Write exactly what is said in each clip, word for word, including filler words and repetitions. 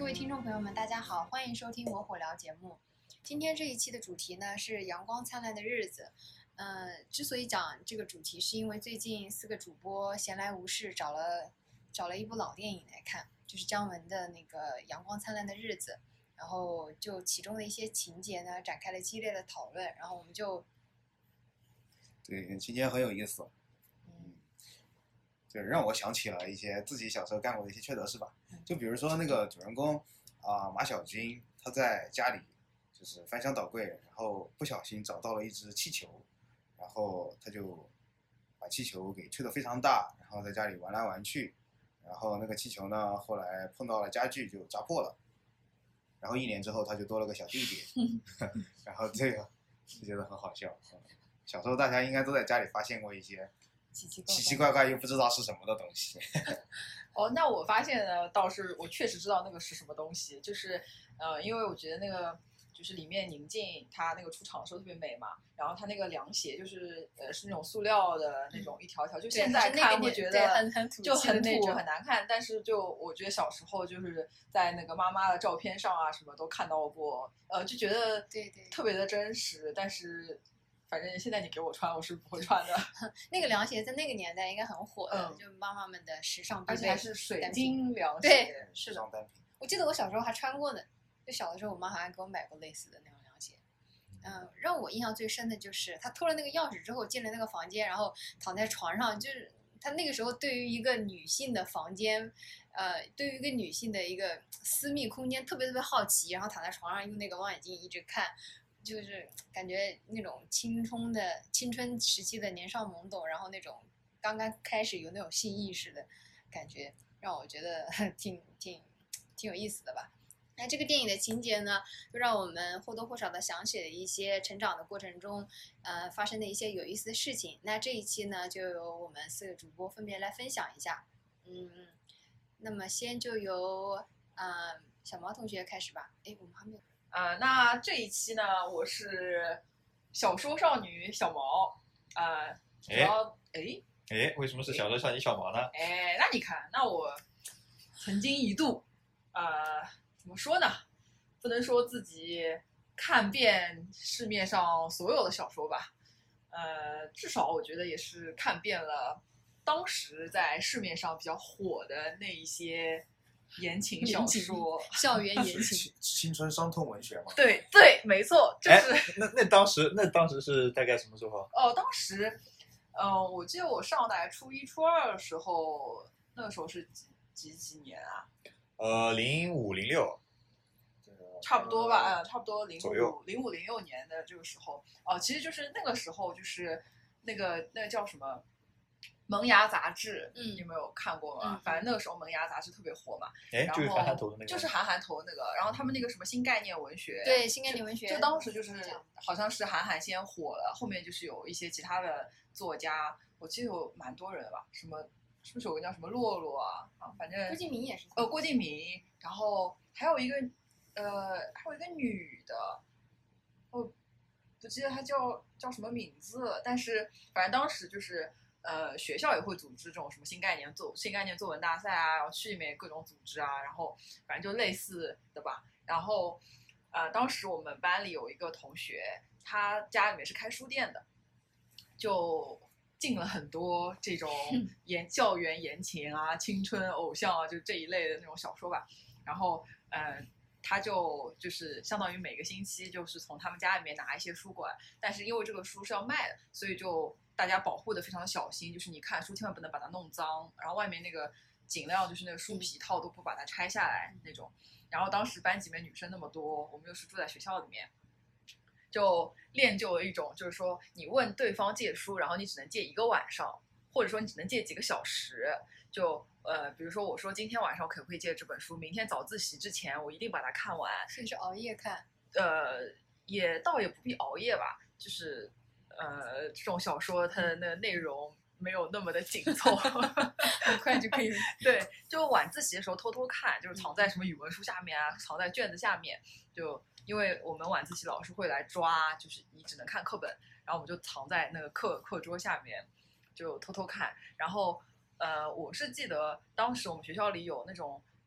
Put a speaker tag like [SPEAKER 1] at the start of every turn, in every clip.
[SPEAKER 1] 位听众朋友们，大家好，欢迎收听我火聊节目。今天这一期的主题呢是阳光灿烂的日子。呃，之所以讲这个主题，是因为最近四个主播闲来无事，找了找了一部老电影来看，就是姜文的那个《阳光灿烂的日子》，然后就其中的一些情节呢展开了激烈的讨论，然后我们就
[SPEAKER 2] 对，情节很有意思。
[SPEAKER 1] 嗯，
[SPEAKER 2] 就让我想起了一些自己小时候干过的一些缺德事吧。就比如说那个主人公啊、呃、马小军，他在家里就是翻箱倒柜，然后不小心找到了一只气球，然后他就把气球给吹得非常大，然后在家里玩来玩去，然后那个气球呢后来碰到了家具就扎破了，然后一年之后他就多了个小弟弟，然后这个就觉得很好笑。小时候大家应该都在家里发现过一些
[SPEAKER 1] 奇奇怪怪
[SPEAKER 2] 奇奇怪怪又不知道是什么的东西。
[SPEAKER 3] 哦，那我发现呢，倒是我确实知道那个是什么东西，就是呃，因为我觉得那个就是里面宁静她那个出场的时候特别美嘛，然后她那个凉鞋就是呃是那种塑料的那种一条条，就现在看会觉得
[SPEAKER 1] 很很土
[SPEAKER 3] 就很土
[SPEAKER 1] 气的那种
[SPEAKER 3] 很难看，但是就我觉得小时候就是在那个妈妈的照片上啊什么都看到过，呃就觉得
[SPEAKER 1] 对对
[SPEAKER 3] 特别的真实，但是。反正现在你给我穿，我是不会穿的。
[SPEAKER 1] 那个凉鞋在那个年代应该很火的，
[SPEAKER 3] 嗯、
[SPEAKER 1] 就妈妈们的时尚必备，
[SPEAKER 3] 而且还是水晶凉鞋。
[SPEAKER 1] 对，
[SPEAKER 2] 是的。
[SPEAKER 1] 我记得我小时候还穿过呢，就小的时候我妈好像给我买过类似的那种凉鞋。嗯，让我印象最深的就是她偷了那个钥匙之后进了那个房间，然后躺在床上，就是她那个时候对于一个女性的房间，呃，对于一个女性的一个私密空间特别特别好奇，然后躺在床上用那个望远镜一直看。就是感觉那种青春的青春时期的年少懵懂，然后那种刚刚开始有那种性意识的感觉，让我觉得挺挺挺有意思的吧。那这个电影的情节呢，就让我们或多或少的想起了一些成长的过程中，呃，发生的一些有意思的事情。那这一期呢，就由我们四个主播分别来分享一下。嗯，那么先就由呃小毛同学开始吧。哎，我们还没有。
[SPEAKER 3] 呃，那这一期呢，我是小说少女小毛，呃，主要哎
[SPEAKER 4] 哎，为什么是小说少女小毛呢？
[SPEAKER 3] 哎，那你看，那我曾经一度，呃，怎么说呢？不能说自己看遍市面上所有的小说吧，呃，至少我觉得也是看遍了当时在市面上比较火的那一些。言情小说，
[SPEAKER 1] 校园言情，
[SPEAKER 2] 青春伤痛文学嘛。
[SPEAKER 3] 对对，没错，就是。
[SPEAKER 4] 那那当时那当时是大概什么时候？
[SPEAKER 3] 哦，当时，呃，我记得我上大概初一、初二的时候，那个时候是几几几年啊？
[SPEAKER 4] 呃，零五零六，
[SPEAKER 3] 差不多吧，呃，差不多零
[SPEAKER 4] 左右，
[SPEAKER 3] 五零五零六年的这个时候，哦、呃，其实就是那个时候，就是那个那个叫什么？萌芽杂志，
[SPEAKER 1] 嗯，
[SPEAKER 3] 有没有看过吗？
[SPEAKER 1] 嗯、
[SPEAKER 3] 反正那个时候萌芽杂志特别火嘛。
[SPEAKER 4] 哎，就是韩寒投的那个。
[SPEAKER 3] 就是韩寒投的那个，然后他们那个什么新概念文学，
[SPEAKER 1] 对，新概念文学，
[SPEAKER 3] 就当时就是好像是韩寒先火了，后面就是有一些其他的作家，我记得有蛮多人吧，什么是不是有个叫什么洛洛啊？啊，反正
[SPEAKER 1] 郭敬明也是。
[SPEAKER 3] 呃，郭敬明，然后还有一个呃，还有一个女的，哦，不记得她叫叫什么名字，但是反正当时就是。呃，学校也会组织这种什么新概念作新概念作文大赛啊，然后去里面各种组织啊，然后反正就类似的吧。然后，呃，当时我们班里有一个同学，他家里面是开书店的，就进了很多这种言校园言情啊、青春偶像啊，就这一类的那种小说吧。然后，嗯、呃。他就就是相当于每个星期就是从他们家里面拿一些书过来，但是因为这个书是要卖的，所以就大家保护的非常的小心，就是你看书千万不能把它弄脏，然后外面那个尽量就是那个书皮套都不把它拆下来那种。然后当时班级里面女生那么多，我们又是住在学校里面，就练就了一种就是说你问对方借书，然后你只能借一个晚上，或者说你只能借几个小时，就。呃，比如说我说今天晚上可不可以借这本书，明天早自习之前我一定把它看完，
[SPEAKER 1] 甚至熬夜看。
[SPEAKER 3] 呃，也倒也不必熬夜吧，就是呃，这种小说它的那个内容没有那么的紧凑，
[SPEAKER 1] 很快就可以。
[SPEAKER 3] 对，就晚自习的时候偷偷看，就是藏在什么语文书下面啊，藏在卷子下面，就因为我们晚自习老师会来抓，就是你只能看课本，然后我们就藏在那个课课桌下面，就偷偷看，然后。呃，我是记得当时我们学校里有那种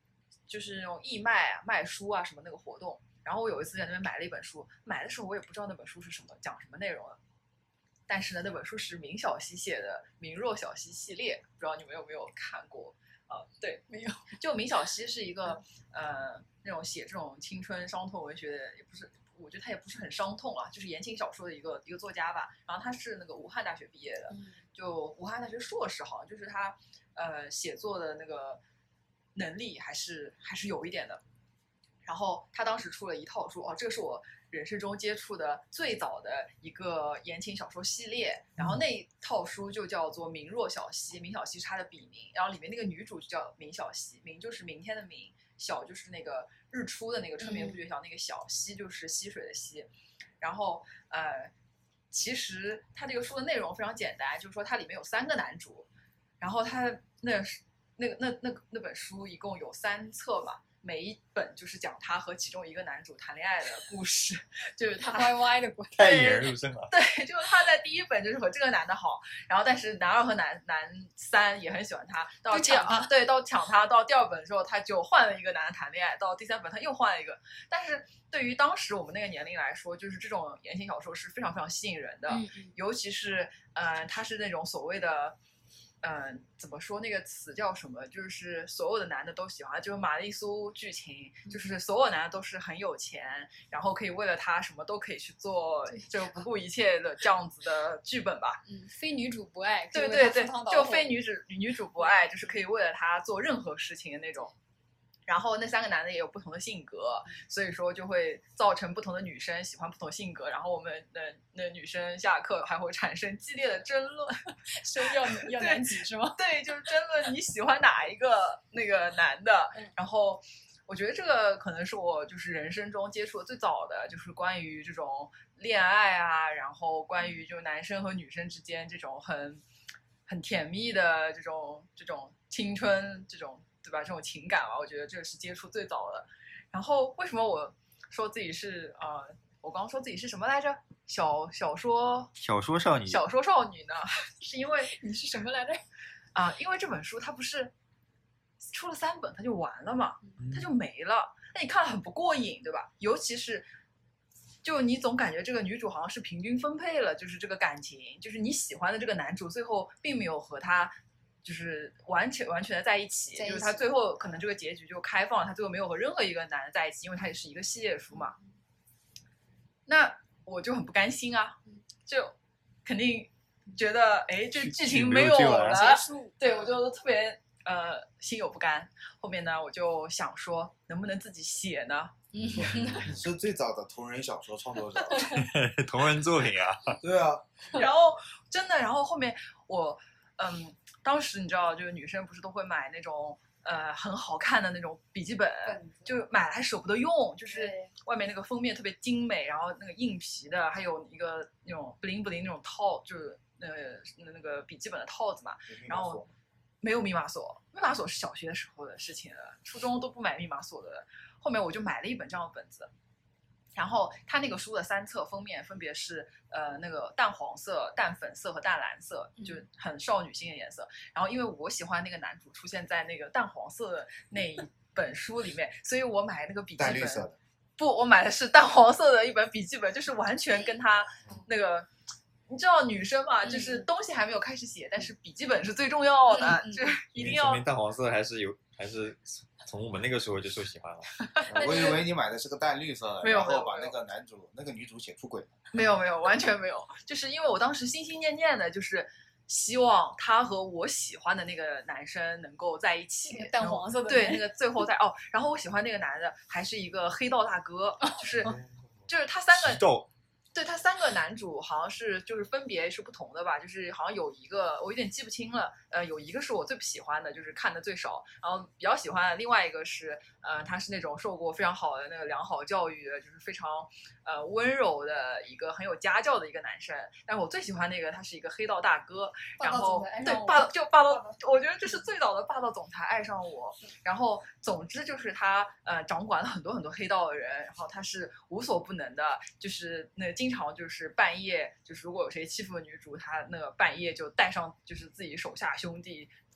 [SPEAKER 3] 就是那种义卖啊、卖书啊什么那个活动。然后我有一次在那边买了一本书，买的时候我也不知道那本书是什么，讲什么内容的。但是呢，那本书是明晓溪写的《明若晓溪》系列，不知道你们有没有看过？啊，对，
[SPEAKER 1] 没有。
[SPEAKER 3] 就明晓溪是一个呃那种写这种青春伤痛文学的，也不是，我觉得他也不是很伤痛啊，就是言情小说的一个一个作家吧。然后他是那个武汉大学毕业的，就武汉大学硕士，好像就是他呃写作的那个能力还是还是有一点的。然后他当时出了一套书，哦，这个是我人生中接触的最早的一个言情小说系列。然后那一套书就叫做《明若晓溪》，明晓溪是他的笔名，然后里面那个女主就叫明晓溪，明就是明天的明，晓就是那个日出的那个春眠不觉晓那个晓，溪就是溪水的溪。然后呃，其实他这个书的内容非常简单，就是说它里面有三个男主，然后他那那个那那那本书一共有三册嘛。每一本就是讲他和其中一个男主谈恋爱的故事，就是他
[SPEAKER 1] 歪歪的故事，
[SPEAKER 4] 太引人入胜了。
[SPEAKER 3] 对，就是他在第一本就是和这个男的好，然后但是男二和男男三也很喜欢他，到第二对到抢他，到第二本之后他就换了一个男的谈恋爱，到第三本他又换了一个。但是对于当时我们那个年龄来说，就是这种言情小说是非常非常吸引人的，
[SPEAKER 1] 嗯、
[SPEAKER 3] 尤其是呃，他是那种所谓的。嗯、呃，怎么说那个词叫什么？就是所有的男的都喜欢，就是玛丽苏剧情，就是所有男的都是很有钱，然后可以为了他什么都可以去做，就不顾一切的这样子的剧本吧。
[SPEAKER 1] 嗯，非女主不爱，
[SPEAKER 3] 对对对，就非女主女主不爱，就是可以为了他做任何事情的那种。然后那三个男的也有不同的性格，所以说就会造成不同的女生喜欢不同性格，然后我们的那女生下课还会产生激烈的争论，
[SPEAKER 1] 说要要男几是吗？
[SPEAKER 3] 对，就是争论你喜欢哪一个那个男的。然后我觉得这个可能是我就是人生中接触的最早的，就是关于这种恋爱啊，然后关于就男生和女生之间这种很很甜蜜的这种这种青春这种。对吧？这种情感啊，我觉得这个是接触最早的。然后为什么我说自己是呃，我刚刚说自己是什么来着？小小说
[SPEAKER 4] 小说少女，
[SPEAKER 3] 小说少女呢？是因为
[SPEAKER 1] 你是什么来着？
[SPEAKER 3] 啊、呃，因为这本书它不是出了三本它就完了嘛，它就没了。那你看了很不过瘾，对吧？尤其是就你总感觉这个女主好像是平均分配了，就是这个感情，就是你喜欢的这个男主最后并没有和他。就是完全完全的在一起，
[SPEAKER 1] 在一起
[SPEAKER 3] 就是他最后可能这个结局就开放了，他最后没有和任何一个男的在一起，因为他也是一个系列书嘛。那我就很不甘心啊，就肯定觉得哎，这剧情没有了，对我就特别呃心有不甘。后面呢，我就想说，能不能自己写呢？
[SPEAKER 2] 你是最早的同人小说创作者，
[SPEAKER 4] 同人作品啊。
[SPEAKER 2] 对啊。
[SPEAKER 3] 然后真的，然后后面我。嗯，当时你知道，就是女生不是都会买那种呃很好看的那种笔记本，就买了还舍不得用，就是外面那个封面特别精美，然后那个硬皮的，还有一个那种不灵不灵那种套，就是呃那个笔记本的套子嘛。然后没有密码锁，密码锁是小学时候的事情了，初中都不买密码锁的。后面我就买了一本这样的本子。然后它那个书的三册封面分别是呃那个淡黄色、淡粉色和淡蓝色，就很少女心的颜色。然后因为我喜欢那个男主出现在那个淡黄色的那一本书里面，所以我买那个笔记本。
[SPEAKER 2] 淡绿色的。
[SPEAKER 3] 不，我买的是淡黄色的一本笔记本，就是完全跟他那个。你知道女生嘛，就是东西还没有开始写，但是笔记本是最重要的，
[SPEAKER 1] 嗯、
[SPEAKER 3] 就是一定要。
[SPEAKER 4] 说明淡黄色还是有，还是从我们那个时候就受喜欢了。
[SPEAKER 2] 我以为你买的是个淡绿色的，
[SPEAKER 3] 没有，
[SPEAKER 2] 然后把那个男主、那个女主写出轨了。
[SPEAKER 3] 没有没有，完全没有，就是因为我当时心心念念的，就是希望他和我喜欢的那个男生能够在一起。
[SPEAKER 1] 那个淡黄色的。
[SPEAKER 3] 对，那个最后在哦，然后我喜欢那个男的还是一个黑道大哥，就是就是他三个。对，他三个男主好像是就是分别是不同的吧，就是好像有一个我有点记不清了，呃，有一个是我最不喜欢的，就是看的最少，然后比较喜欢的另外一个是，呃，他是那种受过非常好的那个良好教育的，就是非常呃温柔的一个很有家教的一个男生，但是我最喜欢那个他是一个黑道大哥，然后对霸就霸道，我觉得这是最早的霸道总裁爱上我，然后总之就是他呃掌管了很多很多黑道的人，然后他是无所不能的，就是那。经常就是半夜，就是如果有谁欺负女主，他那个半夜就带上就是自己手下兄弟，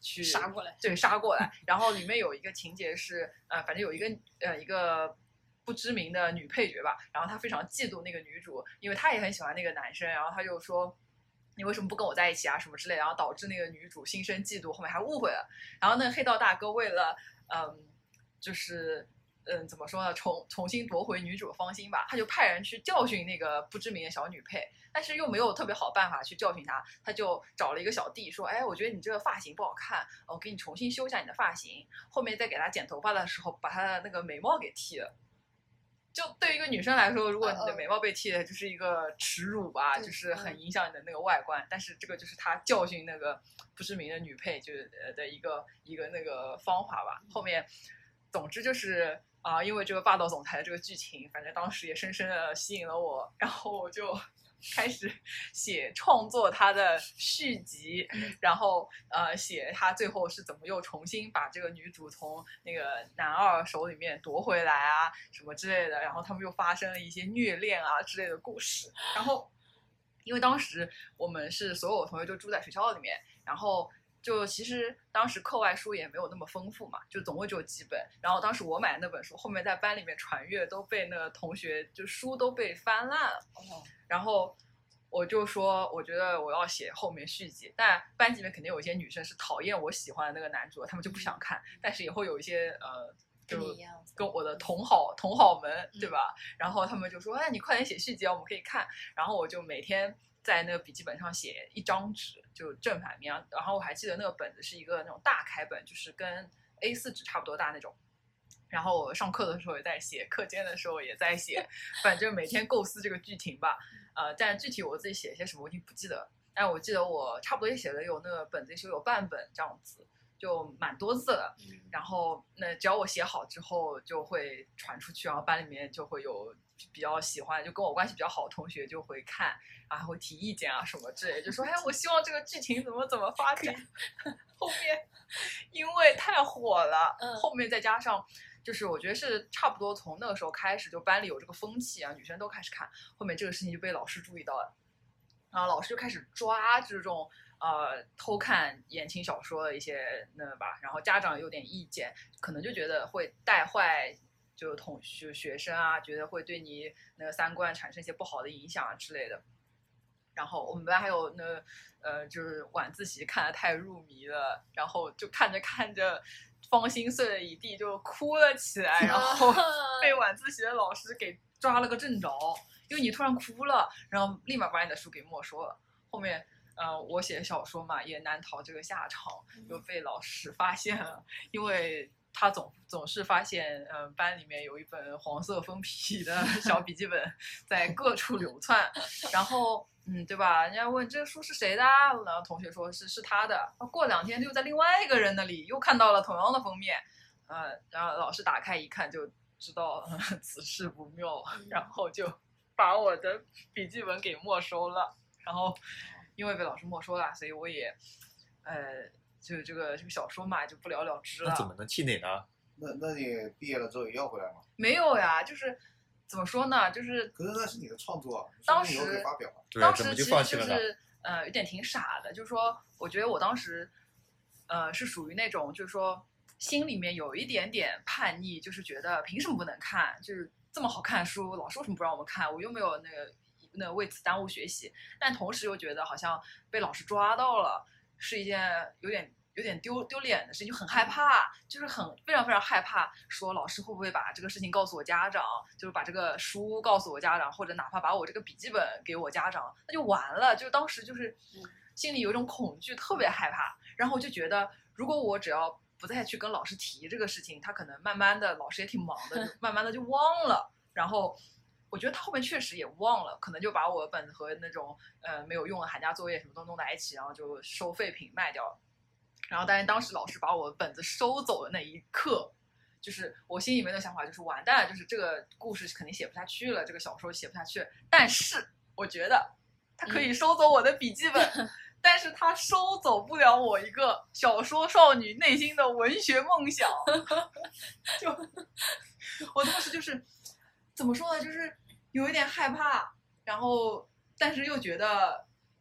[SPEAKER 3] 去
[SPEAKER 1] 杀过来，
[SPEAKER 3] 对，杀过来。然后里面有一个情节是，呃，反正有一个呃一个不知名的女配角吧，然后她非常嫉妒那个女主，因为她也很喜欢那个男生，然后她就说。你为什么不跟我在一起啊？什么之类的，然后导致那个女主心生嫉妒，后面还误会了。然后那个黑道大哥为了，嗯，就是嗯，怎么说呢，重重新夺回女主的芳心吧，他就派人去教训那个不知名的小女配，但是又没有特别好办法去教训她，他就找了一个小弟说，哎，我觉得你这个发型不好看，我给你重新修一下你的发型，后面再给她剪头发的时候，把她的那个眉毛给剃了。就对于一个女生来说，如果你的眉毛被剃了，就是一个耻辱吧，就是很影响你的那个外观。但是这个就是他教训那个不知名的女配就是的一个一个那个方法吧。后面，总之就是啊、呃，因为这个霸道总裁的这个剧情，反正当时也深深的吸引了我，然后我就开始写创作他的续集，然后呃写他最后是怎么又重新把这个女主从那个男二手里面夺回来啊什么之类的，然后他们又发生了一些虐恋啊之类的故事。然后因为当时我们是所有同学就住在学校里面，然后就其实当时课外书也没有那么丰富嘛，就总共只有几本。然后当时我买的那本书，后面在班里面传阅，都被那个同学就书都被翻烂了。
[SPEAKER 1] 哦，
[SPEAKER 3] 然后我就说，我觉得我要写后面续集，但班级里面肯定有一些女生是讨厌我喜欢的那个男主，他们就不想看。但是也会有一些呃，就
[SPEAKER 1] 跟你一样
[SPEAKER 3] 跟我的同好同好们，对吧？然后他们就说，哎，你快点写续集啊，我们可以看。然后我就每天在那个笔记本上写一张纸，就正反面。然后我还记得那个本子是一个那种大开本，就是跟 A 四 纸差不多大那种。然后我上课的时候也在写，课间的时候也在写，反正每天构思这个剧情吧。呃，但具体我自己写些什么我已经不记得了，但我记得我差不多也写了有那个本子就有半本这样子，就蛮多字了。然后那只要我写好之后就会传出去，然后班里面就会有比较喜欢，就跟我关系比较好的同学就会看，然后还会提意见啊什么之类的，就说哎，我希望这个剧情怎么怎么发展。后面因为太火了，
[SPEAKER 1] 嗯、
[SPEAKER 3] 后面再加上。就是我觉得是差不多从那个时候开始，就班里有这个风气啊，女生都开始看，后面这个事情就被老师注意到了，然后老师就开始抓这种呃偷看言情小说的一些那吧，然后家长有点意见，可能就觉得会带坏就同学学生啊，觉得会对你那个三观产生一些不好的影响啊之类的。然后我们班还有那呃就是晚自习看得太入迷了，然后就看着看着。芳心碎了一地，就哭了起来，然后被晚自习的老师给抓了个正着，因为你突然哭了，然后立马把你的书给没收了。后面，呃，我写小说嘛，也难逃这个下场，就被老师发现了，因为他总总是发现，嗯、呃，班里面有一本黄色封皮的小笔记本在各处流窜，然后。嗯，对吧？人家问这书是谁的，然后同学说是是他的。过两天又在另外一个人那里又看到了同样的封面，呃，然后老师打开一看就知道、呃、此事不妙，然后就把我的笔记本给没收了。然后因为被老师没收了，所以我也，呃，就这个这个小说嘛就不了了之了。
[SPEAKER 4] 那怎么能气馁呢？
[SPEAKER 2] 那那你毕业了之后也要回来吗？
[SPEAKER 3] 没有呀，就是。怎么说呢？就是，
[SPEAKER 2] 可是那是你的创作，
[SPEAKER 3] 当时
[SPEAKER 2] 以后可以发表啊。
[SPEAKER 3] 当时其实就是呃有点挺傻的，就是说，我觉得我当时，呃是属于那种就是说心里面有一点点叛逆，就是觉得凭什么不能看？就是这么好看的书，老师为什么不让我们看？我又没有那个那个为此耽误学习，但同时又觉得好像被老师抓到了，是一件有点。有点丢丢脸的事情，就很害怕，就是很非常非常害怕，说老师会不会把这个事情告诉我家长，就是把这个书告诉我家长，或者哪怕把我这个笔记本给我家长，那就完了。就当时就是心里有一种恐惧，特别害怕。然后我就觉得，如果我只要不再去跟老师提这个事情，他可能慢慢的，老师也挺忙的，就慢慢的就忘了。然后我觉得他后面确实也忘了，可能就把我本子和那种呃没有用的寒假作业什么都弄在一起，然后就收废品卖掉了。然后，但是当时老师把我本子收走的那一刻，就是我心里面的想法就是完蛋了，就是这个故事肯定写不下去了，这个小说写不下去了。但是我觉得他可以收走我的笔记本，嗯、但是他收走不了我一个小说少女内心的文学梦想。就我当时就是怎么说呢，就是有一点害怕，然后但是又觉得。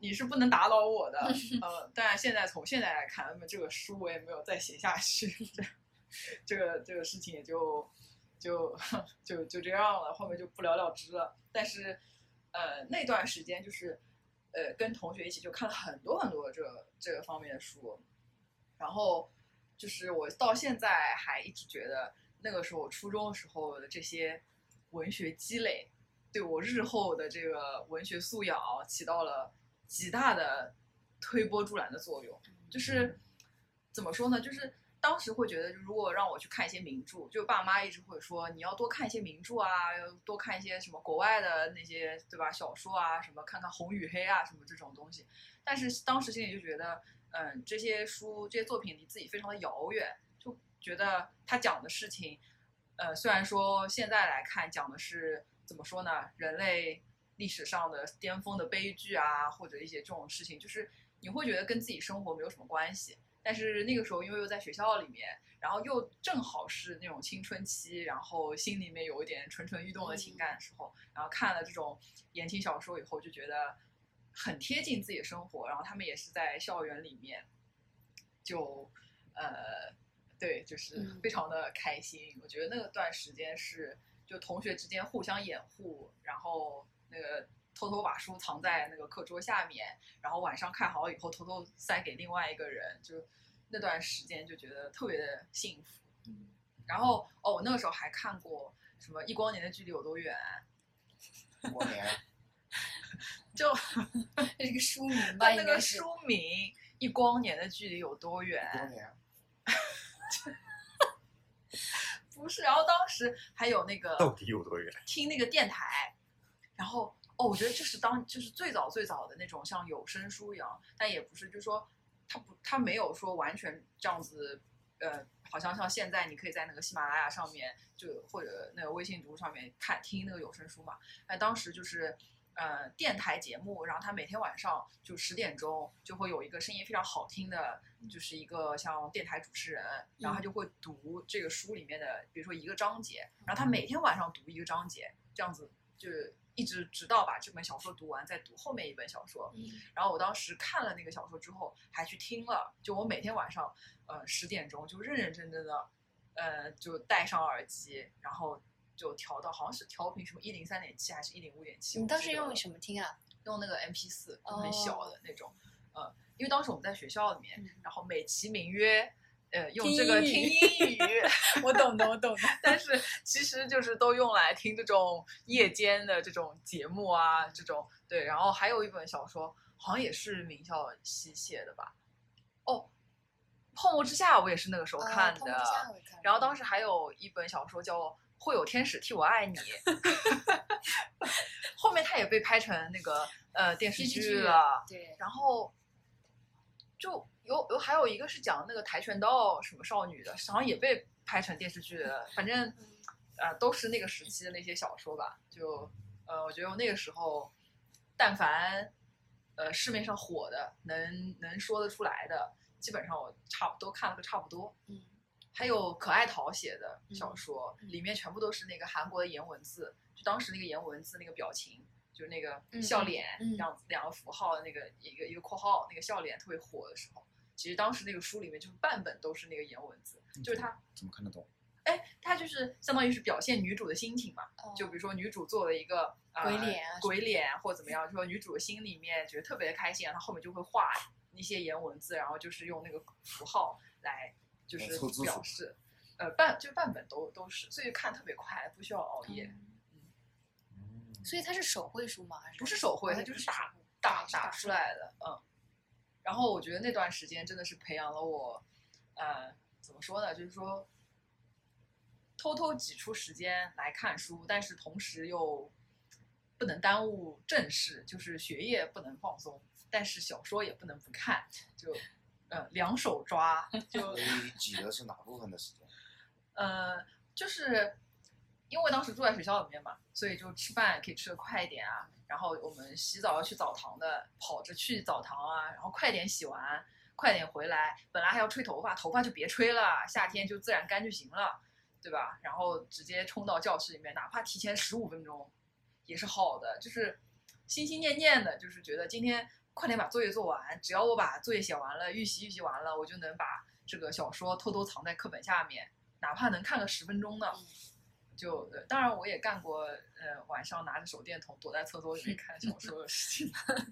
[SPEAKER 3] 你是不能打倒我的。呃，当然现在从现在来看，那么这个书我也没有再写下去，这个这个事情也就就就就这样了，后面就不了了之了。但是呃那段时间就是呃跟同学一起就看了很多很多这个这个方面的书，然后就是我到现在还一直觉得那个时候初中的时候的这些文学积累对我日后的这个文学素养起到了极大的推波助澜的作用。就是怎么说呢，就是当时会觉得如果让我去看一些名著，就爸妈一直会说你要多看一些名著啊，多看一些什么国外的那些对吧小说啊，什么看看红与黑啊什么这种东西。但是当时心里就觉得嗯，这些书这些作品离自己非常的遥远，就觉得他讲的事情呃，虽然说现在来看讲的是怎么说呢，人类历史上的巅峰的悲剧啊，或者一些这种事情，就是你会觉得跟自己生活没有什么关系。但是那个时候因为又在学校里面，然后又正好是那种青春期，然后心里面有一点蠢蠢欲动的情感的时候，然后看了这种言情小说以后，就觉得很贴近自己的生活。然后他们也是在校园里面，就呃，对，就是非常的开心。嗯、我觉得那个段时间是就同学之间互相掩护，然后那个偷偷把书藏在那个课桌下面，然后晚上看好了以后偷偷塞给另外一个人，就那段时间就觉得特别的幸福。嗯、然后哦，我那个时候还看过什么《一光年的距离有多远》。
[SPEAKER 2] 一光年。
[SPEAKER 3] 就
[SPEAKER 1] 这个书名吧，
[SPEAKER 3] 那个书名《一光年的距离有多远》。
[SPEAKER 2] 一光年。
[SPEAKER 3] 不是，然后当时还有那个
[SPEAKER 4] 到底有多远？
[SPEAKER 3] 听那个电台，然后哦，我觉得这是当就是最早最早的那种像有声书一样，但也不是，就是说它不它没有说完全这样子，呃，好像像现在你可以在那个喜马拉雅上面就或者那个微信读书上面看听那个有声书嘛。那当时就是呃电台节目，然后他每天晚上就十点钟就会有一个声音非常好听的，就是一个像电台主持人，然后他就会读这个书里面的，比如说一个章节，然后他每天晚上读一个章节，这样子就一直直到把这本小说读完，再读后面一本小说。然后我当时看了那个小说之后，还去听了，就我每天晚上呃十点钟就认认真真的呃就戴上耳机，然后就调到好像是调频什么一零三点七还是一零五点七。
[SPEAKER 1] 你当时用什么听啊？
[SPEAKER 3] 用那个 M P 四，很小的那种。哦、呃，因为当时我们在学校里面，然后美其名曰呃用这个听英语，
[SPEAKER 1] 我懂的，我懂的。
[SPEAKER 3] 但是其实就是都用来听这种夜间的这种节目啊，这种对。然后还有一本小说，好像也是名校西写的吧？哦，《泡沫之夏》我也是那个时候看的。
[SPEAKER 1] 啊、看
[SPEAKER 3] 然后当时还有一本小说叫《会有天使替我爱你》，后面它也被拍成那个呃电视剧了。
[SPEAKER 1] 对，
[SPEAKER 3] 然后就有有还有一个是讲那个跆拳道什么少女的，好像也被拍成电视剧了。反正呃都是那个时期的那些小说吧。就呃我觉得我那个时候，但凡呃市面上火的能能说得出来的，基本上我差不多看了个差不多。
[SPEAKER 1] 嗯。
[SPEAKER 3] 还有可爱桃写的小说，嗯、里面全部都是那个韩国的颜文字，就当时那个颜文字那个表情，就是那个笑脸，
[SPEAKER 1] 嗯、
[SPEAKER 3] 这样子两个符号的那个一个一个括号，那个笑脸特别火的时候，其实当时那个书里面就是半本都是那个颜文字，就是他
[SPEAKER 2] 怎么看得懂？
[SPEAKER 3] 哎，他就是相当于是表现女主的心情嘛，哦、就比如说女主做了一个、呃、
[SPEAKER 1] 鬼脸、啊、
[SPEAKER 3] 鬼脸或者怎么样，就说女主的心里面觉得特别的开心，然后后面就会画一些颜文字，然后就是用那个符号来。就是表示，呃，半就半本都都是，所以看特别快，不需要熬夜。
[SPEAKER 1] 嗯，所以它是手绘书吗？还是
[SPEAKER 3] 不是手绘？它就是打打打出来的，嗯。然后我觉得那段时间真的是培养了我，呃，怎么说呢？就是说，偷偷挤出时间来看书，但是同时又不能耽误正事，就是学业不能放松，但是小说也不能不看，就。呃，两手抓就。
[SPEAKER 2] 你挤的是哪部分的时间？
[SPEAKER 3] 呃，就是因为当时住在学校里面嘛，所以就吃饭可以吃得快一点啊。然后我们洗澡要去澡堂的，跑着去澡堂啊，然后快点洗完，快点回来。本来还要吹头发，头发就别吹了，夏天就自然干就行了，对吧？然后直接冲到教室里面，哪怕提前十五分钟，也是好的，就是心心念念的，就是觉得今天。 快点把作业做完，只要我把作业写完了，预习预习完了，我就能把这个小说偷偷藏在课本下面，哪怕能看个十分钟呢。就当然我也干过，呃，晚上拿着手电筒躲在厕所里面看小说的事情，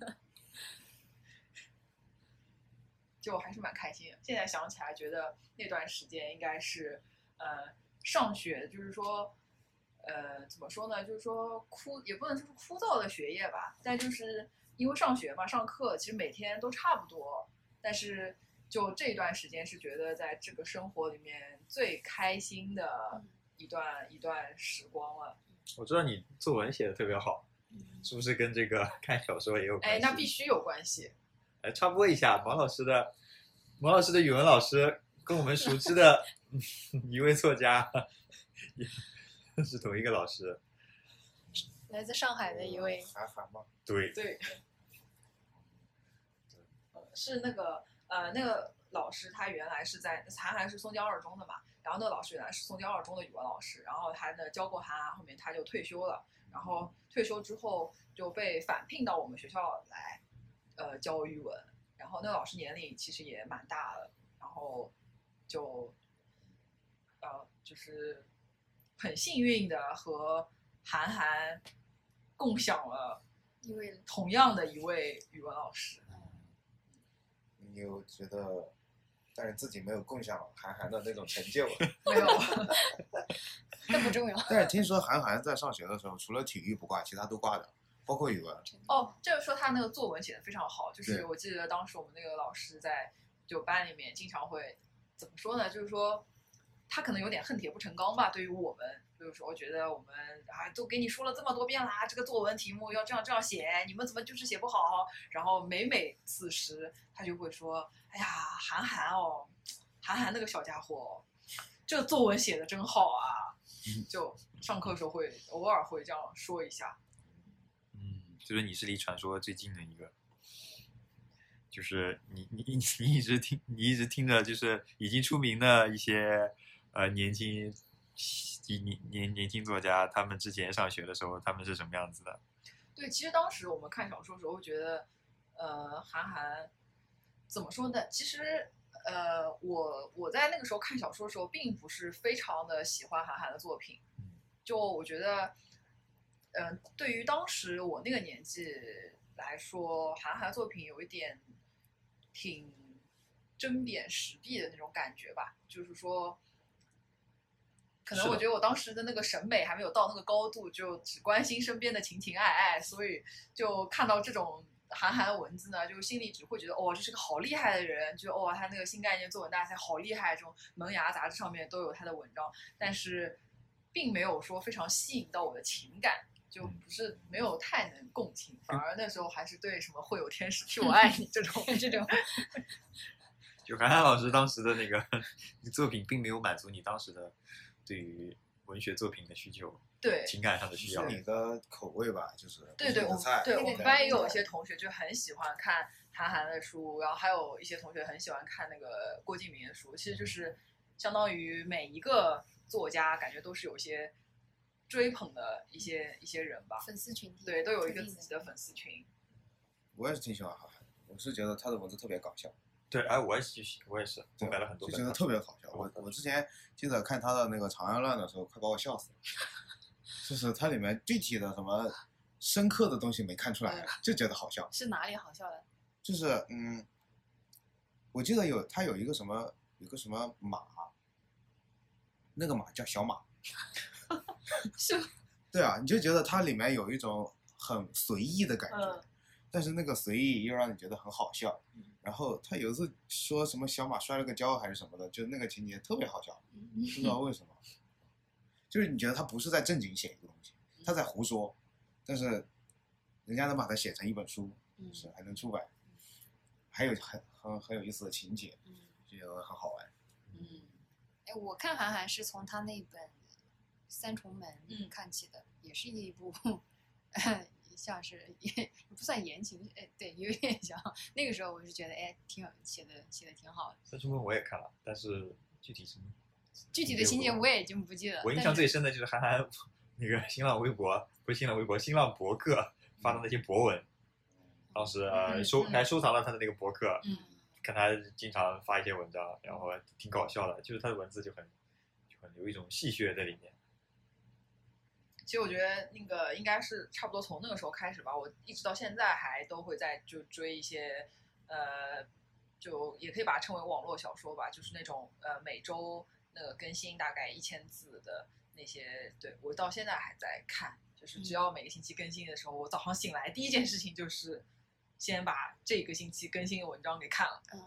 [SPEAKER 3] 就还是蛮开心的。现在想起来，觉得那段时间应该是，呃，上学，就是说，呃，怎么说呢？就是说枯，也不能说是枯燥的学业吧，但就是因为上学嘛，上课其实每天都差不多，但是就这段时间是觉得在这个生活里面最开心的一段、嗯、一段时光了。
[SPEAKER 4] 我知道你作文写的特别好，是不是跟这个看小说也有关系？
[SPEAKER 3] 哎，那必须有关系。
[SPEAKER 4] 来插播一下，毛老师的毛老师的语文老师跟我们熟知的一位作家也是同一个老师，
[SPEAKER 1] 来自上海的一位
[SPEAKER 2] 韩寒吗？
[SPEAKER 4] 对
[SPEAKER 3] 对，是那个呃那个老师，他原来是在韩寒是松江二中的嘛，然后那个老师原来是松江二中的语文老师，然后他呢教过韩寒，后面他就退休了，然后退休之后就被返聘到我们学校来。呃，教语文，然后那个老师年龄其实也蛮大的，然后就呃，就是很幸运的和韩寒共享了
[SPEAKER 1] 一位
[SPEAKER 3] 同样的一位语文老师。
[SPEAKER 2] 你有觉得，但是自己没有共享韩寒的那种成就？
[SPEAKER 3] 没有，
[SPEAKER 1] 那不重要。
[SPEAKER 2] 但是听说韩寒在上学的时候，除了体育不挂，其他都挂的。包括语文
[SPEAKER 3] 哦，就是说他那个作文写的非常好，就是我记得当时我们那个老师在就班里面经常会怎么说呢？就是说他可能有点恨铁不成钢吧，对于我们，就是说觉得我们啊都给你说了这么多遍啦，这个作文题目要这样这样写，你们怎么就是写不好？然后每每此时他就会说：“哎呀，韩寒哦，韩寒那个小家伙，这作文写的真好啊！”就上课的时候会偶尔会这样说一下。
[SPEAKER 4] 就是你是离传说最近的一个，就是你你你一直听你一直听着，就是已经出名的一些呃年轻年年年轻作家，他们之前上学的时候，他们是什么样子的？
[SPEAKER 3] 对，其实当时我们看小说的时候，觉得呃韩寒怎么说呢？其实呃我我在那个时候看小说的时候，并不是非常的喜欢韩寒的作品，就我觉得。嗯、呃，对于当时我那个年纪来说，韩寒作品有一点挺针砭时弊的那种感觉吧。就是说，可能我觉得我当时的那个审美还没有到那个高度，就只关心身边的情情爱爱，所以就看到这种韩寒的文字呢，就心里只会觉得，哦，这是个好厉害的人，就哦，他那个新概念作文大赛好厉害，这种萌芽杂志上面都有他的文章，但是并没有说非常吸引到我的情感。就不是没有太能共情，反而那时候还是对什么会有天使替我爱你这种这种。
[SPEAKER 4] 就韩寒老师当时的那个作品，并没有满足你当时的对于文学作品的需求，
[SPEAKER 3] 对
[SPEAKER 4] 情感上的需要。
[SPEAKER 2] 是你的口味吧，就是
[SPEAKER 3] 对对，我
[SPEAKER 2] 菜
[SPEAKER 3] 对我们班也有一些同学就很喜欢看韩寒的书，然后还有一些同学很喜欢看那个郭敬明的书，其实就是相当于每一个作家感觉都是有些。追捧的一些一些人吧，
[SPEAKER 1] 粉丝群体，
[SPEAKER 3] 对，都有一个自己的粉丝群。
[SPEAKER 2] 我也是挺喜欢韩寒，我是觉得他的文字特别搞笑。
[SPEAKER 4] 对，哎，我也是，我也是，我买了很多本，
[SPEAKER 2] 就觉得特别搞笑。我我之前记得看他的那个《长安乱》的时候，快把我笑死了。就是它里面具体的什么深刻的东西没看出来，就觉得好笑。
[SPEAKER 1] 是哪里好笑的？
[SPEAKER 2] 就是嗯，我记得有他有一个什么有个什么马，那个马叫小马。
[SPEAKER 1] 是，
[SPEAKER 2] 对啊，你就觉得它里面有一种很随意的感觉，嗯、但是那个随意又让你觉得很好笑。嗯、然后他有一次说什么小马摔了个跤还是什么的，就那个情节特别好笑，嗯、不知道为什么。就是你觉得他不是在正经写一个东西，他在胡说，但是人家能把它写成一本书，嗯、是还能出版，还有很很很有意思的情节，嗯、就觉得很好玩。
[SPEAKER 1] 嗯，哎，我看韩寒是从他那本。三重门看起的，嗯、也是一部，像是也不算言情，哎，对，有点像。那个时候我是觉得，哎，挺写的写的挺好的。
[SPEAKER 4] 三重门我也看了，但是具体什么，
[SPEAKER 1] 具体的情节我也已经不记得了。
[SPEAKER 4] 我印象最深的就是韩寒那个新浪微博，不是新浪微博，新浪博客发的那些博文， 当时呃
[SPEAKER 3] 嗯嗯
[SPEAKER 4] 收还收藏了他的那个博客，
[SPEAKER 3] 嗯
[SPEAKER 4] 看他经常发一些文章，然后挺搞笑的，就是他的文字就很就很有一种戏谑在里面。
[SPEAKER 3] 其实我觉得那个应该是差不多从那个时候开始吧，我一直到现在还都会在就追一些，呃，就也可以把它称为网络小说吧，就是那种呃每周那个更新大概一千字的那些，对我到现在还在看，就是只要每个星期更新的时候，我早上醒来第一件事情就是先把这个星期更新的文章给看了。
[SPEAKER 1] 嗯，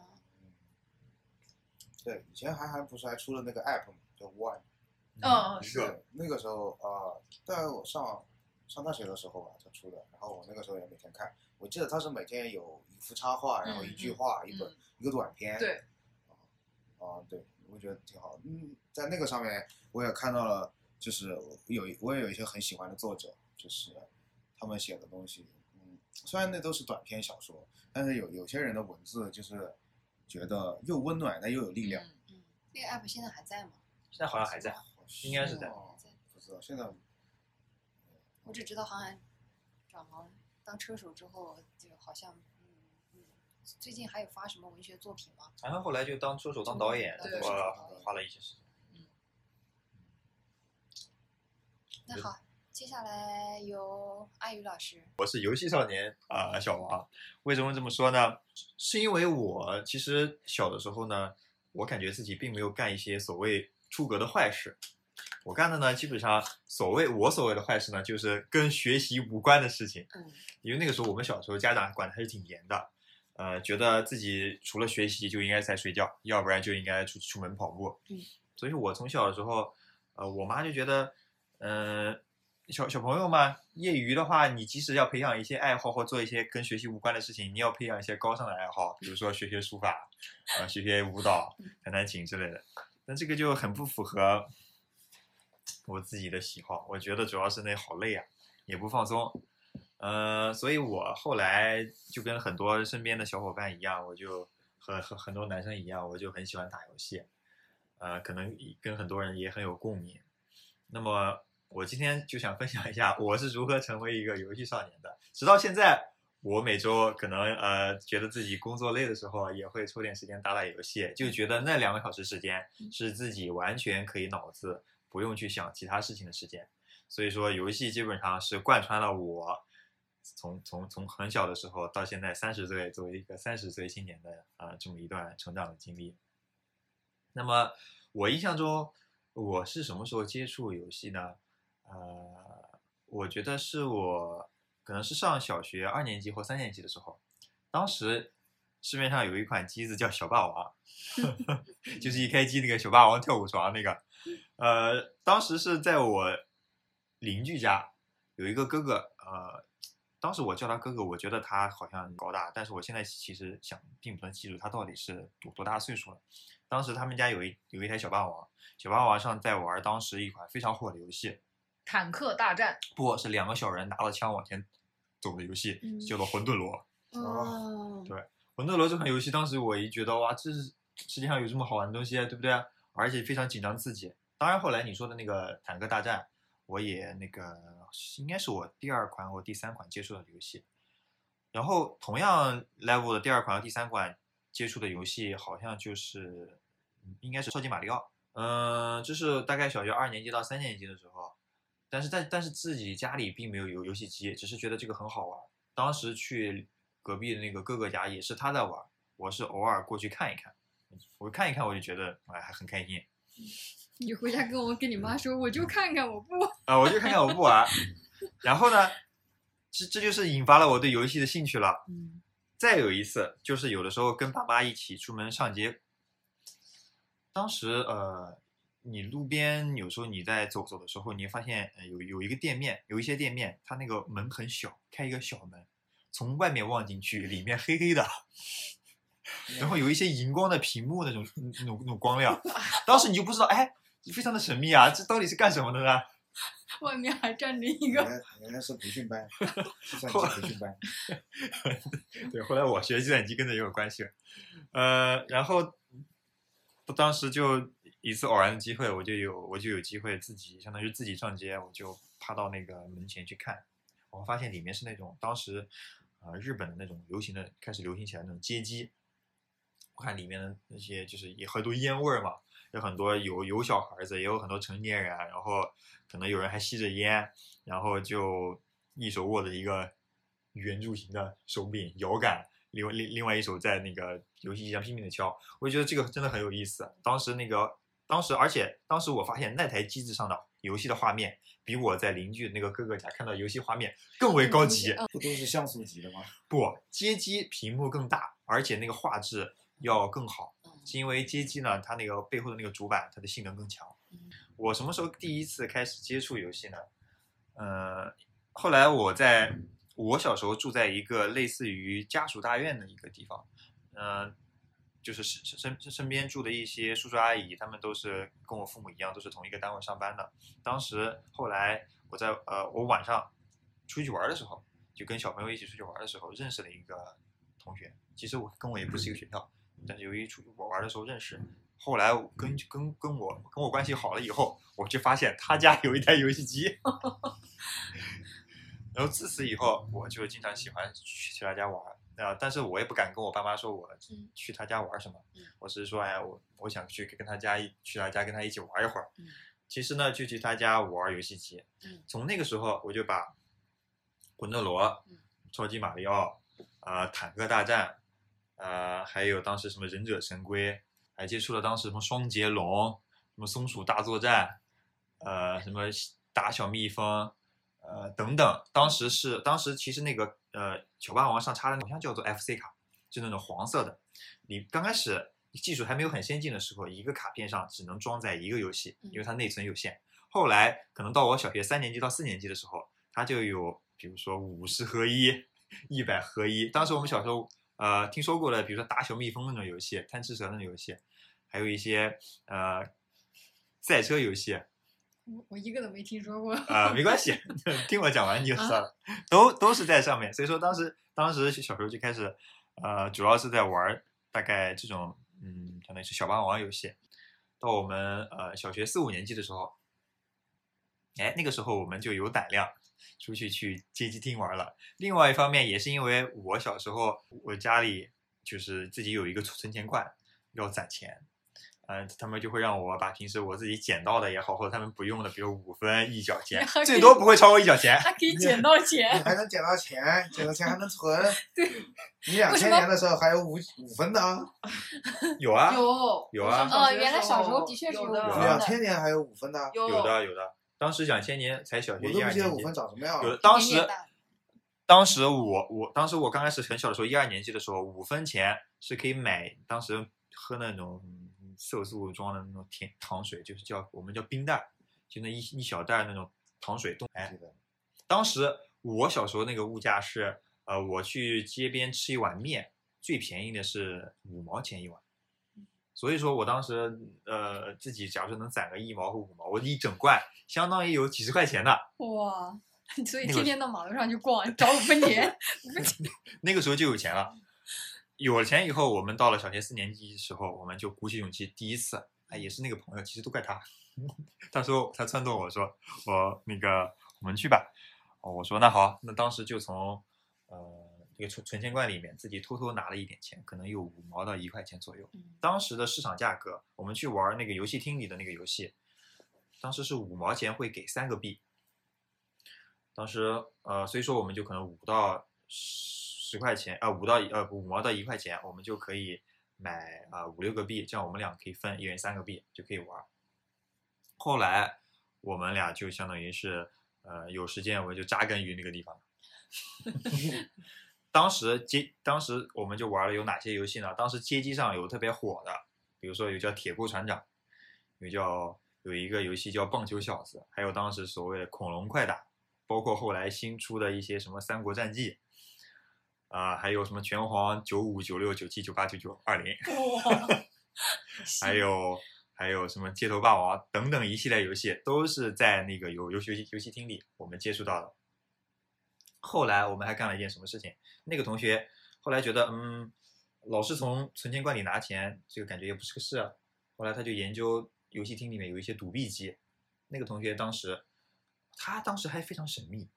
[SPEAKER 2] 对，以前韩寒不是还出了那个 app 吗？叫 One。
[SPEAKER 3] 嗯，
[SPEAKER 4] 一
[SPEAKER 3] 是
[SPEAKER 4] 个
[SPEAKER 2] 那个时候啊、呃，大概我上上大学的时候吧，他出的。然后我那个时候也每天看，我记得他是每天有一幅插画，然后一句话，
[SPEAKER 3] 嗯
[SPEAKER 2] 一本、
[SPEAKER 3] 嗯
[SPEAKER 2] 一个短片。
[SPEAKER 3] 对，
[SPEAKER 2] 啊、对，我觉得挺好。嗯，在那个上面我也看到了，就是有我也有一些很喜欢的作者，就是他们写的东西，嗯，虽然那都是短篇小说，但是有有些人的文字就是觉得又温暖但又有力量。
[SPEAKER 3] 嗯
[SPEAKER 1] 嗯，那个 app 现在还在吗？
[SPEAKER 4] 现在好像还在，应该是在
[SPEAKER 2] 哦不知道现在。
[SPEAKER 1] 我只知道韩寒转行当车手之后，就好像嗯嗯，最近还有发什么文学作品吗？
[SPEAKER 4] 然后后来就当车手当导演，
[SPEAKER 3] 对
[SPEAKER 4] 花花了一些时间。
[SPEAKER 1] 那好，接下来由阿宇老师。
[SPEAKER 4] 我是游戏少年啊、呃，小王。为什么这么说呢？是因为我其实小的时候呢，我感觉自己并没有干一些所谓出格的坏事。我干的呢，基本上所谓我所谓的坏事呢，就是跟学习无关的事情。
[SPEAKER 1] 嗯，
[SPEAKER 4] 因为那个时候我们小时候家长管的还是挺严的，呃，觉得自己除了学习就应该在睡觉，要不然就应该出出门跑步。
[SPEAKER 1] 嗯，
[SPEAKER 4] 所以我从小的时候，呃，我妈就觉得，嗯、呃。小小朋友嘛，业余的话，你即使要培养一些爱好或做一些跟学习无关的事情，你要培养一些高尚的爱好，比如说学学书法，呃，学学舞蹈、弹弹琴之类的。那这个就很不符合我自己的喜好。我觉得主要是那好累啊，也不放松。呃，所以我后来就跟很多身边的小伙伴一样，我就和和很多男生一样，我就很喜欢打游戏。呃，可能跟很多人也很有共鸣。那么。我今天就想分享一下我是如何成为一个游戏少年的。直到现在，我每周可能呃觉得自己工作累的时候，也会抽点时间打打游戏，就觉得那两个小时时间是自己完全可以脑子不用去想其他事情的时间。所以说，游戏基本上是贯穿了我从从从很小的时候到现在三十岁，作为一个三十岁青年的啊、呃、这么一段成长的经历。那么我印象中，我是什么时候接触游戏呢？呃，我觉得是我可能是上小学二年级或三年级的时候，当时市面上有一款机子叫小霸王，就是一开机那个小霸王跳舞床那个。呃，当时是在我邻居家有一个哥哥，呃，当时我叫他哥哥，我觉得他好像很高大，但是我现在其实想并不能记住他到底是多多大岁数了。当时他们家有一有一台小霸王，小霸王上在玩当时一款非常火的游戏。
[SPEAKER 3] 坦克大战
[SPEAKER 4] 不是两个小人拿着枪往前走的游戏，
[SPEAKER 1] 嗯、
[SPEAKER 4] 叫做魂斗罗。
[SPEAKER 1] 哦，
[SPEAKER 4] 对，魂斗罗这款游戏当时我一觉得哇，这是世界上有这么好玩的东西，对不对？而且非常紧张刺激。当然后来你说的那个坦克大战，我也那个应该是我第二款或第三款接触的游戏。然后同样 level 的第二款和第三款接触的游戏，好像就是应该是超级马里奥。嗯、呃，这是大概小学二年级到三年级的时候。但是但但是自己家里并没有有游戏机，只是觉得这个很好玩。当时去隔壁的那个哥哥家也是他在玩，我是偶尔过去看一看，我看一看我就觉得哎还很开心。
[SPEAKER 1] 你回家跟我跟你妈说，我就看看我不啊、
[SPEAKER 4] 呃，我就看看我不玩。然后呢，这这就是引发了我对游戏的兴趣了。
[SPEAKER 1] 嗯。
[SPEAKER 4] 再有一次就是有的时候跟爸妈一起出门上街，当时呃。你路边有时候你在走走的时候，你会发现有有一个店面，有一些店面，它那个门很小，开一个小门，从外面望进去，里面黑黑的，然后有一些荧光的屏幕那种那种那种光亮，当时你就不知道，哎，非常的神秘啊，这到底是干什么的呢？
[SPEAKER 1] 外面还站着一个，
[SPEAKER 2] 原来原来是培训班，计算机培训班。
[SPEAKER 4] 对，后来我学计算机跟这也有关系，呃，然后当时就。一次偶然的机会，我就有我就有机会自己相当于自己上街，我就趴到那个门前去看，我发现里面是那种当时， 呃日本的那种流行的开始流行起来那种街机，我看里面的那些就是也很多烟味儿嘛，有很多有有小孩子，也有很多成年人，然后可能有人还吸着烟，然后就一手握着一个圆柱形的手柄摇杆，另另另外一手在那个游戏机上拼命的敲，我觉得这个真的很有意思。当时那个当时而且当时我发现那台机子上的游戏的画面比我在邻居那个哥哥家看到游戏画面更为高级。
[SPEAKER 2] 不都是像素级的吗？
[SPEAKER 4] 不，街机屏幕更大，而且那个画质要更好，是因为街机呢，它那个背后的那个主板，它的性能更强。我什么时候第一次开始接触游戏呢？呃，后来我在我小时候住在一个类似于家属大院的一个地方，嗯、呃，就是身身身边住的一些叔叔阿姨，他们都是跟我父母一样，都是同一个单位上班的。当时后来我在呃，我晚上出去玩的时候，就跟小朋友一起出去玩的时候，认识了一个同学。其实我跟我也不是一个学校，但是由于出去玩的时候认识，后来我跟跟跟我跟我关系好了以后，我就发现他家有一台游戏机。然后自此以后，我就经常喜欢去去他家玩，啊、呃，但是我也不敢跟我爸妈说我去他家玩什么，
[SPEAKER 1] 嗯、
[SPEAKER 4] 我只是说，哎，我我想去跟他家去他家跟他一起玩一会儿。
[SPEAKER 1] 嗯、
[SPEAKER 4] 其实呢，就去他家玩游戏机。
[SPEAKER 1] 嗯、从
[SPEAKER 4] 那个时候，我就把魂斗罗、
[SPEAKER 1] 嗯、
[SPEAKER 4] 超级马里奥、啊、呃、坦克大战，呃，还有当时什么忍者神龟，还接触了当时什么双截龙、什么松鼠大作战，呃，什么打小蜜蜂。呃，等等，当时是当时其实那个呃小霸王上插的好像叫做 F C 卡，就那种黄色的。你刚开始技术还没有很先进的时候，一个卡片上只能装载一个游戏，因为它内存有限。后来可能到我小学三年级到四年级的时候，它就有比如说五十合一、一百合一。当时我们小时候呃听说过的，比如说打小蜜蜂那种游戏、贪吃蛇那种游戏，还有一些呃赛车游戏。
[SPEAKER 1] 我我一个都没听说过
[SPEAKER 4] 啊、呃，没关系，听我讲完你就知道了，啊、都都是在上面。所以说当时当时小时候就开始，呃，主要是在玩大概这种嗯，相当于是小霸王游戏。到我们呃小学四五年级的时候，哎，那个时候我们就有胆量出去去街机厅玩了。另外一方面也是因为我小时候我家里就是自己有一个存钱罐，要攒钱。嗯、呃，他们就会让我把平时我自己捡到的也好，或者他们不用的，比如五分、一角钱，最多不会超过一角钱。
[SPEAKER 1] 还可以捡到钱，
[SPEAKER 2] 你还能捡到钱，捡到钱还能存。
[SPEAKER 1] 对，
[SPEAKER 2] 你两千年的时候还有五五分的啊？
[SPEAKER 4] 有啊，
[SPEAKER 3] 有
[SPEAKER 4] 有啊。
[SPEAKER 1] 哦，原来小时候的确是
[SPEAKER 3] 有的。
[SPEAKER 2] 两千年还有五分的？
[SPEAKER 3] 有
[SPEAKER 4] 有的有的。当时两千年才小学一二年级。
[SPEAKER 2] 我都不记得五分长什么样了。
[SPEAKER 4] 有的，当时。当时我我当时我刚开始很小的时候，一二年级的时候，五分钱是可以买当时喝那种色素装的那种甜糖水，就是叫我们叫冰袋，就那一一小袋那种糖水冻。哎，当时我小时候那个物价是，呃，我去街边吃一碗面，最便宜的是五毛钱一碗。所以说我当时呃自己假如能攒个一毛或五毛，我一整罐相当于有几十块钱呢。
[SPEAKER 1] 哇！所以天天到马路上去逛，找五分钱，五分钱。
[SPEAKER 4] 那个时候就有钱了。有了钱以后，我们到了小学四年级的时候，我们就鼓起勇气第一次，哎，也是那个朋友，其实都怪他。他说他撺掇我说，我那个我们去吧。哦，我说那好，那当时就从呃这个存存钱罐里面自己偷偷拿了一点钱，可能有五毛到一块钱左右。当时的市场价格，我们去玩那个游戏厅里的那个游戏，当时是五毛钱会给三个币。当时呃，所以说我们就可能五到十块钱，啊、呃，五到呃五毛到一块钱，我们就可以买啊、呃、五六个币，这样我们俩可以分，一人三个币就可以玩。后来我们俩就相当于是呃有时间我就扎根于那个地方。当时街当时我们就玩了有哪些游戏呢？当时街机上有特别火的，比如说有叫铁锅船长，有叫有一个游戏叫棒球小子，还有当时所谓的恐龙快打。包括后来新出的一些什么《三国战记》，啊、呃，还有什么拳皇九五、九六、九七、九八、九九、二零，还有还有什么街头霸王等等一系列游戏，都是在那个有游戏游戏厅里我们接触到的。后来我们还干了一件什么事情？那个同学后来觉得，嗯，老是从存钱罐里拿钱，这个感觉也不是个事啊。后来他就研究游戏厅里面有一些赌币机。那个同学当时。他当时还非常神秘，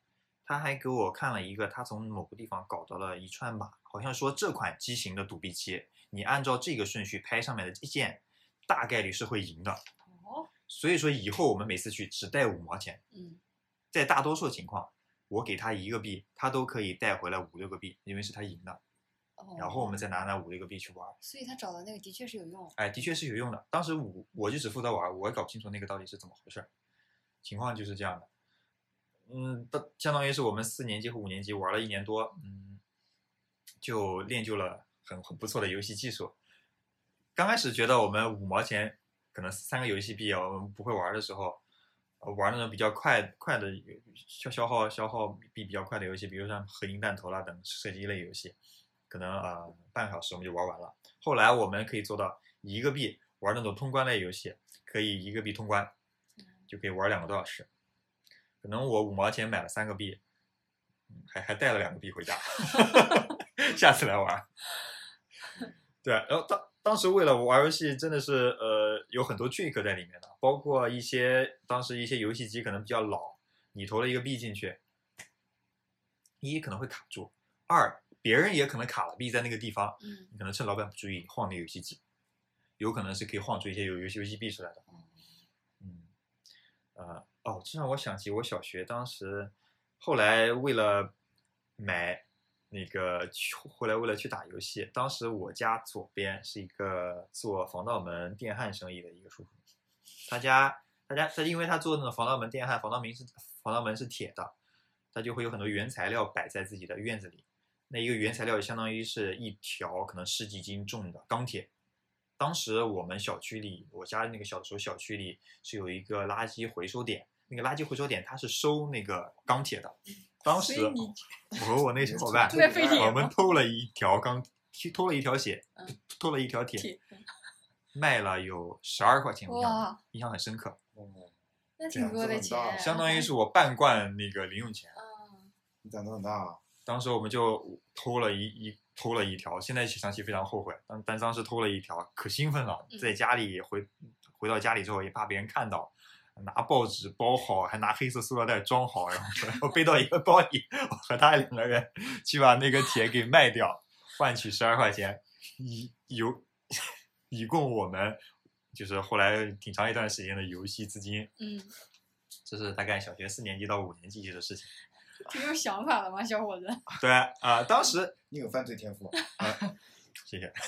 [SPEAKER 4] 他还给我看了一个他从某个地方搞到了一串码，好像说这款机型的赌币机，你按照这个顺序拍上面的一键，大概率是会赢的。
[SPEAKER 1] 哦，
[SPEAKER 4] 所以说以后我们每次去只带五毛钱，
[SPEAKER 1] 嗯，
[SPEAKER 4] 在大多数情况，我给他一个币，他都可以带回来五六个币，因为是他赢的。
[SPEAKER 1] 哦，
[SPEAKER 4] 然后我们再拿那五六个币去玩。
[SPEAKER 1] 所以他找的那个的确是有用。
[SPEAKER 4] 哎，的确是有用的。当时我我就只负责玩，我也搞不清楚那个到底是怎么回事，情况就是这样的。嗯，到相当于是我们四年级和五年级玩了一年多，嗯，就练就了很很不错的游戏技术。刚开始觉得我们五毛钱可能三个游戏币我们不会玩的时候，玩那种比较快快的消消耗消耗币比较快的游戏，比如像合金弹头啦等射击类游戏，可能啊、呃、半个小时我们就玩完了。后来我们可以做到一个币玩那种通关类游戏，可以一个币通关，就可以玩两个多小时。可能我五毛钱买了三个币，还还带了两个币回家，下次来玩。对，然后当当时为了玩游戏，真的是呃有很多 trick 在里面的，包括一些当时一些游戏机可能比较老，你投了一个币进去，一可能会卡住，二别人也可能卡了币在那个地方，
[SPEAKER 1] 嗯，
[SPEAKER 4] 你可能趁老板不注意晃那个游戏机，有可能是可以晃出一些有游戏游戏币出来的。嗯，呃，哦，这让我想起我小学当时，后来为了买那个去，后来为了去打游戏，当时我家左边是一个做防盗门电焊生意的一个叔叔，他家他家他因为他做那种防盗门电焊，防盗门是防盗门是铁的，他就会有很多原材料摆在自己的院子里，那一个原材料相当于是一条可能十几斤重的钢铁。当时我们小区里，我家那个小时候小区里是有一个垃圾回收点，那个垃圾回收点它是收那个钢铁的。当时我和我那小伙伴，我们偷了一条钢，偷了一条血，
[SPEAKER 1] 嗯、
[SPEAKER 4] 偷了一条铁，卖了有十二块钱，
[SPEAKER 1] 哇，
[SPEAKER 4] 印象很深刻。
[SPEAKER 2] 哦，
[SPEAKER 1] 那挺多的钱，
[SPEAKER 4] 相当于是我半罐那个零用钱。
[SPEAKER 1] 嗯，
[SPEAKER 2] 你胆子很大啊！
[SPEAKER 4] 当时我们就偷了一一偷了一条，现在想起非常后悔，但但当时偷了一条，可兴奋了，在家里回回到家里之后也怕别人看到，拿报纸包好，还拿黑色塑料袋装好，然后然后背到一个包里，我和他两个人去把那个铁给卖掉，换取十二块钱，以有以供我们就是后来挺长一段时间的游戏资金。
[SPEAKER 1] 嗯，
[SPEAKER 4] 这是大概小学四年级到五年级的事情。
[SPEAKER 1] 挺有想法的嘛，小伙子。
[SPEAKER 4] 对啊、呃，当时
[SPEAKER 2] 你有犯罪天赋。
[SPEAKER 4] 呃、谢谢。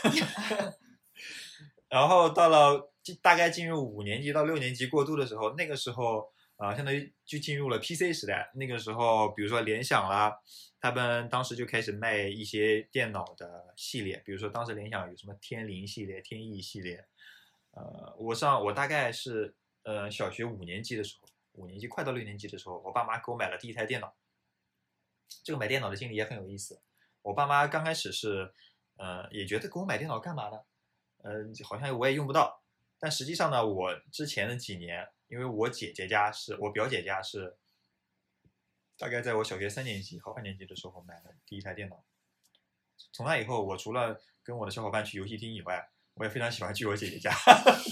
[SPEAKER 4] 然后到了大概进入五年级到六年级过渡的时候，那个时候啊、呃，相当于就进入了 P C 时代。那个时候，比如说联想啦，他们当时就开始卖一些电脑的系列，比如说当时联想有什么天灵系列、天翼系列。呃，我上我大概是呃小学五年级的时候，五年级快到六年级的时候，我爸妈给我买了第一台电脑。这个买电脑的经历也很有意思。我爸妈刚开始是，呃，也觉得给我买电脑干嘛呢？呃，好像我也用不到。但实际上呢，我之前的几年，因为我姐姐家是我表姐家是，大概在我小学三年级和二年级的时候买了第一台电脑。从那以后，我除了跟我的小伙伴去游戏厅以外，我也非常喜欢去我姐姐家。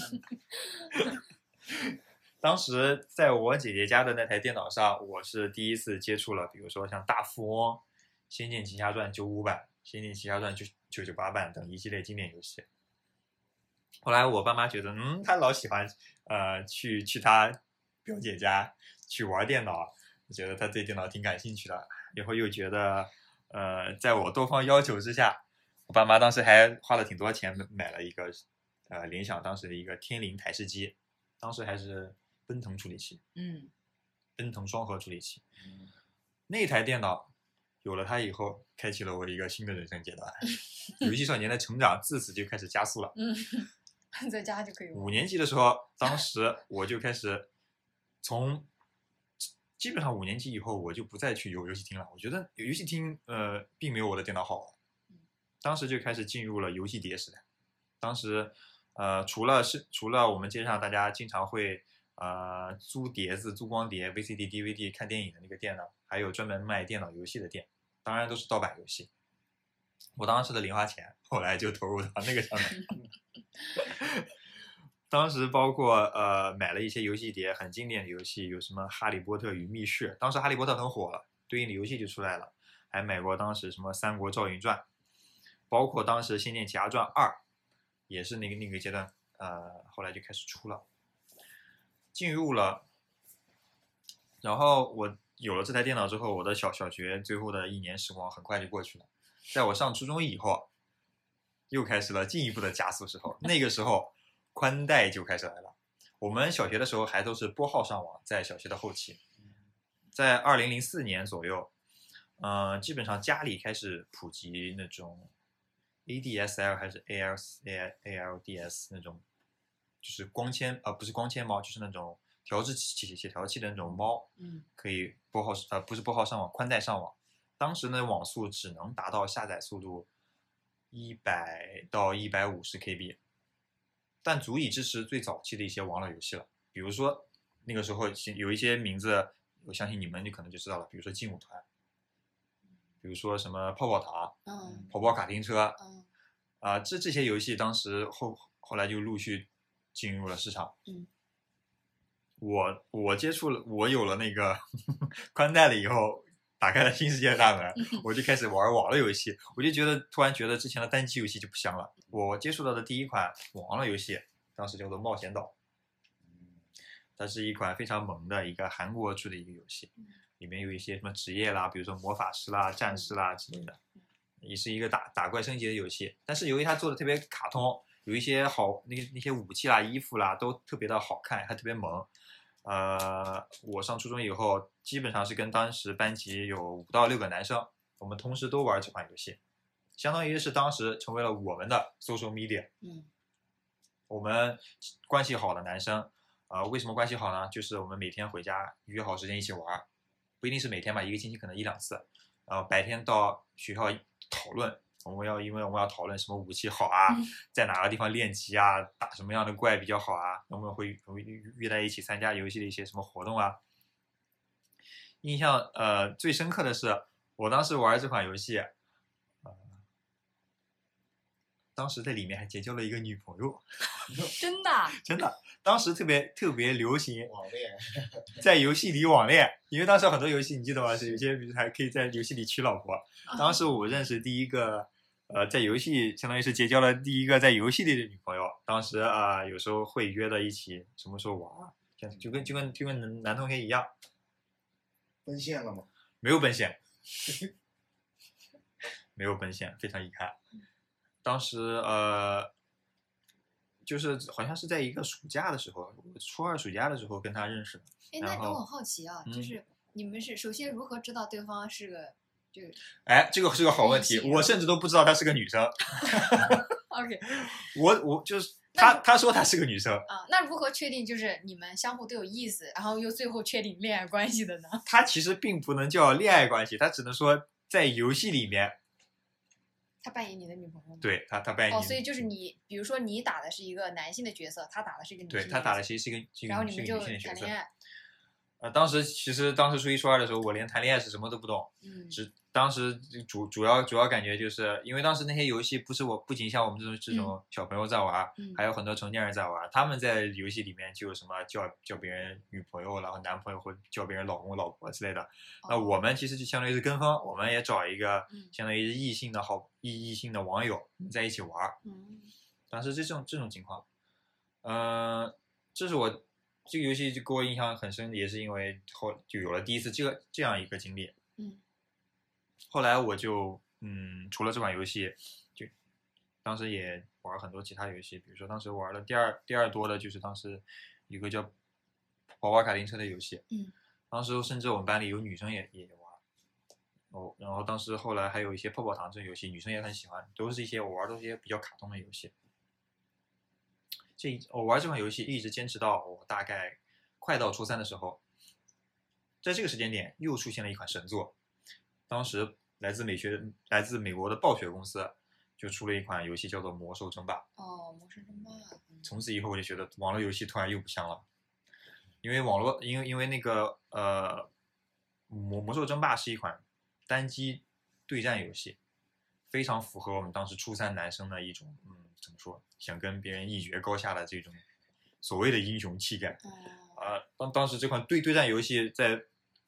[SPEAKER 4] 当时在我姐姐家的那台电脑上，我是第一次接触了，比如说像大富翁、仙剑奇侠传九五版、仙剑奇侠传九九九八版等一系列经典游戏。后来我爸妈觉得，嗯，他老喜欢呃去去他表姐家去玩电脑，觉得他对电脑挺感兴趣的。以后又觉得，呃，在我多方要求之下，我爸妈当时还花了挺多钱买了一个呃联想当时的一个天灵台式机，当时还是奔腾处理器，
[SPEAKER 3] 嗯，
[SPEAKER 4] 奔腾双核处理器。嗯、那台电脑有了它以后，开启了我一个新的人生阶段，游戏少年的成长自此就开始加速了。
[SPEAKER 1] 嗯，在家就可以玩。
[SPEAKER 4] 五年级的时候，当时我就开始从基本上五年级以后，我就不再去游游戏厅了。我觉得游戏厅呃并没有我的电脑好玩。当时就开始进入了游戏碟时代。当时呃除了是除了我们街上大家经常会呃租碟子、租光碟、V C D、D V D 看电影的那个店呢，还有专门卖电脑游戏的店，当然都是盗版游戏。我当时的零花钱后来就投入到那个上面。当时包括呃买了一些游戏碟，很经典的游戏，有什么《哈利波特与密室》，当时《哈利波特》很火了， 对应的游戏就出来了，还买过当时什么《三国赵云传》，包括当时《仙剑奇侠传二》，也是那个那个阶段，呃，后来就开始出了，进入了，然后我有了这台电脑之后，我的小小学最后的一年时光很快就过去了，在我上初中以后，又开始了进一步的加速时候，那个时候宽带就开始来了。我们小学的时候还都是拨号上网，在小学的后期，在二零零四年左右，嗯、呃，基本上家里开始普及那种 A D S L 还是 A L A L D S 那种，就是光纤呃不是光纤猫，就是那种调制器协调器的那种猫，
[SPEAKER 1] 嗯，
[SPEAKER 4] 可以拨号呃不是拨号上网，宽带上网。当时呢网速只能达到下载速度一百到一百五十 K B。但足以支持最早期的一些网络游戏了，比如说那个时候有一些名字，我相信你们就可能就知道了，比如说劲舞团，比如说什么泡泡糖，
[SPEAKER 1] 嗯，
[SPEAKER 4] 跑跑卡丁车，
[SPEAKER 1] 嗯，
[SPEAKER 4] 啊、呃，这这些游戏当时后后来就陆续进入了市场。
[SPEAKER 1] 嗯，
[SPEAKER 4] 我我接触了，我有了那个宽带了以后，打开了新世界的大门，我就开始玩网络游戏，我就觉得突然觉得之前的单机游戏就不香了。我接触到的第一款网络游戏，当时叫做《冒险岛》，它是一款非常萌的一个韩国出的一个游戏，里面有一些什么职业啦，比如说魔法师啦、战士啦之类的，也是一个打打怪升级的游戏。但是由于它做的特别卡通，有一些好那那些武器啦、衣服啦都特别的好看，还特别萌。呃，我上初中以后，基本上是跟当时班级有五到六个男生，我们同时都玩这款游戏，相当于是当时成为了我们的 social media。
[SPEAKER 1] 嗯，
[SPEAKER 4] 我们关系好的男生，呃，为什么关系好呢？就是我们每天回家约好时间一起玩，不一定是每天吧，一个星期可能一两次。然后白天到学校讨论，我们要因为我们要讨论什么武器好啊，
[SPEAKER 1] 嗯、
[SPEAKER 4] 在哪个地方练级啊，打什么样的怪比较好啊，我们会会约在一起参加游戏的一些什么活动啊。印象呃最深刻的是，我当时玩这款游戏，呃，当时在里面还结交了一个女朋友，
[SPEAKER 1] 真的，
[SPEAKER 4] 真的，当时特别特别流行
[SPEAKER 2] 网恋，
[SPEAKER 4] 在游戏里网恋，因为当时很多游戏你记得吗？是有些比如还可以在游戏里娶老婆。当时我认识第一个，呃，在游戏相当于是结交了第一个在游戏里的女朋友。当时啊、呃，有时候会约在一起，什么时候玩，就跟就跟就跟男同学一样。
[SPEAKER 2] 奔现了吗？
[SPEAKER 4] 没有奔现，没有奔现，非常遗憾。当时呃，就是好像是在一个暑假的时候，初二暑假的时候跟他认识的。
[SPEAKER 1] 哎，那我很好奇啊，嗯、就是你们是首先如何知道对方是个就？
[SPEAKER 4] 哎，这个是个好问题，我甚至都不知道她是个女生。
[SPEAKER 1] OK，
[SPEAKER 4] 我我就是她，她说她是个女生
[SPEAKER 1] 啊。那如何确定就是你们相互都有意思，然后又最后确定恋爱关系的呢？
[SPEAKER 4] 她其实并不能叫恋爱关系，她只能说在游戏里面。
[SPEAKER 1] 他扮演你的女朋友吗？
[SPEAKER 4] 对他，他扮演
[SPEAKER 1] 哦，所以就是你，比如说你打的是一个男性的角色，他打的是一个女性的角色，
[SPEAKER 4] 对他打的其实是一个，
[SPEAKER 1] 然后你们就谈恋爱。
[SPEAKER 4] 呃，当时其实当时初一初二的时候，我连谈恋爱是什么都不懂，
[SPEAKER 1] 嗯，
[SPEAKER 4] 只当时主主要主要感觉就是因为当时那些游戏不是我不仅像我们这种这种小朋友在玩，
[SPEAKER 1] 嗯、
[SPEAKER 4] 还有很多成年人在玩，他们在游戏里面就有什么叫叫别人女朋友，然后男朋友或叫别人老公老婆之类的。哦、那我们其实就相当于是跟风，我们也找一个相当于异性的好异异性的网友在一起玩。
[SPEAKER 1] 嗯，
[SPEAKER 4] 当时这种这种情况，呃，这是我。这个游戏就给我印象很深，也是因为后就有了第一次这个这样一个经历。
[SPEAKER 1] 嗯，
[SPEAKER 4] 后来我就嗯，除了这款游戏，就当时也玩很多其他游戏，比如说当时玩的第二第二多的就是当时有个叫跑跑卡丁车的游戏。
[SPEAKER 1] 嗯，
[SPEAKER 4] 当时甚至我们班里有女生也也玩。哦，然后当时后来还有一些泡泡糖这个游戏，女生也很喜欢，都是一些我玩都是一些比较卡通的游戏。这我玩这款游戏一直坚持到我大概快到初三的时候，在这个时间点又出现了一款神作。当时来自美学来自美国的暴雪公司就出了一款游戏叫做《魔兽争霸》。
[SPEAKER 1] 哦，魔兽争霸。
[SPEAKER 4] 嗯、从此以后我就觉得网络游戏突然又不香了，因为网络因为因为那个呃魔魔兽争霸是一款单机对战游戏，非常符合我们当时初三男生的一种嗯。怎么说？想跟别人一决高下的这种所谓的英雄气概。
[SPEAKER 1] 嗯、
[SPEAKER 4] 呃，当当时这款对对战游戏在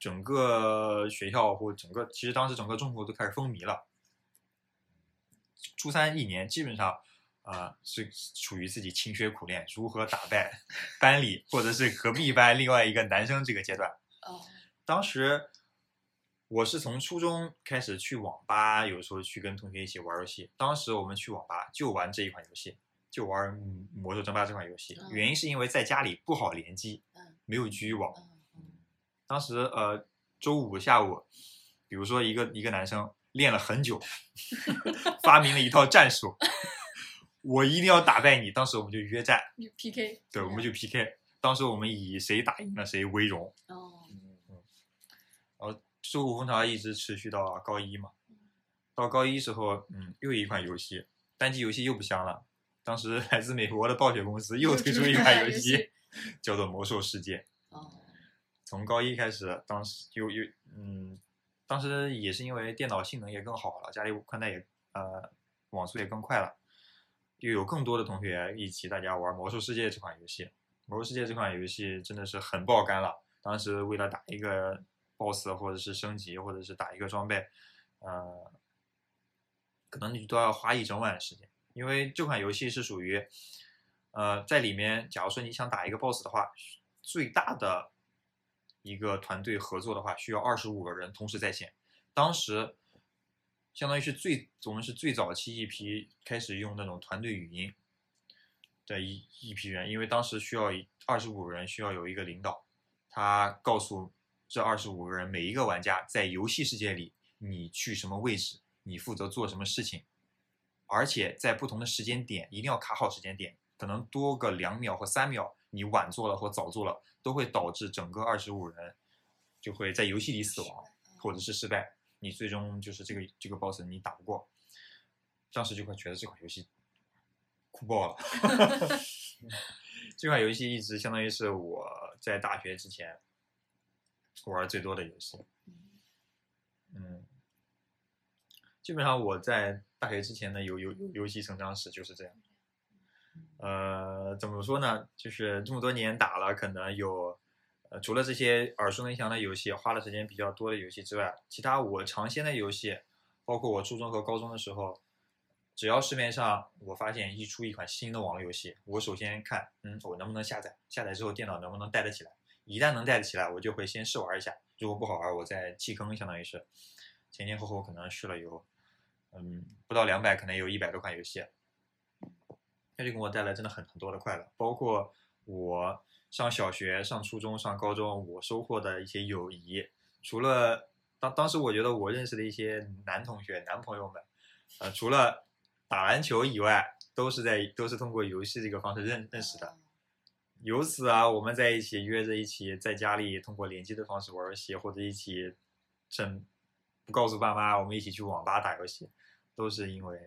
[SPEAKER 4] 整个学校或整个，其实当时整个中国都开始风靡了。初三一年基本上，呃，是处于自己勤学苦练，如何打败班里或者是隔壁班另外一个男生这个阶段。
[SPEAKER 1] 哦，
[SPEAKER 4] 当时我是从初中开始去网吧，有时候去跟同学一起玩游戏。当时我们去网吧就玩这一款游戏，就玩《魔兽争霸》这款游戏。
[SPEAKER 1] 嗯
[SPEAKER 4] 原因是因为在家里不好联机，
[SPEAKER 1] 嗯
[SPEAKER 4] 没有局域网。
[SPEAKER 1] 嗯嗯
[SPEAKER 4] 当时呃，周五下午，比如说一个一个男生练了很久，发明了一套战术，我一定要打败你。当时我们就约战，
[SPEAKER 1] 就 P K，
[SPEAKER 4] 对，我们就 P K。当时我们以谁打赢了谁为荣。
[SPEAKER 1] 哦，
[SPEAKER 4] 然后收虎蜂巢一直持续到高一嘛。到高一时候，嗯，又有一款游戏，单机游戏又不香了。当时来自美国的暴雪公司又推出一款游戏，叫做《魔兽世界》。
[SPEAKER 1] 哦，
[SPEAKER 4] 从高一开始，当时又又嗯，当时也是因为电脑性能也更好了，家里宽带也呃网速也更快了，又有更多的同学一起大家玩《魔兽世界》这款游戏。《魔兽世界》这款游戏真的是很爆肝了。当时为了打一个 boss 或者是升级或者是打一个装备，呃，可能你都要花一整晚的时间，因为这款游戏是属于，呃，在里面，假如说你想打一个 boss 的话，最大的一个团队合作的话，需要二十五个人同时在线。当时相当于是最我们是最早期一批开始用那种团队语音的一一批人，因为当时需要二十五个人需要有一个领导，他告诉这二十五个人每一个玩家在游戏世界里你去什么位置，你负责做什么事情，而且在不同的时间点一定要卡好时间点，可能多个两秒或三秒，你晚做了或早做了，都会导致整个二十五人就会在游戏里死亡或者是失败，你最终就是这个这个 boss 你打不过。当时就会觉得这款游戏酷爆了。这款游戏一直相当于是我在大学之前玩最多的游戏。嗯，基本上我在大学之前的游游游戏成长史就是这样。呃，怎么说呢？就是这么多年打了，可能有，呃，除了这些耳熟能详的游戏，花的时间比较多的游戏之外，其他我尝鲜的游戏，包括我初中和高中的时候，只要市面上我发现一出一款新的网络游戏，我首先看，嗯，我能不能下载，下载之后电脑能不能带得起来。一旦能带得起来，我就会先试玩一下，如果不好玩，我再弃坑，相当于是前前后后可能试了有，嗯，不到两百，可能有一百多款游戏。那就给我带来真的很很多的快乐，包括我上小学、上初中、上高中，我收获的一些友谊。除了当当时我觉得我认识的一些男同学、男朋友们，呃，除了打篮球以外，都是在都是通过游戏这个方式认认识的。由此啊，我们在一起约着一起在家里通过联机的方式玩游戏，或者一起趁不告诉爸妈，我们一起去网吧打游戏，都是因为。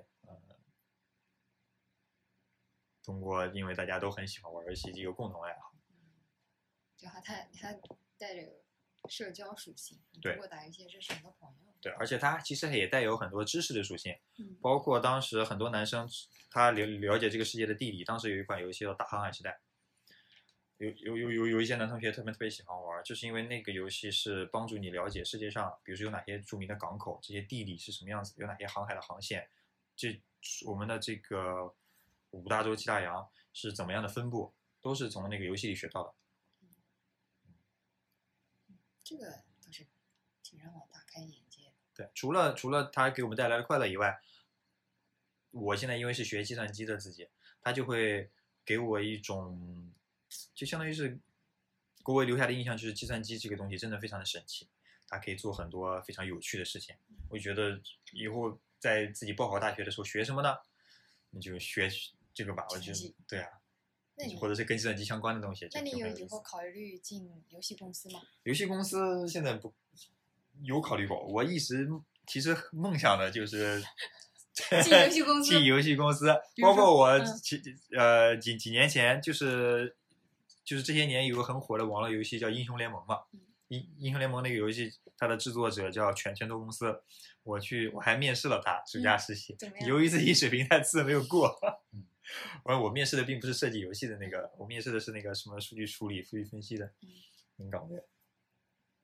[SPEAKER 4] 通过，因为大家都很喜欢玩游戏，这个共同爱好，
[SPEAKER 1] 就它它它带着社交属性，
[SPEAKER 4] 对，
[SPEAKER 1] 通过打游戏认识很多朋友，
[SPEAKER 4] 对，而且它其实也带有很多知识的属性，
[SPEAKER 1] 嗯，
[SPEAKER 4] 包括当时很多男生他了了解这个世界的地理，当时有一款游戏叫《大航海时代》，有有有有有一些男同学特别特别喜欢玩，就是因为那个游戏是帮助你了解世界上，比如说有哪些著名的港口，这些地理是什么样子，有哪些航海的航线，这我们的这个。五大洲七大洋是怎么样的分布，都是从那个游戏里学到的。
[SPEAKER 1] 这个倒是挺让我大开眼界的。
[SPEAKER 4] 对，除了除了它给我们带来的快乐以外，我现在因为是学计算机的自己，它就会给我一种，就相当于是给我留下的印象就是计算机这个东西真的非常的神奇，它可以做很多非常有趣的事情。我觉得以后在自己报考大学的时候学什么呢？你就学。这个吧，我觉得对啊，或者是跟计算机相关的东西。
[SPEAKER 1] 那你有以后考虑进游戏公司吗？
[SPEAKER 4] 游戏公司现在不有考虑过，我一直其实梦想的就是
[SPEAKER 1] 进游戏公司，
[SPEAKER 4] 进游戏公司，包括我几、嗯、呃几几年前就是就是这些年有个很火的网络游戏叫英雄联盟嘛，英、嗯、英雄联盟那个游戏，它的制作者叫拳拳头公司，我去我还面试了他，暑假实习，
[SPEAKER 1] 嗯、
[SPEAKER 4] 由于自己水平太次没有过。嗯而我面试的并不是设计游戏的那个，我面试的是那个什么数据处理、数据分析的，嗯，岗位。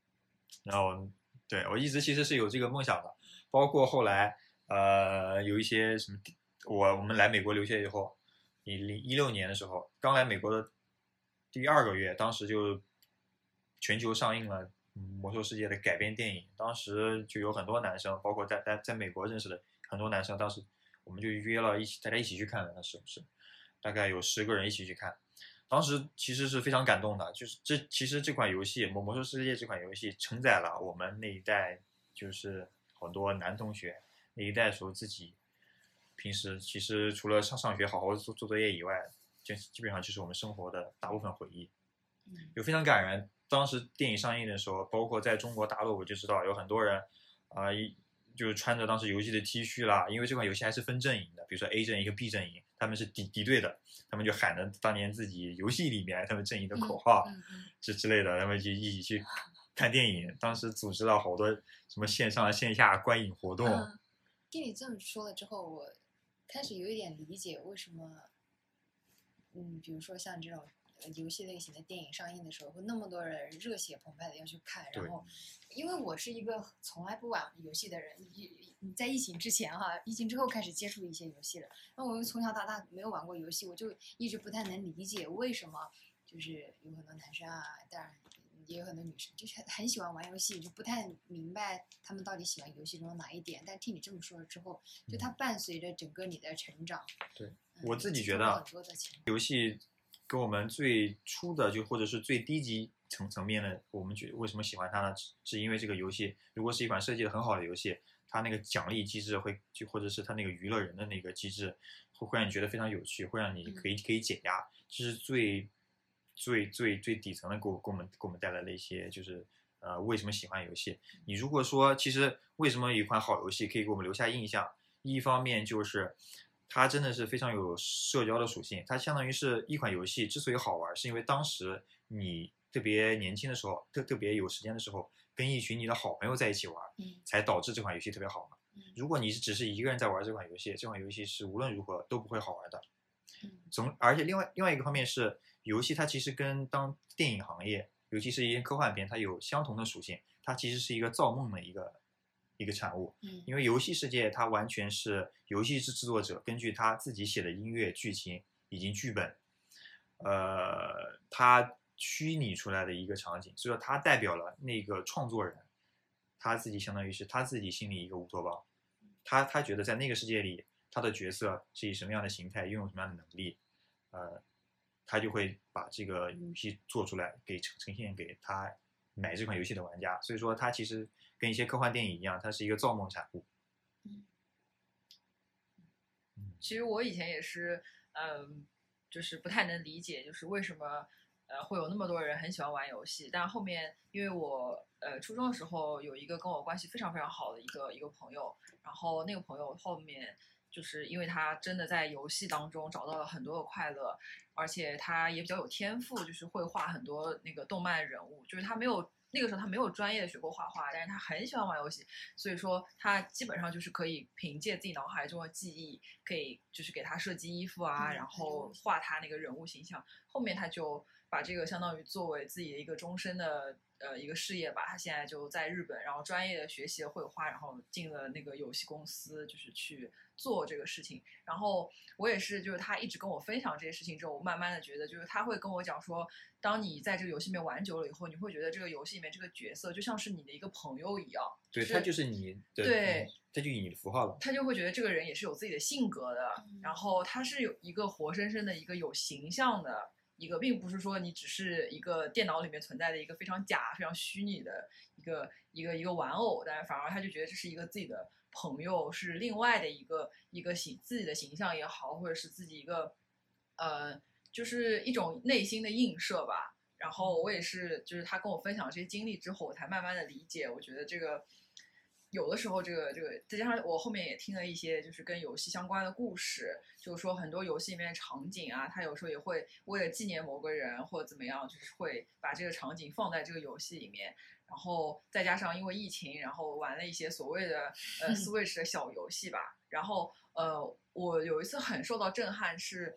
[SPEAKER 4] 然后对我一直其实是有这个梦想的，包括后来呃有一些什么，我我们来美国留学以后，一零一六年的时候，刚来美国的第二个月，当时就全球上映了魔兽世界的改编电影，当时就有很多男生，包括在在在美国认识的很多男生，当时我们就约了一起，大家一起去看的，那时候是大概有十个人一起去看。当时其实是非常感动的，就是这其实这款游戏《魔魔兽世界》这款游戏承载了我们那一代，就是很多男同学那一代时候自己平时其实除了上上学好好做做作业以外，就基本上就是我们生活的大部分回忆，有非常感人。当时电影上映的时候，包括在中国大陆，我就知道有很多人啊、呃，就是穿着当时游戏的 T 恤啦，因为这款游戏还是分阵营的，比如说 A 阵营和 B 阵营，他们是敌敌对的，他们就喊着当年自己游戏里面他们阵营的口号，
[SPEAKER 1] 嗯嗯
[SPEAKER 4] 之之类的，他们就一起去看电影。当时组织了好多什么线上线下观影活动。
[SPEAKER 1] 嗯，听你这么说了之后，我开始有一点理解为什么，嗯，比如说像这种游戏类型的电影上映的时候，会那么多人热血澎湃的要去看。然后，因为我是一个从来不玩游戏的人，你在疫情之前哈，疫情之后开始接触一些游戏了。那我从小到大没有玩过游戏，我就一直不太能理解为什么就是有很多男生啊，当然也有很多女生，就是很喜欢玩游戏，就不太明白他们到底喜欢游戏中的哪一点。但听你这么说了之后，就它伴随着整个你的成长。
[SPEAKER 4] 对，
[SPEAKER 1] 嗯、
[SPEAKER 4] 我自己觉得
[SPEAKER 1] 很多的钱
[SPEAKER 4] 游戏跟我们最初的就或者是最低级层层面的，我们觉得为什么喜欢它呢？是因为这个游戏如果是一款设计的很好的游戏，它那个奖励机制会就或者是它那个娱乐人的那个机制会会让你觉得非常有趣，会让你可以可以减压，这是最最最最底层的给我给我们给我们带来的一些就是呃为什么喜欢游戏。你如果说其实为什么有一款好游戏可以给我们留下印象，一方面就是它真的是非常有社交的属性，它相当于是一款游戏之所以好玩，是因为当时你特别年轻的时候，特特别有时间的时候，跟一群你的好朋友在一起玩，才导致这款游戏特别好玩。如果你只是一个人在玩这款游戏，这款游戏是无论如何都不会好玩的。从而且另外另外一个方面是，游戏它其实跟当电影行业，尤其是一些科幻片，它有相同的属性，它其实是一个造梦的一个一个产物。因为游戏世界它完全是游戏制制作者根据他自己写的音乐、剧情以及剧本，呃，他虚拟出来的一个场景，所以说它代表了那个创作人，他自己相当于是他自己心里一个乌托邦，他他觉得在那个世界里，他的角色是以什么样的形态，拥有什么样的能力，呃，他就会把这个游戏做出来，给呈呈现给他买这款游戏的玩家。所以说，它其实跟一些科幻电影一样，它是一个造梦产物。
[SPEAKER 3] 其实我以前也是，嗯，就是不太能理解，就是为什么呃会有那么多人很喜欢玩游戏。但后面因为我呃初中的时候有一个跟我关系非常非常好的一个一个朋友，然后那个朋友后面就是因为他真的在游戏当中找到了很多的快乐，而且他也比较有天赋，就是会画很多那个动漫人物，就是他没有。那个时候他没有专业的学过画画，但是他很喜欢玩游戏，所以说他基本上就是可以凭借自己脑海中的记忆，可以就是给他设计衣服啊，
[SPEAKER 1] 嗯、
[SPEAKER 3] 然后画他那个人物形象。后面他就把这个相当于作为自己的一个终身的呃一个事业吧。他现在就在日本，然后专业的学习了绘画，然后进了那个游戏公司，就是去做这个事情。然后我也是，就是他一直跟我分享这些事情之后，我慢慢的觉得，就是他会跟我讲说，当你在这个游戏里面玩久了以后，你会觉得这个游戏里面这个角色就像是你的一个朋友一样。
[SPEAKER 4] 对，他就是你的，
[SPEAKER 3] 对，
[SPEAKER 4] 他就是你的符号了。
[SPEAKER 3] 他就会觉得这个人也是有自己的性格的，然后他是有一个活生生的一个有形象的一个，并不是说你只是一个电脑里面存在的一个非常假、非常虚拟的一个一个一个玩偶，但是反而他就觉得这是一个自己的朋友，是另外的一个一个形自己的形象也好，或者是自己一个呃，就是一种内心的映射吧。然后我也是，就是他跟我分享这些经历之后，我才慢慢的理解，我觉得这个。有的时候，这个这个，再加上我后面也听了一些就是跟游戏相关的故事，就是说很多游戏里面的场景啊，他有时候也会为了纪念某个人或者怎么样，就是会把这个场景放在这个游戏里面。然后再加上因为疫情，然后玩了一些所谓的呃 Switch 的小游戏吧。然后呃，我有一次很受到震撼是，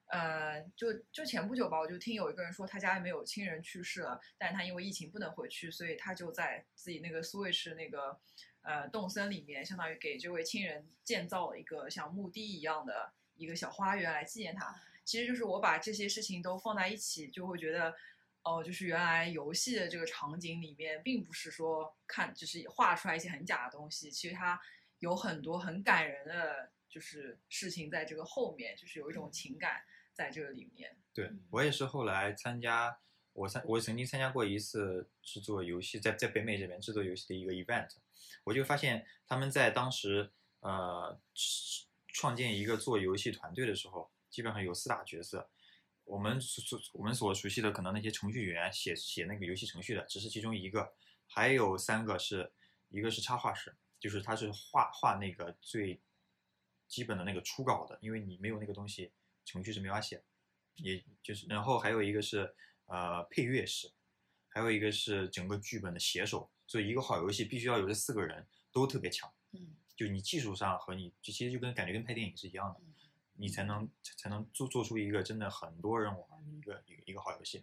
[SPEAKER 3] 呃，就就前不久吧，我就听有一个人说他家里面有亲人去世了，但是他因为疫情不能回去，所以他就在自己那个 Switch 那个呃动森里面，相当于给这位亲人建造了一个像墓地一样的一个小花园来纪念他。其实就是我把这些事情都放在一起，就会觉得，哦、呃，就是原来游戏的这个场景里面，并不是说看就是画出来一些很假的东西，其实它有很多很感人的，就是事情在这个后面，就是有一种情感在这个里面。
[SPEAKER 4] 对，我也是后来参加，我参我曾经参加过一次制作游戏，在在北美这边制作游戏的一个 event， 我就发现他们在当时呃创建一个做游戏团队的时候。基本上有四大角色，我们所我们所熟悉的可能那些程序员写写那个游戏程序的只是其中一个，还有三个是一个是插画师，就是他是画画那个最基本的那个初稿的，因为你没有那个东西，程序是没法写，也就是然后还有一个是呃配乐师，还有一个是整个剧本的写手，所以一个好游戏必须要有这四个人都特别强，
[SPEAKER 1] 嗯，
[SPEAKER 4] 就你技术上和你其实就跟感觉跟拍电影是一样的。嗯，你才能才能做做出一个真的很多人玩的一个一个一个好游戏。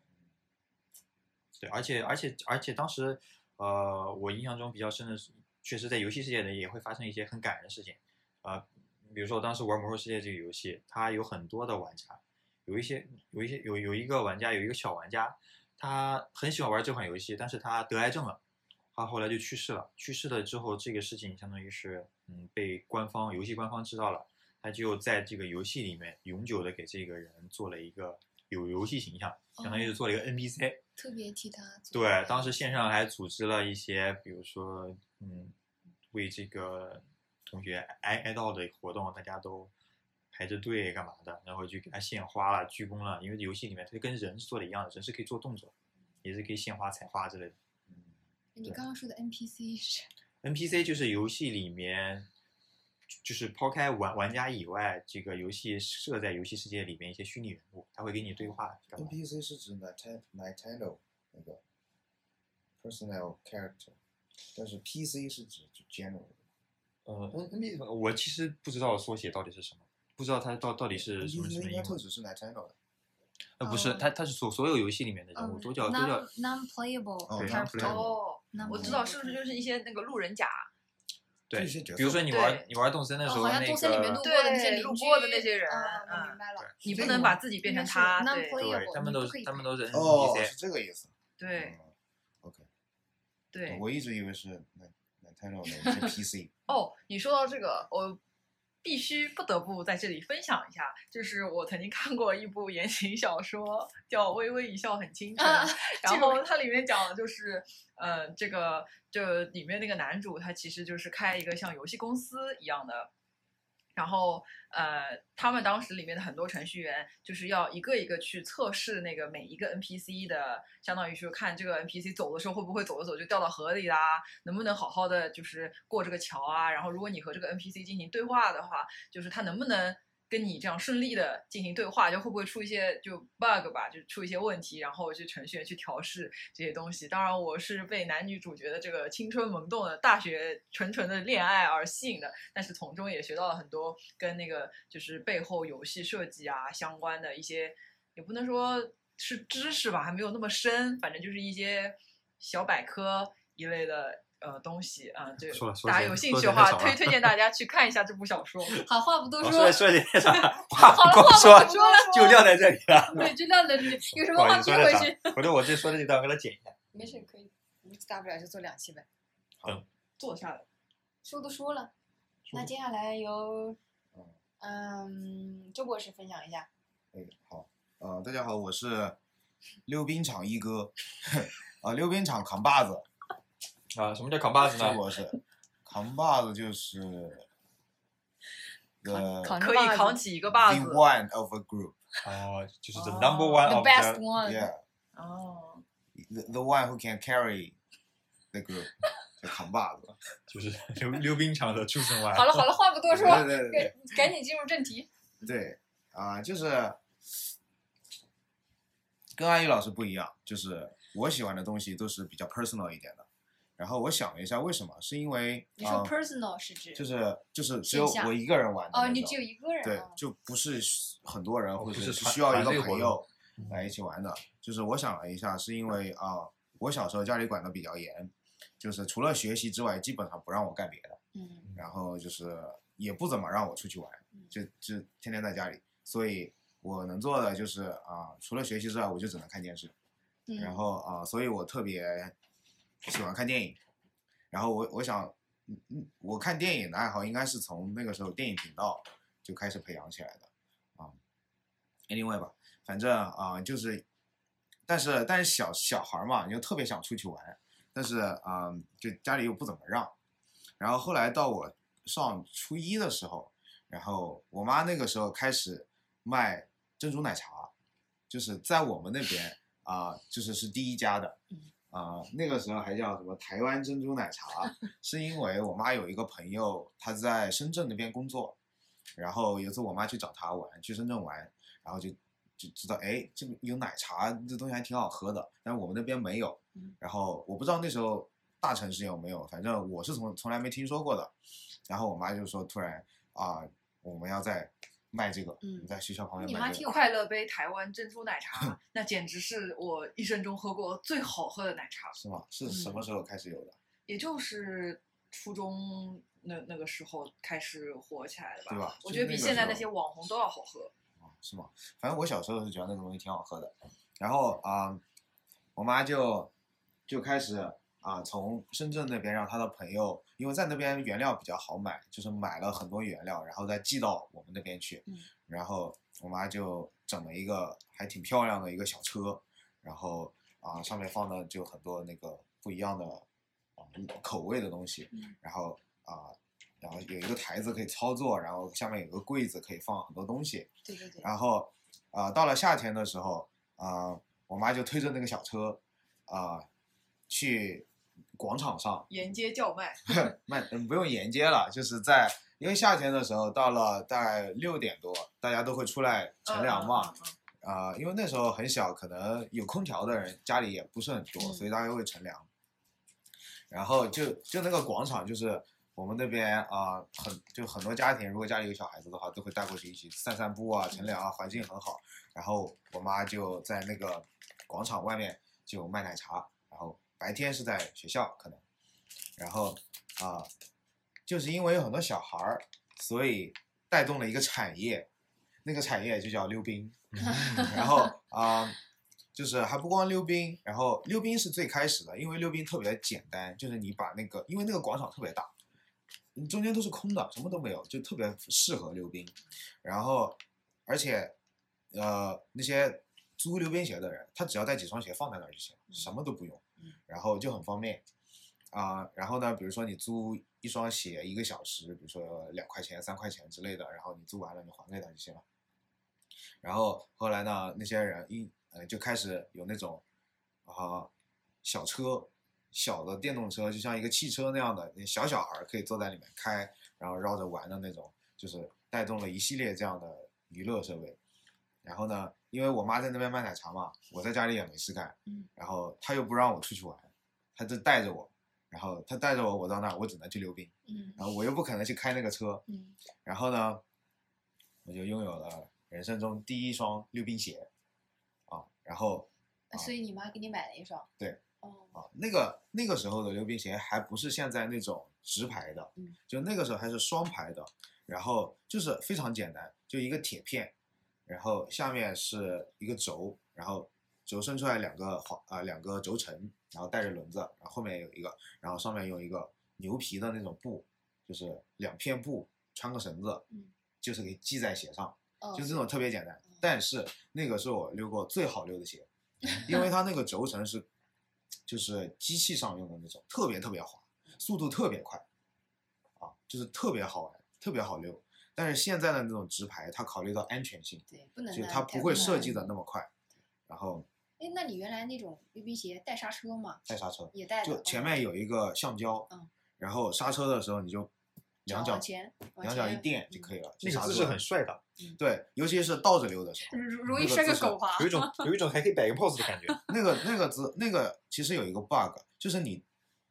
[SPEAKER 4] 对，而且而且而且当时，呃，我印象中比较深的是，确实在游戏世界里也会发生一些很感人的事情。呃，比如说我当时玩《魔兽世界》这个游戏，它有很多的玩家，有一些有一些有有一个玩家有一个小玩家，他很喜欢玩这款游戏，但是他得癌症了，他后来就去世了。去世了之后，这个事情相当于是嗯被官方游戏官方知道了。他就在这个游戏里面永久的给这个人做了一个有游戏形象，相当于是做了一个 N P C，、哦、
[SPEAKER 1] 特别替他做。
[SPEAKER 4] 对，当时线上还组织了一些，比如说，嗯，为这个同学哀哀悼的活动，大家都排着队干嘛的，然后就给他献花了、鞠躬了，因为游戏里面它跟人是做的一样的，人是可以做动作，也是可以献花、采花之类的。
[SPEAKER 1] 嗯，你刚刚说的 N P C 是
[SPEAKER 4] ？N P C 就是游戏里面。就是抛开玩玩家以外，这个游戏设在游戏世界里面一些虚拟人物，他会给你对话。
[SPEAKER 2] N P C 是指 Nintendo 那个 personal character， 但是 P C 是指 general。
[SPEAKER 4] 呃 ，N P C 我其实不知道缩写到底是什么，不知道它到到底是什么什么
[SPEAKER 2] 应该特指是 Nintendo 的。
[SPEAKER 4] 呃，不是，它它是所所有游戏里面的人物都叫都叫
[SPEAKER 1] non-playable
[SPEAKER 4] character。
[SPEAKER 3] 哦，我知道，是不是就是一些那个路人甲？
[SPEAKER 4] 对，比如说你玩你玩动森的时候，
[SPEAKER 1] 好像动森里面路过的那些
[SPEAKER 3] 路过的那些人，
[SPEAKER 1] 嗯，明白了。
[SPEAKER 3] 你不能把自己变成他，对，
[SPEAKER 4] 对，他们都是他们都是 N P C，
[SPEAKER 2] 哦，是这个意思。
[SPEAKER 3] 对
[SPEAKER 2] ，OK，
[SPEAKER 3] 对，
[SPEAKER 2] 我一直以为是 Nintendo 的一些 P C。
[SPEAKER 3] 哦，你说到这个，我必须不得不在这里分享一下，就是我曾经看过一部言情小说，叫《微微一笑很倾城》，然后它里面讲的就是，呃，这个就里面那个男主他其实就是开一个像游戏公司一样的。然后，呃，他们当时里面的很多程序员就是要一个一个去测试那个每一个 N P C 的，相当于是看这个 N P C 走的时候会不会走着走就掉到河里啦，能不能好好的就是过这个桥啊。然后，如果你和这个 N P C 进行对话的话，就是他能不能跟你这样顺利的进行对话，就会不会出一些就 bug 吧，就出一些问题，然后就程序员去调试这些东西。当然，我是被男女主角的这个青春萌动的大学纯纯的恋爱而吸引的，但是从中也学到了很多跟那个就是背后游戏设计啊相关的一些，也不能说是知识吧，还没有那么深，反正就是一些小百科一类的。呃，东西啊，这大家有兴趣的话，推推荐大家去看一下这部小说。
[SPEAKER 1] 好，话不多说，
[SPEAKER 4] 说说点啥？
[SPEAKER 1] 话不
[SPEAKER 4] 多
[SPEAKER 1] 说，
[SPEAKER 4] 就撂在这里了。
[SPEAKER 1] 对，就撂在这里，有什么话憋回去。
[SPEAKER 4] 回头我这说的这段给他剪一下。
[SPEAKER 1] 没事，可以，大不了就做两期呗。
[SPEAKER 4] 嗯，
[SPEAKER 3] 做下来。
[SPEAKER 1] 说都说了，那接下来由嗯周博士分享一下。
[SPEAKER 2] 哎，好，呃，大家好，我是溜冰场一哥，啊，溜冰场扛把子。
[SPEAKER 4] 啊，什么叫扛把子呢？
[SPEAKER 2] 我是扛把子，就是
[SPEAKER 3] 呃，可以扛起一个把子。
[SPEAKER 2] The one of a group。
[SPEAKER 4] 哦，就是 the number one of
[SPEAKER 1] the best one。
[SPEAKER 2] Yeah。
[SPEAKER 3] 哦。
[SPEAKER 2] The the one who can carry the group， 就扛把子，
[SPEAKER 4] 就是溜溜冰场的出身外。
[SPEAKER 1] 好了好了，话不多说，
[SPEAKER 2] 对对对，
[SPEAKER 1] 赶紧进入正题。
[SPEAKER 2] 对啊、呃，就是跟阿姨老师不一样，就是我喜欢的东西都是比较 personal 一点的。 然后我想了一下，为什么？是因为
[SPEAKER 1] 你说
[SPEAKER 2] 呃
[SPEAKER 1] personal 是指
[SPEAKER 2] 就是就是只有
[SPEAKER 1] 线下
[SPEAKER 2] 我一个人玩的
[SPEAKER 1] 哦，
[SPEAKER 2] 那种
[SPEAKER 1] 你只有一个人
[SPEAKER 2] 对
[SPEAKER 1] 啊，
[SPEAKER 2] 就不是很多人，或者
[SPEAKER 4] 哦不是团
[SPEAKER 2] 需要一个
[SPEAKER 4] 团队活动
[SPEAKER 2] 朋友来一起玩的。就是我想了一下，是因为啊、呃我小时候家里管的比较严，就是除了学习之外，基本上不让我干别的，
[SPEAKER 1] 嗯
[SPEAKER 2] 然后就是也不怎么让我出去玩，就就天天在家里，所以我能做的就是啊、除了学习之外，我就只能看电视。
[SPEAKER 1] 嗯，
[SPEAKER 2] 然后啊、所以我特别喜欢看电影。然后我我想，嗯嗯，我看电影的爱好应该是从那个时候电影频道就开始培养起来的啊。Anyway 吧，反正啊、就是，但是但是小小孩嘛，你就特别想出去玩，但是啊、就家里又不怎么让。然后后来到我上初一的时候，然后我妈那个时候开始卖珍珠奶茶，就是在我们那边啊、就是是第一家的。啊、那个时候还叫什么台湾珍珠奶茶，是因为我妈有一个朋友，他在深圳那边工作，然后有一次我妈去找他玩，去深圳玩，然后就就知道，哎，这有奶茶，这东西还挺好喝的，但是我们那边没有，然后我不知道那时候大城市有没有，反正我是从从来没听说过的，然后我妈就说突然啊、我们要在卖这个，
[SPEAKER 1] 嗯
[SPEAKER 2] 我们在学校旁边
[SPEAKER 1] 你妈挺有
[SPEAKER 2] 卖这个，
[SPEAKER 3] 快乐杯台湾珍珠奶茶，那简直是我一生中喝过最好喝的奶茶。
[SPEAKER 2] 是吗？是什么时候开始有的？
[SPEAKER 3] 也就是初中那那个时候开始火起来的吧，
[SPEAKER 2] 对吧
[SPEAKER 3] 我觉得比
[SPEAKER 2] 就那个时候
[SPEAKER 3] 现在那些网红都要好喝。
[SPEAKER 2] 啊，是吗？反正我小时候是觉得那个东西挺好喝的，然后啊、呃我妈就就开始啊、从深圳那边让她的朋友，因为在那边原料比较好买，就是买了很多原料，然后再寄到我们那边去。
[SPEAKER 1] 嗯
[SPEAKER 2] 然后我妈就整了一个还挺漂亮的一个小车，然后啊、上面放的就很多那个不一样的啊、口味的东西，
[SPEAKER 1] 嗯
[SPEAKER 2] 然后啊。然后有一个台子可以操作，然后下面有个柜子可以放很多东西，
[SPEAKER 1] 对对对，
[SPEAKER 2] 然后，啊、到了夏天的时候，啊、我妈就推着那个小车，啊、去广场上
[SPEAKER 3] 沿街叫卖，
[SPEAKER 2] 卖，嗯，不用沿街了，就是在，因为夏天的时候到了大概六点多，大家都会出来乘凉嘛，
[SPEAKER 3] 嗯嗯嗯嗯
[SPEAKER 2] 啊、因为那时候很小，可能有空调的人家里也不是很多，
[SPEAKER 1] 嗯
[SPEAKER 2] 所以大家会乘凉。然后就就那个广场，就是我们那边啊、很就很多家庭，如果家里有小孩子的话，都会带过去一起散散步啊、乘凉啊，环境很好。然后我妈就在那个广场外面就卖奶茶，然后白天是在学校可能，然后啊、就是因为有很多小孩儿，所以带动了一个产业，那个产业就叫溜冰。然后啊、就是还不光溜冰，然后溜冰是最开始的，因为溜冰特别简单，就是你把那个，因为那个广场特别大，你中间都是空的，什么都没有，就特别适合溜冰。然后，而且，呃，那些租溜冰鞋的人，他只要带几双鞋放在那儿就行，什么都不用，然后就很方便。啊、然后呢，比如说你租一双鞋一个小时，比如说两块钱、三块钱之类的，然后你租完了你还给他就行了。然后后来呢，那些人一呃就开始有那种啊、小车，小的电动车，就像一个汽车那样的，那小小孩可以坐在里面开，然后绕着玩的那种，就是带动了一系列这样的娱乐设备。然后呢，因为我妈在那边卖奶茶嘛，我在家里也没事干，
[SPEAKER 1] 嗯
[SPEAKER 2] 然后她又不让我出去玩，她就带着我，然后她带着我，我到那儿我只能去溜冰，
[SPEAKER 1] 嗯
[SPEAKER 2] 然后我又不可能去开那个车，
[SPEAKER 1] 嗯
[SPEAKER 2] 然后呢，我就拥有了人生中第一双溜冰鞋，啊，然后
[SPEAKER 1] 呃所以你妈给你买了一双。
[SPEAKER 2] 对。
[SPEAKER 1] 哦，
[SPEAKER 2] 啊，那个那个时候的溜冰鞋还不是现在那种直排的，
[SPEAKER 1] 嗯
[SPEAKER 2] 就那个时候还是双排的，然后就是非常简单，就一个铁片，然后下面是一个轴，然后轴伸出来两个滑啊、两个轴承，然后带着轮子，然后后面有一个，然后上面用一个牛皮的那种布，就是两片布穿个绳子，
[SPEAKER 1] 嗯
[SPEAKER 2] 就是给系在鞋上，
[SPEAKER 1] 哦
[SPEAKER 2] 就是这种特别简单，但是那个是我溜过最好溜的鞋，因为它那个轴承是就是机器上用的那种，特别特别滑，速度特别快，啊，就是特别好玩，特别好溜。但是现在的那种直排，它考虑到安全性，
[SPEAKER 1] 对，不能
[SPEAKER 2] 就
[SPEAKER 1] 拿
[SPEAKER 2] 它不会
[SPEAKER 1] 太快
[SPEAKER 2] 设计的那么快，然后
[SPEAKER 1] 哎，那你原来那种溜冰鞋带刹车吗？
[SPEAKER 2] 带刹车，
[SPEAKER 1] 也带的。
[SPEAKER 2] 就前面有一个橡胶，
[SPEAKER 1] 嗯
[SPEAKER 2] 然后刹车的时候你就两脚
[SPEAKER 1] 往前，往
[SPEAKER 2] 两脚一
[SPEAKER 1] 前
[SPEAKER 2] 垫就可以了，
[SPEAKER 4] 那个姿
[SPEAKER 2] 就刹车
[SPEAKER 4] 势很帅的，
[SPEAKER 2] 对，尤其是倒着溜的时候，
[SPEAKER 1] 容容易摔个
[SPEAKER 2] 那个姿势
[SPEAKER 1] 狗滑。
[SPEAKER 4] 有一种有一种还可以摆个 pose 的感觉。
[SPEAKER 2] 那个那个姿那个其实有一个 bug，就是你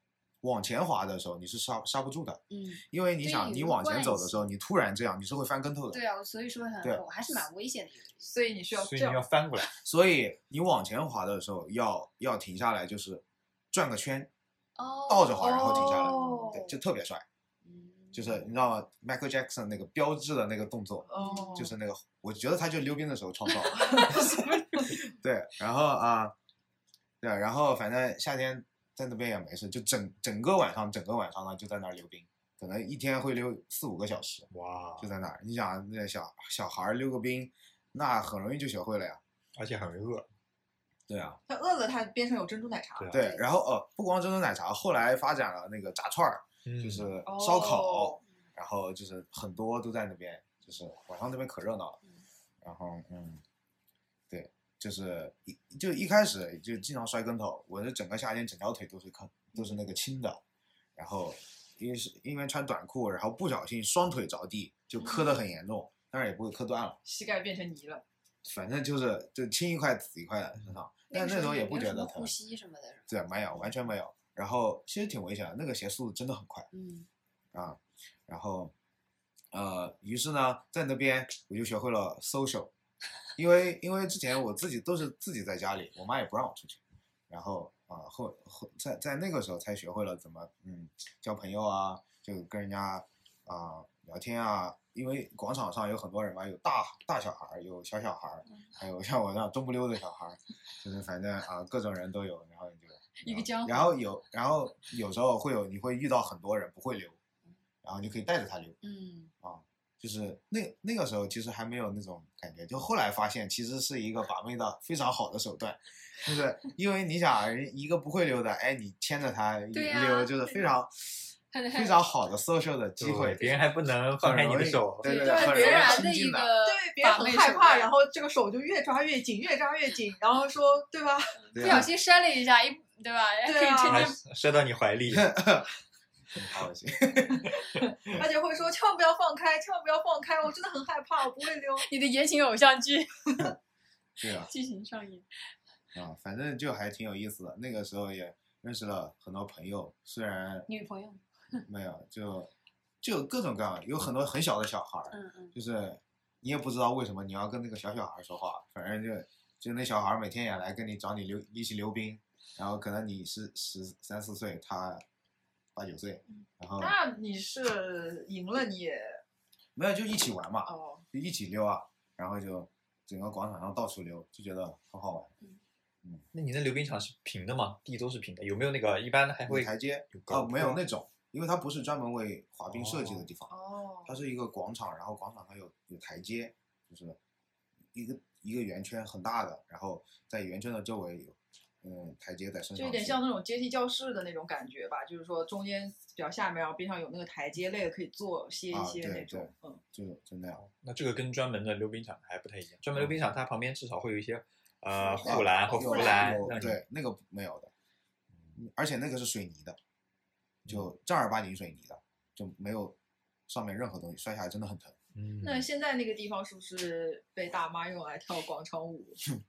[SPEAKER 2] 往前滑的时候你是刹刹不住的，
[SPEAKER 1] 嗯，
[SPEAKER 2] 因为你
[SPEAKER 1] 对
[SPEAKER 2] 想你往前
[SPEAKER 1] 有个惯
[SPEAKER 2] 走的时候，
[SPEAKER 1] 性
[SPEAKER 2] 你突然这样你是会翻跟头的，
[SPEAKER 1] 对啊，所以说很
[SPEAKER 2] 对
[SPEAKER 1] 我还是蛮危险的一个游戏。
[SPEAKER 3] 所以你需要
[SPEAKER 4] 所以你要
[SPEAKER 3] 这样。
[SPEAKER 4] 翻过来。
[SPEAKER 2] 所以你往前滑的时候要要停下来，就是转个圈，
[SPEAKER 1] 哦，
[SPEAKER 2] 倒着滑然后停下来，
[SPEAKER 3] 哦
[SPEAKER 2] 对，就特别帅。
[SPEAKER 1] 嗯，
[SPEAKER 2] 就是你知道吗 ？Michael Jackson 那个标志的那个动作，
[SPEAKER 3] 哦，
[SPEAKER 2] 就是那个，我觉得他就溜冰的时候创造的。对，然后啊、对，然后反正夏天在那边也没事，就整整个晚上，整个晚上呢就在那儿溜冰，可能一天会溜四五个小时，
[SPEAKER 4] 哇
[SPEAKER 2] 就，在那儿。你想，那小小孩儿溜个冰，那很容易就学会了呀。
[SPEAKER 4] 而且很饿。
[SPEAKER 2] 对啊，
[SPEAKER 3] 他饿了，他边上有珍珠奶茶。
[SPEAKER 4] 对啊
[SPEAKER 2] 对，然后哦，不光珍珠奶茶，后来发展了那个炸串儿，
[SPEAKER 4] 嗯
[SPEAKER 2] 就是
[SPEAKER 3] 哦
[SPEAKER 2] 烧烤，然后就是很多都在那边，就是晚上那边可热闹了。然后嗯，对，就是一就一开始就经常摔跟头，我的整个夏天整条腿都是坑，都是那个青的，然后因为是因为穿短裤，然后不小心双腿着地就磕得很严重，当然也不会磕断了，
[SPEAKER 3] 膝盖变成泥了。
[SPEAKER 2] 反正就是就青一块紫一块的身上，但那时候也不觉得疼
[SPEAKER 1] 呼，吸什么的，
[SPEAKER 2] 对，没有，完全没有。然后其实挺危险的，那个鞋速度真的很快
[SPEAKER 1] 嗯，
[SPEAKER 2] 啊。然后呃，于是呢，在那边我就学会了 social，因为因为之前我自己都是自己在家里，我妈也不让我出去。然后啊、呃，后后在在那个时候才学会了怎么嗯交朋友啊，就跟人家啊、呃、聊天啊。因为广场上有很多人嘛，有大大小孩，有小小孩，还有像我这样中不溜的小孩，就是反正啊、呃、各种人都有。然后你就
[SPEAKER 1] 一个江湖
[SPEAKER 2] 然后有然后有时候会有你会遇到很多人不会溜，然后你可以带着他溜。
[SPEAKER 1] 嗯，
[SPEAKER 2] 啊，就是那那个时候其实还没有那种感觉，就后来发现其实是一个把妹的非常好的手段，就是因为你想人一个不会溜的，哎，你牵着他
[SPEAKER 1] 对呀
[SPEAKER 2] 溜，就是非常
[SPEAKER 1] 很
[SPEAKER 2] 非常好的 social 的机会，
[SPEAKER 4] 别人还不能放开你的手。
[SPEAKER 2] 对对，
[SPEAKER 3] 对
[SPEAKER 2] 很容易
[SPEAKER 3] 别人
[SPEAKER 1] 然的
[SPEAKER 2] 亲近的。
[SPEAKER 1] 一个
[SPEAKER 3] 对，别人
[SPEAKER 1] 把妹
[SPEAKER 3] 很害怕，
[SPEAKER 1] 手段
[SPEAKER 3] 然后这个手就越抓越紧，越抓越紧，然后说，对吧？
[SPEAKER 2] 对啊
[SPEAKER 1] 不小心摔了一下，一对吧？哎可以
[SPEAKER 3] 对啊
[SPEAKER 4] 还
[SPEAKER 1] 趁机
[SPEAKER 4] 摔到你怀里。
[SPEAKER 2] 好恶心。
[SPEAKER 3] 而且会说千万不要放开，千万不要放开，我真的很害怕，我不会溜。
[SPEAKER 1] 你的言情偶像剧
[SPEAKER 2] 对啊，
[SPEAKER 1] 剧情上演。
[SPEAKER 2] 啊，反正就还挺有意思的。那个时候也认识了很多朋友，虽然
[SPEAKER 1] 女朋友，
[SPEAKER 2] 没有，就就有各种各样，有很多很小的小孩儿，
[SPEAKER 1] 嗯嗯，
[SPEAKER 2] 就是你也不知道为什么你要跟那个小小孩说话，反正就就那小孩每天也来跟你找你溜一起溜冰，然后可能你是十三四岁，他八九岁，然后
[SPEAKER 3] 那你是赢了，你也
[SPEAKER 2] 没有就一起玩嘛，
[SPEAKER 3] 哦，
[SPEAKER 2] 就一起溜啊，然后就整个广场上到处溜，就觉得很好玩。
[SPEAKER 4] 那你那溜冰场是平的吗？地都是平的，有没有那个一般还会
[SPEAKER 2] 有台阶
[SPEAKER 4] 有高
[SPEAKER 2] 哦，没有
[SPEAKER 4] 坡
[SPEAKER 2] 那种，因为它不是专门为滑冰设计的地方，
[SPEAKER 3] 哦，
[SPEAKER 2] 它是一个广场，然后广场上有有台阶，就是一个一个圆圈很大的，然后在圆圈的周围有嗯台阶在升上去，
[SPEAKER 3] 就有点像那种阶梯教室的那种感觉吧，就是说中间比较下面，然后边上有那个台阶类的，可以坐歇一
[SPEAKER 2] 啊
[SPEAKER 3] 歇
[SPEAKER 2] 对
[SPEAKER 3] 那种
[SPEAKER 2] 对。
[SPEAKER 3] 嗯，
[SPEAKER 2] 就就那样。
[SPEAKER 4] 那这个跟专门的溜冰场还不太一样。专门溜冰场它旁边至少会有一些呃
[SPEAKER 3] 护
[SPEAKER 4] 护栏或
[SPEAKER 2] 有
[SPEAKER 4] 扶栏，
[SPEAKER 2] 有
[SPEAKER 4] 让你
[SPEAKER 2] 对那个没有的，嗯而且那个是水泥的，就正儿八经水泥的，就没有上面任何东西，摔下来真的很疼。
[SPEAKER 4] 嗯，
[SPEAKER 3] 那现在那个地方是不是被大妈用来跳广场舞？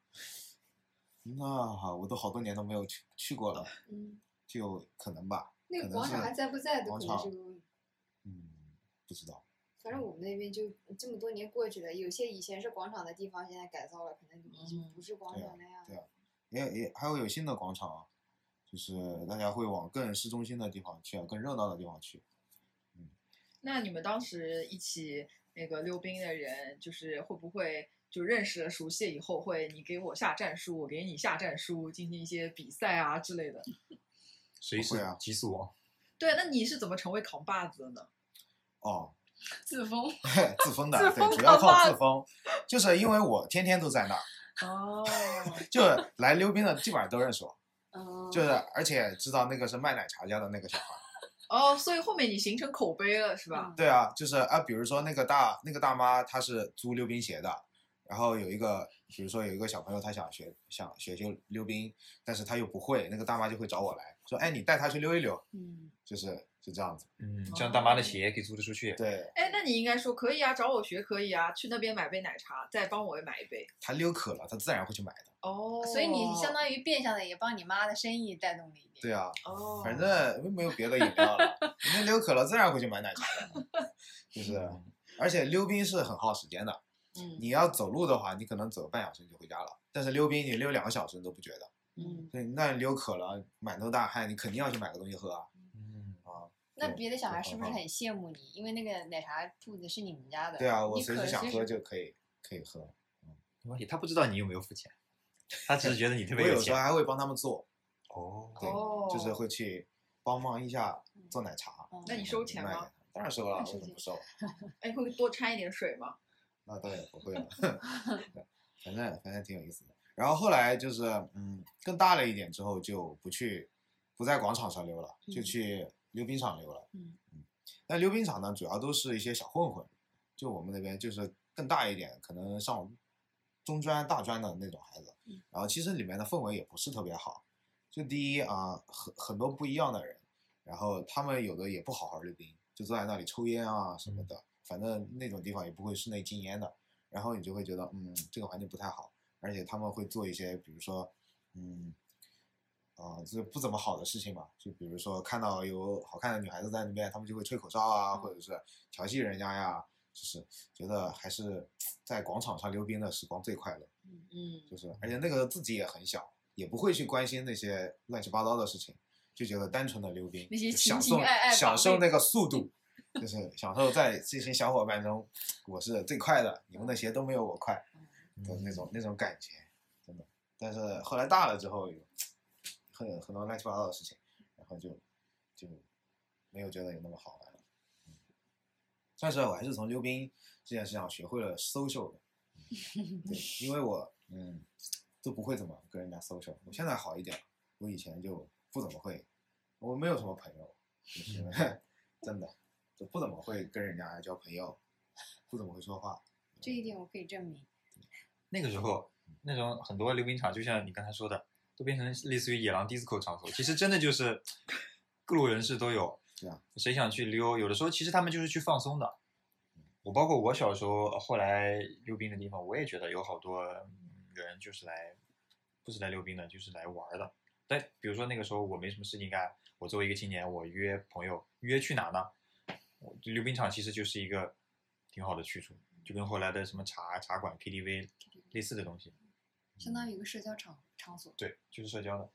[SPEAKER 2] 那我都好多年都没有去去过了，
[SPEAKER 1] 嗯，
[SPEAKER 2] 就可能吧，
[SPEAKER 1] 那
[SPEAKER 2] 可能是
[SPEAKER 1] 个广场还在不在都
[SPEAKER 2] 广
[SPEAKER 1] 可能是
[SPEAKER 2] 场
[SPEAKER 1] 个问题。
[SPEAKER 2] 嗯，不知道。
[SPEAKER 1] 反正我们那边就这么多年过去了，有些以前是广场的地方，现在改造了，可能已经不是广场那样
[SPEAKER 2] 对啊
[SPEAKER 1] 了。
[SPEAKER 2] 也也还会有新的广场啊，就是大家会往更市中心的地方去啊，更热闹的地方去。
[SPEAKER 3] 那你们当时一起那个溜冰的人，就是会不会就认识了、熟悉了以后，会你给我下战术，我给你下战术，进行一些比赛啊之类的？
[SPEAKER 4] 谁是
[SPEAKER 2] 不会啊
[SPEAKER 4] 极速王？
[SPEAKER 3] 对，那你是怎么成为扛把子的呢？
[SPEAKER 2] 哦，
[SPEAKER 1] 自封，
[SPEAKER 2] 自封的，
[SPEAKER 3] 自封
[SPEAKER 2] 对，主要
[SPEAKER 3] 扛把
[SPEAKER 2] 靠自封，就是因为我天天都在那儿，
[SPEAKER 3] 哦，
[SPEAKER 2] 就来溜冰的基本上都认识我，
[SPEAKER 1] 嗯，
[SPEAKER 2] 就是而且知道那个是卖奶茶家的那个小孩。
[SPEAKER 3] 哦，所以后面你形成口碑了是吧？
[SPEAKER 2] 对啊，就是啊，比如说那个大那个大妈，她是租溜冰鞋的，然后有一个，比如说有一个小朋友，他想学想学修溜冰，但是他又不会，那个大妈就会找我来说，哎，你带他去溜一溜，
[SPEAKER 1] 嗯，
[SPEAKER 2] 就是就这样子。
[SPEAKER 4] 嗯，这样大妈的鞋也可以租得出去。
[SPEAKER 2] 对，
[SPEAKER 3] 哎，那你应该说可以啊，找我学可以啊，去那边买杯奶茶，再帮我买一杯。
[SPEAKER 2] 他溜渴了，他自然会去买的。
[SPEAKER 3] 哦，
[SPEAKER 1] 所以你相当于变相的也帮你妈的生意带动了一点。
[SPEAKER 2] 对啊，
[SPEAKER 3] 哦，
[SPEAKER 2] 反正没有别的饮料了，人家溜渴了自然会去买奶茶的，就是，而且溜冰是很耗时间的。
[SPEAKER 3] 嗯
[SPEAKER 2] 你要走路的话，你可能走半小时你就回家了，但是溜冰你溜两个小时你都不觉得。
[SPEAKER 3] 嗯，
[SPEAKER 2] 对，那你溜渴了，满头大汗，你肯定要去买个东西喝啊。
[SPEAKER 4] 嗯，
[SPEAKER 2] 啊，
[SPEAKER 1] 那
[SPEAKER 2] 对
[SPEAKER 1] 别的小孩
[SPEAKER 2] 就是很好
[SPEAKER 1] 不是很羡慕你？因为那个奶茶铺子是你们家的。
[SPEAKER 2] 对啊，我
[SPEAKER 1] 你
[SPEAKER 2] 随时想喝
[SPEAKER 1] 可随时
[SPEAKER 2] 就可以可以喝。
[SPEAKER 4] 没关系，他不知道你有没有付钱，他只是觉得你特
[SPEAKER 2] 我有时候
[SPEAKER 4] 别有钱。
[SPEAKER 2] 还会帮他们做，
[SPEAKER 4] 哦，
[SPEAKER 2] 对，
[SPEAKER 3] 哦
[SPEAKER 2] 就是会去帮忙一下做奶茶。
[SPEAKER 1] 嗯
[SPEAKER 3] 那你收钱吗？
[SPEAKER 2] 当然收了，为
[SPEAKER 1] 收钱
[SPEAKER 2] 什么不收？
[SPEAKER 3] 哎，会多掺一点水吗？
[SPEAKER 2] 那倒也不会了，反正反正挺有意思的。然后后来就是嗯，更大了一点之后就不去，不在广场上溜了，就去溜冰场溜了。
[SPEAKER 1] 嗯
[SPEAKER 2] 嗯，但溜冰场呢，主要都是一些小混混，就我们那边就是更大一点，可能上中专、大专的那种孩子。
[SPEAKER 1] 嗯
[SPEAKER 2] 然后其实里面的氛围也不是特别好，就第一啊、很很多不一样的人，然后他们有的也不好好溜冰，就坐在那里抽烟啊什么的，反正那种地方也不会室内禁烟的，然后你就会觉得嗯这个环境不太好，而且他们会做一些比如说嗯啊、呃、这不怎么好的事情嘛，就比如说看到有好看的女孩子在那边，他们就会吹口哨啊，或者是调戏人家呀，就是觉得还是在广场上溜冰的时光最快乐。
[SPEAKER 3] 嗯，
[SPEAKER 2] 就是而且那个自己也很小，也不会去关心那些乱七八糟的事情，就觉得单纯的溜冰，
[SPEAKER 1] 那些
[SPEAKER 2] 就享受
[SPEAKER 1] 情情爱爱
[SPEAKER 2] 享受那个速度，就是享受在这些小伙伴中，我是最快的，你们的鞋都没有我快的那种那种感觉，真的。但是后来大了之后，有很很多乱七八糟的事情，然后就就没有觉得有那么好玩了。嗯，但是我还是从溜冰这件事上学会了 social 的。对，因为我嗯都不会怎么跟人家 social，我现在好一点了，我以前就不怎么会，我没有什么朋友，就是真的就不怎么会跟人家交朋友，不怎么会说话。
[SPEAKER 1] 这一点我可以证明。
[SPEAKER 4] 那个时候那种很多溜冰场，就像你刚才说的，都变成类似于野狼 disco 场所，其实真的就是各路人士都有。
[SPEAKER 2] 对啊，
[SPEAKER 4] 谁想去溜？有的时候其实他们就是去放松的。我包括我小时候后来溜冰的地方，我也觉得有好多人就是来，不是来溜冰的，就是来玩的。但比如说那个时候我没什么事情干，我作为一个青年，我约朋友约去哪呢？我溜冰场其实就是一个挺好的去处，就跟后来的什么茶茶馆、K T V 类似的东西。
[SPEAKER 1] 相当于一个社交场场所。
[SPEAKER 4] 对，就是社交的。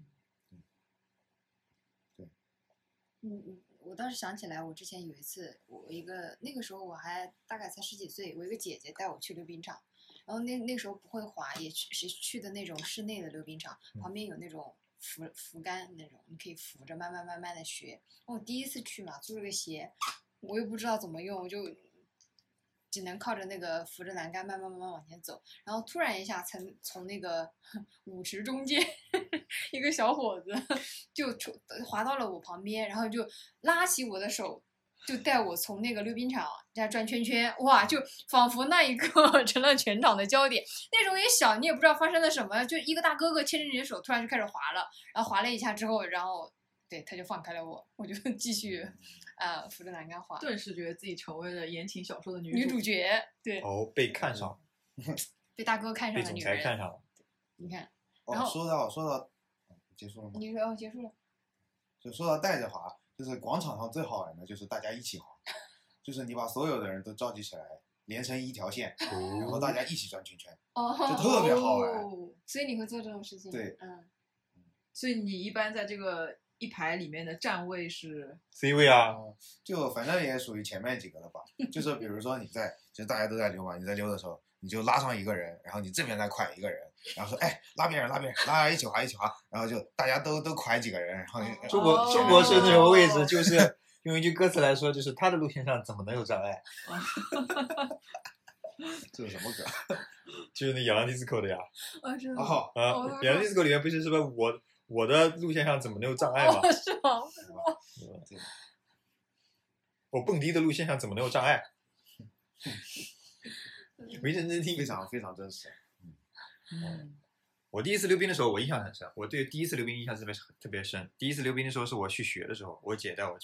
[SPEAKER 1] 嗯嗯，我倒是想起来，我之前有一次，我一个那个时候我还大概才十几岁，我一个姐姐带我去溜冰场，然后那那时候不会滑，也去是去的那种室内的溜冰场，旁边有那种扶扶杆那种，你可以扶着慢慢慢慢的学。我第一次去嘛，租了个鞋，我又不知道怎么用，我就只能靠着那个扶着栏杆慢慢慢慢往前走，然后突然一下从从那个舞池中间一个小伙子就滑到了我旁边，然后就拉起我的手，就带我从那个溜冰场这样转圈圈，哇，就仿佛那一刻成了全场的焦点。那时候也小，你也不知道发生了什么，就一个大哥哥牵着你的手，突然就开始滑了，然后滑了一下之后，然后对他就放开了我，我就继续啊、呃、扶着栏杆滑。
[SPEAKER 3] 顿时觉得自己成为了言情小说的女
[SPEAKER 1] 女主角，对，
[SPEAKER 4] 哦，被看上了，
[SPEAKER 1] 被大哥看上
[SPEAKER 4] 被总
[SPEAKER 1] 的女人，
[SPEAKER 4] 裁看上了。
[SPEAKER 1] 你看，然
[SPEAKER 2] 哦，
[SPEAKER 1] 后
[SPEAKER 2] 说到说到，结束了吗？
[SPEAKER 1] 你说哦，结束了。
[SPEAKER 2] 就说到带着滑，就是广场上最好玩的就是大家一起滑，就是你把所有的人都召集起来，连成一条线，然后大家一起转圈圈，
[SPEAKER 1] 哦，
[SPEAKER 2] 就特别好玩。
[SPEAKER 3] 哦
[SPEAKER 1] 所以你会做这种事情？
[SPEAKER 2] 对，
[SPEAKER 1] 嗯，
[SPEAKER 3] 所以你一般在这个一排里面的站位是
[SPEAKER 4] C 位啊，
[SPEAKER 2] 嗯，就反正也属于前面几个的吧。就是比如说你在，其实大家都在溜嘛，你在溜的时候，你就拉上一个人，然后你这边再快一个人，然后说，哎，拉别人，拉别人，拉一起滑，一起滑，然后就大家都都快几个人，然后你
[SPEAKER 4] 中国
[SPEAKER 3] 哦
[SPEAKER 4] 中国是那种位置，就是用一句歌词来说，就是他的路线上怎么能有障碍？
[SPEAKER 2] 这是什么歌？
[SPEAKER 4] 就是那野狼 disco 的呀。
[SPEAKER 1] 啊，知道。
[SPEAKER 2] 哦，
[SPEAKER 4] 啊
[SPEAKER 1] 哦，
[SPEAKER 4] 野狼 disco 里面不是是不是我我的路线上怎么能有障碍吗？
[SPEAKER 1] 哦，是吗？
[SPEAKER 2] 对
[SPEAKER 4] 我蹦迪的路线上怎么能有障碍？没认真听
[SPEAKER 2] 非。常非常真实。
[SPEAKER 3] 嗯
[SPEAKER 4] 我第一次溜冰的时候，我印象很深。我对第一次溜冰印象特别特别深。第一次溜冰的时候是我去学的时候，我姐带我去。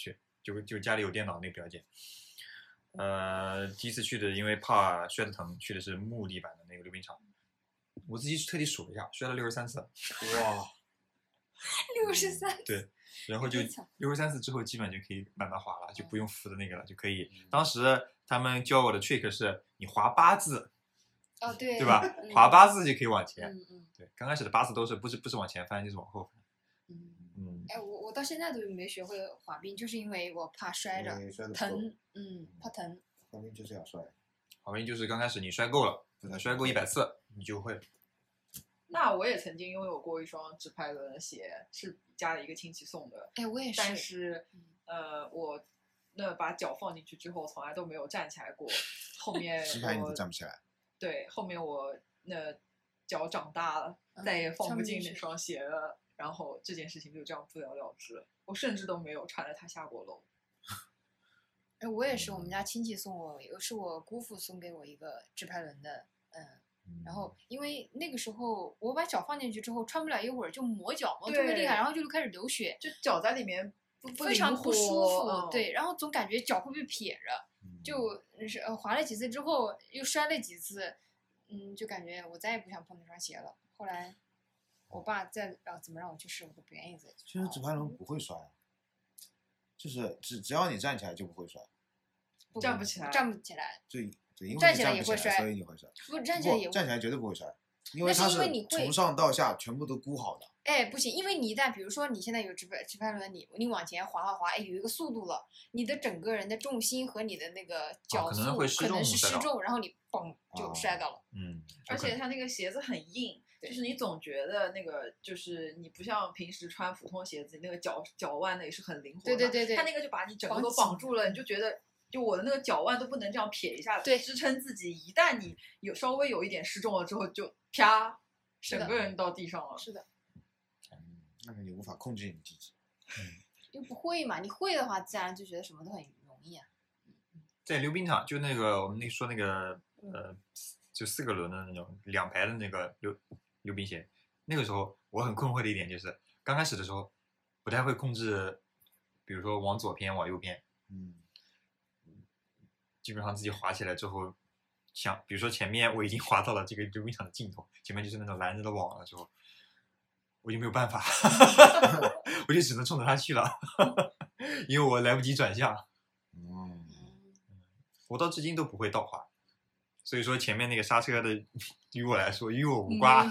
[SPEAKER 4] 就就家里有电脑那个表姐。呃，第一次去的，因为怕摔得疼，去的是木地板的那个溜冰场。我自己特地数了一下，摔了六十三次。
[SPEAKER 2] 哇，
[SPEAKER 1] 六十三，
[SPEAKER 4] 对，然后就
[SPEAKER 1] 真惨
[SPEAKER 4] 六十三次之后，基本就可以慢慢滑了，就不用扶的那个了，就可以。
[SPEAKER 2] 嗯
[SPEAKER 4] 当时他们教我的 trick 是，你滑八字，
[SPEAKER 1] 哦对，
[SPEAKER 4] 对吧？
[SPEAKER 1] 嗯
[SPEAKER 4] 滑八字就可以往前。
[SPEAKER 1] 嗯嗯
[SPEAKER 4] 对，刚开始的八字都是不是不是往前翻，就是往后翻。
[SPEAKER 1] 嗯。
[SPEAKER 4] 嗯，
[SPEAKER 1] 哎，我我到现在都没学会滑冰，就是因为我怕摔着
[SPEAKER 2] 因为摔得
[SPEAKER 1] 疼，嗯，怕疼。
[SPEAKER 2] 滑冰就是要摔，
[SPEAKER 4] 滑冰就是刚开始你摔够了，
[SPEAKER 2] 不能
[SPEAKER 4] 摔够一百次，你就会。
[SPEAKER 3] 那我也曾经拥有过一双直排轮的鞋，是家里一个亲戚送的，
[SPEAKER 1] 哎，我也是。
[SPEAKER 3] 但是
[SPEAKER 1] 嗯
[SPEAKER 3] 呃，我那把脚放进去之后，从来都没有站起来过。后面
[SPEAKER 2] 直排你都
[SPEAKER 3] 我
[SPEAKER 2] 站不起来。
[SPEAKER 3] 对，后面我那脚长大了，
[SPEAKER 1] 嗯
[SPEAKER 3] 再也放不进
[SPEAKER 1] 穿不进去
[SPEAKER 3] 那双鞋了。然后这件事情就这样不了了之了。我甚至都没有穿着它下过楼。
[SPEAKER 1] 哎，我也是，我们家亲戚送我，有是我姑父送给我一个直排轮的，嗯。然后，因为那个时候我把脚放进去之后，穿不了一会儿就磨脚，磨得特别厉害，
[SPEAKER 3] 对
[SPEAKER 1] 然后就开始流血，
[SPEAKER 3] 就脚在里面不不
[SPEAKER 1] 非常
[SPEAKER 3] 灵活
[SPEAKER 1] 不舒服。
[SPEAKER 3] 嗯、
[SPEAKER 1] 对，然后总感觉脚会被撇着，
[SPEAKER 2] 嗯
[SPEAKER 1] 就是呃滑了几次之后又摔了几次，嗯，就感觉我再也不想碰那双鞋了。后来我爸再让怎么让我去试，我都不愿意再去。
[SPEAKER 2] 其实直排轮不会摔啊，就是只只要你站起来就不会摔，
[SPEAKER 1] 不
[SPEAKER 3] 站不起来
[SPEAKER 1] 站不起来，
[SPEAKER 2] 就对，因为
[SPEAKER 1] 站起来
[SPEAKER 2] 你站不起来，
[SPEAKER 1] 也会摔
[SPEAKER 2] 所以你会摔。
[SPEAKER 1] 不站起来也会。
[SPEAKER 2] 不站起来绝对不会摔，因为
[SPEAKER 1] 那是
[SPEAKER 2] 它
[SPEAKER 1] 因为你会
[SPEAKER 2] 从上到下全部都估好的。
[SPEAKER 1] 哎，不行，因为你一旦比如说你现在有直排直排轮，你你往前滑滑滑，哎，有一个速度了，你的整个人的重心和你的那个脚
[SPEAKER 4] 可
[SPEAKER 1] 速
[SPEAKER 4] 能会失重
[SPEAKER 1] 可能是
[SPEAKER 4] 摔到
[SPEAKER 1] 失重，然后你嘣就
[SPEAKER 2] 哦
[SPEAKER 1] 摔到了。
[SPEAKER 4] 嗯，
[SPEAKER 3] 而
[SPEAKER 4] 有可能
[SPEAKER 3] 且它那个鞋子很硬，
[SPEAKER 1] 对
[SPEAKER 3] 就是你总觉得那个就是你不像平时穿普通鞋子，那个脚脚腕呢也是很灵活的。
[SPEAKER 1] 对对对对
[SPEAKER 3] 它那个就把你整个都
[SPEAKER 1] 绑紧
[SPEAKER 3] 绑住了，你就觉得就我的那个脚腕都不能这样撇一下
[SPEAKER 1] 对
[SPEAKER 3] 支撑自己，一旦你有稍微有一点失重了之后，就啪，
[SPEAKER 1] 是的
[SPEAKER 3] 整个人到地上了。
[SPEAKER 1] 是的，
[SPEAKER 2] 那个你无法控制你自己。
[SPEAKER 1] 又不会嘛，你会的话，自然就觉得什么都很容易啊。
[SPEAKER 4] 在溜冰场，就那个我们那说那个呃，就四个轮的那种两排的那个溜溜冰鞋，那个时候我很困惑的一点就是，刚开始的时候不太会控制，比如说往左偏往右偏，
[SPEAKER 2] 嗯，
[SPEAKER 4] 基本上自己滑起来之后，像比如说前面我已经滑到了这个溜冰场的尽头，前面就是那种拦着的网了之后，我就没有办法，我就只能冲着它去了，因为我来不及转向。
[SPEAKER 2] 嗯，
[SPEAKER 4] 我到至今都不会倒滑，所以说前面那个刹车的于我来说与我无关。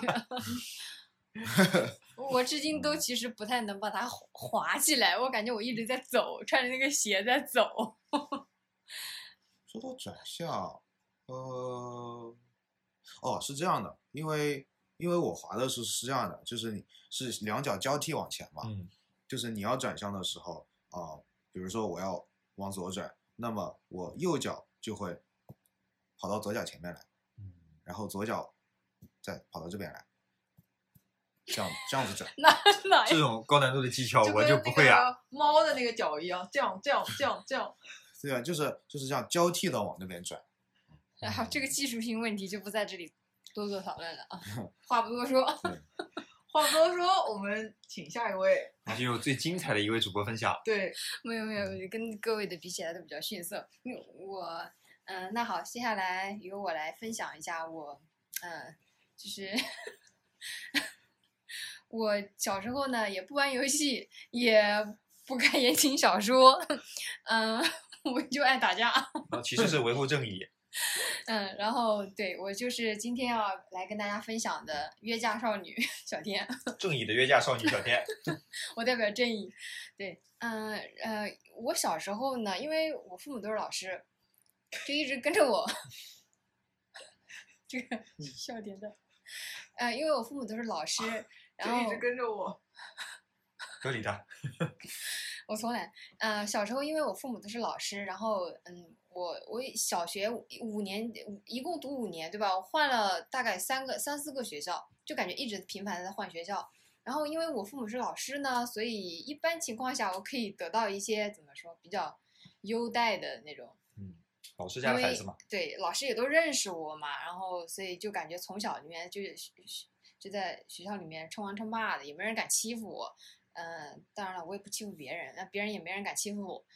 [SPEAKER 1] 我至今都其实不太能把它滑起来，我感觉我一直在走，穿着那个鞋在走。
[SPEAKER 2] 说到转向，呃，哦，是这样的，因为因为我滑的是是这样的，就是你是两脚交替往前嘛，
[SPEAKER 4] 嗯
[SPEAKER 2] 就是你要转向的时候啊、呃比如说我要往左转，那么我右脚就会跑到左脚前面来，
[SPEAKER 4] 嗯，
[SPEAKER 2] 然后左脚再跑到这边来，这样这样子转。
[SPEAKER 1] 哪哪
[SPEAKER 4] 这种高难度的技巧我
[SPEAKER 3] 跟
[SPEAKER 4] 就不会啊。
[SPEAKER 3] 那个猫的那个脚一样，这样这样这样这样。
[SPEAKER 2] 对啊，就是就是这样交替的往那边转。
[SPEAKER 1] 然后这个技术性问题就不在这里多做讨论了啊，话不多说。
[SPEAKER 3] 话不多说，我们请下一位。
[SPEAKER 4] 那就有最精彩的一位主播分享。
[SPEAKER 3] 对，
[SPEAKER 1] 没有没有，跟各位的比起来都比较逊色。因为我，嗯、那好，接下来由我来分享一下我，嗯、就是我小时候呢也不玩游戏，也不看言情小说，嗯、我就爱打架。
[SPEAKER 4] 然后其实是维护正义。
[SPEAKER 1] 嗯，然后对我就是今天要来跟大家分享的约架少女小天。
[SPEAKER 4] 正义的约架少女小天。
[SPEAKER 1] 我代表正义。对，嗯呃我小时候呢，因为我父母都是老师，就一直跟着我。这个笑点的，呃，因为我父母都是老师，然后
[SPEAKER 3] 就一直跟着我。
[SPEAKER 4] 不理他。
[SPEAKER 1] 我从来，呃，小时候因为我父母都是老师，然后嗯，我我小学五五年，一共读五年，对吧？我换了大概三个三四个学校，就感觉一直频繁的在换学校。然后因为我父母是老师呢，所以一般情况下我可以得到一些怎么说比较优待的那种。
[SPEAKER 4] 嗯，老师家的孩子嘛。
[SPEAKER 1] 对，老师也都认识我嘛，然后所以就感觉从小里面就就在学校里面称王称霸的，也没人敢欺负我。嗯、呃，当然了，我也不欺负别人，那别人也没人敢欺负我。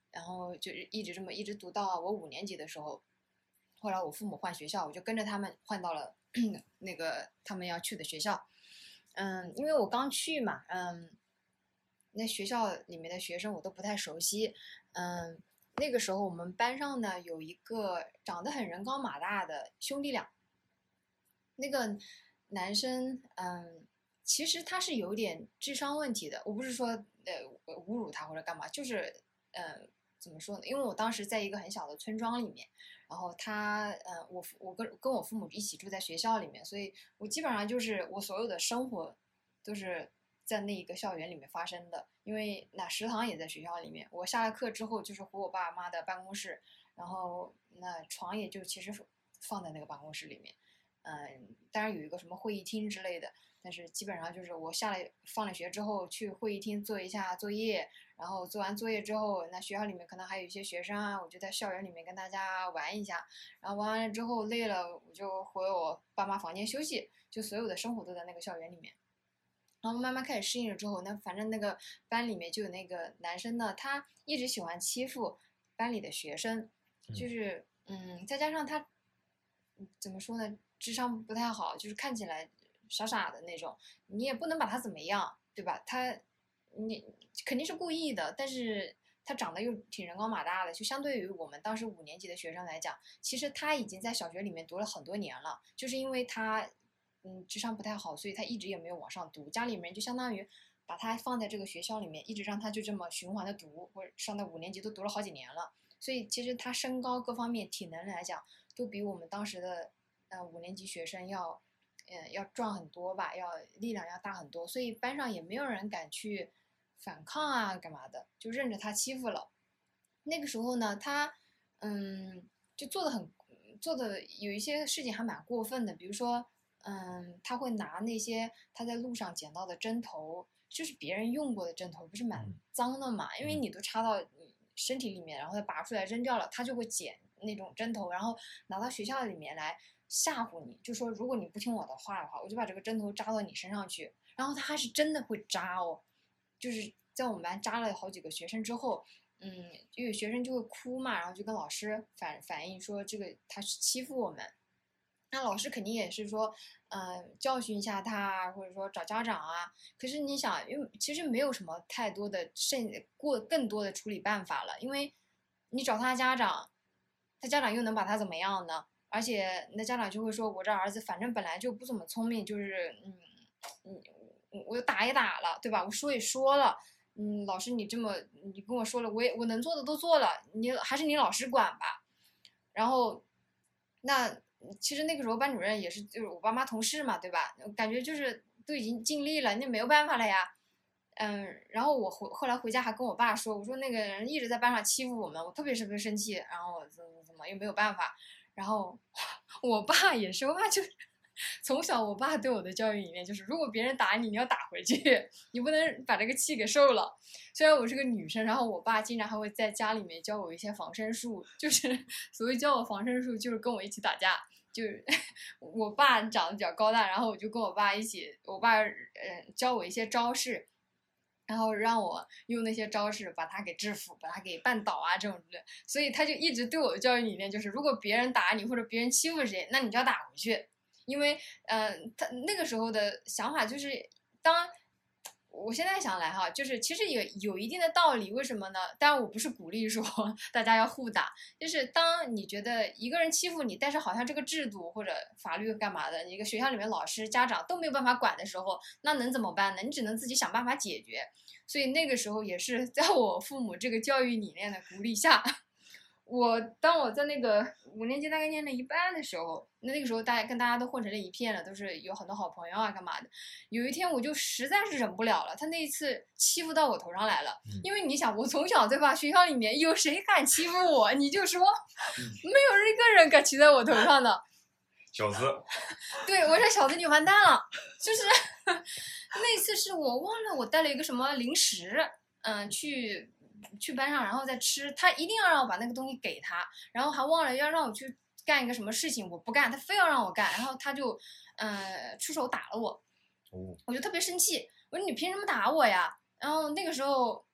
[SPEAKER 1] 然后就一直这么一直读到我五年级的时候，后来我父母换学校，我就跟着他们换到了那个他们要去的学校。嗯，因为我刚去嘛，嗯，那学校里面的学生我都不太熟悉。嗯，那个时候我们班上呢有一个长得很人高马大的兄弟俩，那个男生，嗯，其实他是有点智商问题的。我不是说呃侮辱他或者干嘛，就是呃怎么说呢？因为我当时在一个很小的村庄里面，然后他呃我我跟跟我父母一起住在学校里面，所以我基本上就是我所有的生活都是在那一个校园里面发生的。因为那食堂也在学校里面，我下了课之后就是回我爸妈的办公室，然后那床也就其实放在那个办公室里面。嗯，当然有一个什么会议厅之类的，但是基本上就是我下了放了学之后去会议厅做一下作业，然后做完作业之后，那学校里面可能还有一些学生啊，我就在校园里面跟大家玩一下，然后玩完了之后累了，我就回我爸妈房间休息，就所有的生活都在那个校园里面。然后慢慢开始适应了之后，那反正那个班里面就有那个男生呢，他一直喜欢欺负班里的学生，就是嗯，再加上他怎么说呢，智商不太好，就是看起来傻傻的那种，你也不能把他怎么样，对吧？他你肯定是故意的，但是他长得又挺人高马大的，就相对于我们当时五年级的学生来讲，其实他已经在小学里面读了很多年了，就是因为他嗯智商不太好，所以他一直也没有往上读，家里面就相当于把他放在这个学校里面，一直让他就这么循环的读，或者上到五年级都读了好几年了，所以其实他身高各方面体能来讲都比我们当时的呃五年级学生要嗯、呃、要壮很多吧，要力量要大很多，所以班上也没有人敢去反抗啊干嘛的，就任着他欺负了。那个时候呢，他嗯就做的很做的有一些事情还蛮过分的，比如说嗯他会拿那些他在路上捡到的针头，就是别人用过的针头，不是蛮脏的嘛，因为你都插到你身体里面，然后再拔出来扔掉了，他就会捡那种针头，然后拿到学校里面来吓唬你，就说如果你不听我的话的话，我就把这个针头扎到你身上去。然后他还是真的会扎哦，就是在我们班扎了好几个学生之后，嗯，就有学生就会哭嘛，然后就跟老师反反映说这个他是欺负我们。那老师肯定也是说，呃，教训一下他，或者说找家长啊。可是你想，因为其实没有什么太多的甚过更多的处理办法了，因为你找他家长，他家长又能把他怎么样呢？而且那家长就会说，我这儿子反正本来就不怎么聪明，就是嗯嗯，我打也打了，对吧？我说也说了，嗯，老师你这么你跟我说了，我也我能做的都做了，你还是你老师管吧。然后那其实那个时候班主任也是就是我爸妈同事嘛，对吧？感觉就是都已经尽力了，那没有办法了呀。嗯，然后我回后来回家还跟我爸说，我说那个人一直在班上欺负我们，我特别特别生气，然后怎么怎么又没有办法。然后我爸也是，我爸就从小我爸对我的教育理念就是，如果别人打你，你要打回去，你不能把这个气给受了。虽然我是个女生，然后我爸经常还会在家里面教我一些防身术，就是所谓教我防身术，就是跟我一起打架。就是我爸长得比较高大，然后我就跟我爸一起，我爸呃教我一些招式。然后让我用那些招式把他给制服，把他给绊倒啊，这种的。所以他就一直对我的教育理念就是，如果别人打你或者别人欺负谁，那你就要打回去。因为，嗯、呃，他那个时候的想法就是，当我现在想来哈，就是其实有有一定的道理。为什么呢？当然我不是鼓励说大家要互打，就是当你觉得一个人欺负你，但是好像这个制度或者法律干嘛的，一个学校里面老师、家长都没有办法管的时候，那能怎么办呢？你只能自己想办法解决。所以那个时候也是在我父母这个教育理念的鼓励下，我当我在那个五年级大概念了一半的时候，那那个时候大家跟大家都混成了一片了，都是有很多好朋友啊干嘛的。有一天我就实在是忍不了了，他那一次欺负到我头上来了。因为你想，我从小对吧，学校里面有谁敢欺负我？你就说，没有一个人敢骑在我头上的。
[SPEAKER 4] 小子，
[SPEAKER 1] 对，我说小子你完蛋了，就是那次是我忘了我带了一个什么零食，嗯，去去班上然后再吃，他一定要让我把那个东西给他，然后还忘了要让我去干一个什么事情，我不干，他非要让我干，然后他就呃出手打了我，我就特别生气，我说你凭什么打我呀？然后那个时候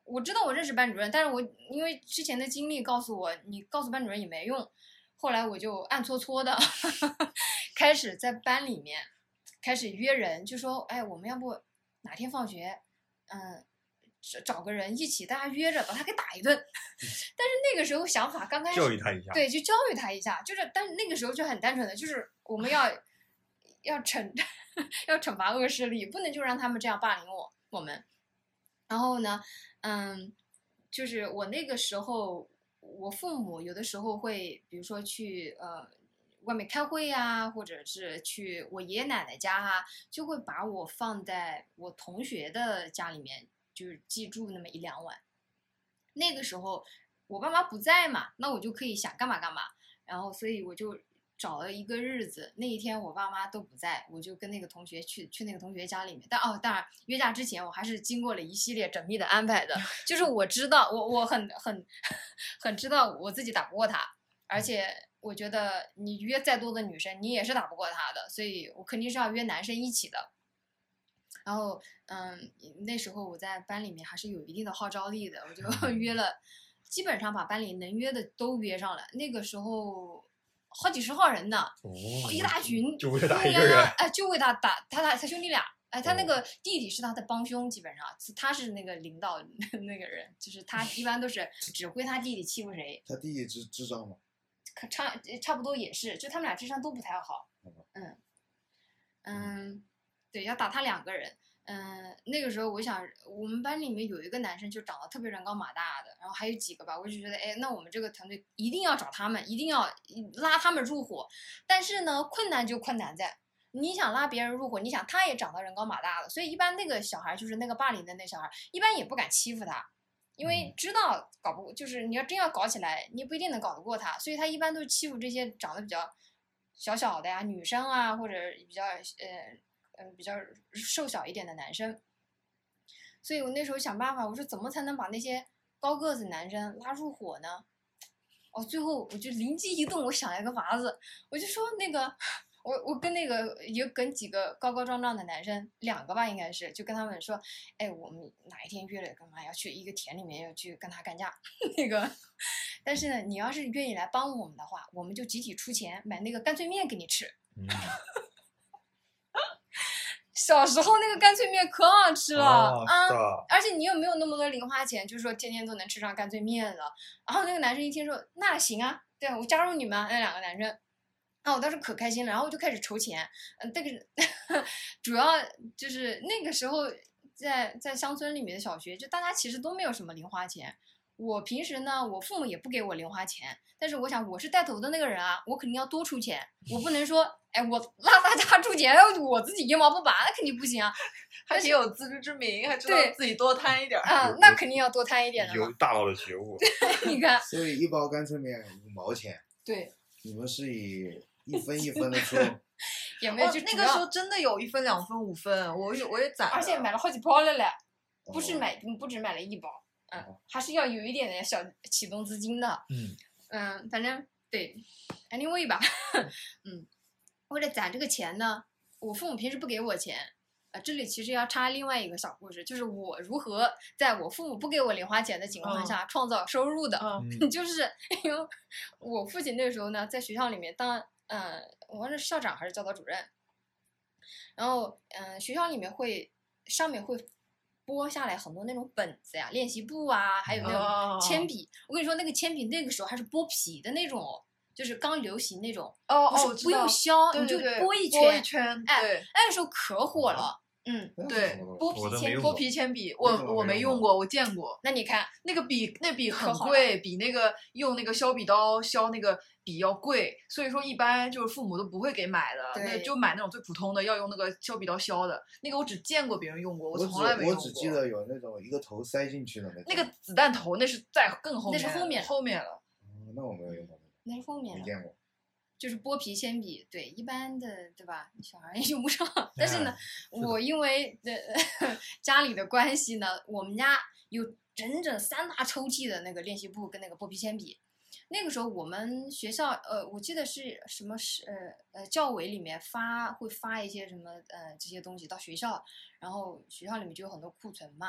[SPEAKER 1] 我知道我认识班主任，但是我因为之前的经历告诉我，你告诉班主任也没用。后来我就暗搓搓的开始在班里面开始约人，就说，哎，我们要不哪天放学，嗯，找个人一起，大家约着把他给打一顿。但是那个时候想法刚开始
[SPEAKER 4] 教育他一下，
[SPEAKER 1] 对，就教育他一下，就是但是那个时候就很单纯的，就是我们要要惩要惩罚恶势力，不能就让他们这样霸凌我我们。然后呢，嗯，就是我那个时候，我父母有的时候会，比如说去呃外面开会啊，或者是去我爷爷奶奶家啊，就会把我放在我同学的家里面，就是寄住那么一两晚。那个时候我爸妈不在嘛，那我就可以想干嘛干嘛。然后所以我就找了一个日子，那一天我爸妈都不在，我就跟那个同学去去那个同学家里面。但哦，当然约架之前我还是经过了一系列缜密的安排的，就是我知道我我很很很知道我自己打不过他，而且我觉得你约再多的女生你也是打不过他的，所以我肯定是要约男生一起的。然后嗯，那时候我在班里面还是有一定的号召力的，我就约了，基本上把班里能约的都约上了。那个时候好几十号人呢，
[SPEAKER 4] 哦，
[SPEAKER 1] 一大群，
[SPEAKER 4] 就为了打一个人，
[SPEAKER 1] 哎，就为他打他他他兄弟俩，哎，他那个弟弟是他的帮凶，基本上他是那个领导那个人，就是他一般都是指挥他弟弟欺负谁。
[SPEAKER 2] 他弟弟智智障吗？
[SPEAKER 1] 可差差不多也是，就他们俩智商都不太好。嗯嗯，对，要打他两个人。嗯，那个时候我想，我们班里面有一个男生就长得特别人高马大的，然后还有几个吧，我就觉得，哎，那我们这个团队一定要找他们，一定要拉他们入伙。但是呢，困难就困难在，你想拉别人入伙，你想他也长得人高马大的，所以一般那个小孩就是那个霸凌的那小孩，一般也不敢欺负他，因为知道搞不，就是你要真要搞起来，你不一定能搞得过他，所以他一般都是欺负这些长得比较小小的呀，女生啊，或者比较呃。嗯，比较瘦小一点的男生，所以我那时候想办法，我说怎么才能把那些高个子男生拉入伙呢？哦，最后我就灵机一动，我想了一个法子，我就说那个，我我跟那个有跟几个高高壮壮的男生，两个吧应该是，就跟他们说，哎，我们哪一天约了干嘛要去一个田里面要去跟他干架，那个，但是呢，你要是愿意来帮我们的话，我们就集体出钱买那个干脆面给你吃。
[SPEAKER 4] 嗯
[SPEAKER 1] 小时候那个干脆面可好吃了、
[SPEAKER 4] 哦、
[SPEAKER 1] 啊！而且你又没有那么多零花钱，就是说天天都能吃上干脆面了。然后那个男生一听说，那行啊，对啊，我加入你们那两个男生，啊，我当时可开心了，然后我就开始筹钱。嗯，这个主要就是那个时候在在乡村里面的小学，就大家其实都没有什么零花钱。我平时呢，我父母也不给我零花钱，但是我想我是带头的那个人啊，我肯定要多出钱，我不能说，哎，我拉大家出钱，我自己一毛不拔，那肯定不行啊。
[SPEAKER 3] 还挺有自知之明，还知道自己多摊一点
[SPEAKER 1] 啊、嗯，那肯定要多摊一点的嘛。
[SPEAKER 4] 有大佬的觉悟。
[SPEAKER 1] 你看，
[SPEAKER 2] 所以一包干脆面五毛钱。
[SPEAKER 1] 对，
[SPEAKER 2] 你们是以一分一分的出。
[SPEAKER 1] 也没有，就
[SPEAKER 3] 那个时候真的有一分、两分、五分，我也我也攒，
[SPEAKER 1] 而且买了好几包了嘞，不是买不止买了一包。嗯，还是要有一点点小启动资金的。
[SPEAKER 4] 嗯
[SPEAKER 1] 嗯，反正对 ，anyway 吧。嗯，为了攒这个钱呢，我父母平时不给我钱。啊、呃，这里其实要插另外一个小故事，就是我如何在我父母不给我零花钱的情况下创造收入的。
[SPEAKER 3] 嗯，
[SPEAKER 1] 就是因为我父亲那时候呢，在学校里面当，嗯、呃，我是校长还是教导主任。然后，嗯、呃，学校里面会上面会拨下来很多那种本子呀、练习簿啊，还有那种铅笔。
[SPEAKER 3] 哦、
[SPEAKER 1] 我跟你说，那个铅笔那个时候还是剥皮的那种，就是刚流行那种。
[SPEAKER 3] 哦
[SPEAKER 1] 哦，不用削，
[SPEAKER 3] 对对对，
[SPEAKER 1] 你就剥一圈。
[SPEAKER 3] 剥一圈，
[SPEAKER 1] 哎，
[SPEAKER 3] 对，
[SPEAKER 1] 那个时候可火了。嗯，
[SPEAKER 3] 对，
[SPEAKER 1] 剥皮铅
[SPEAKER 3] 剥皮铅笔，我我没用过，我见过。
[SPEAKER 1] 那你看，
[SPEAKER 3] 那个笔，那笔很贵，比那个用那个削笔刀削那个笔要贵，所以说一般就是父母都不会给买的，那就买那种最普通的，要用那个削笔刀削的。那个我只见过别人用过，我从来没用过。
[SPEAKER 2] 我只记得有那种一个头塞进去的那种。
[SPEAKER 3] 那个子弹头那是在更后面，
[SPEAKER 1] 那是后面
[SPEAKER 3] 后面了。
[SPEAKER 2] 哦，那我没有用过。
[SPEAKER 1] 那是后面了。
[SPEAKER 2] 没见过。
[SPEAKER 1] 就是剥皮铅笔，对一般的，对吧？小孩用不上。但是呢，我因为呃家里的关系呢，我们家有整整三大抽屉的那个练习簿跟那个剥皮铅笔。那个时候我们学校，呃，我记得是什么是呃呃教委里面发会发一些什么呃这些东西到学校，然后学校里面就有很多库存嘛。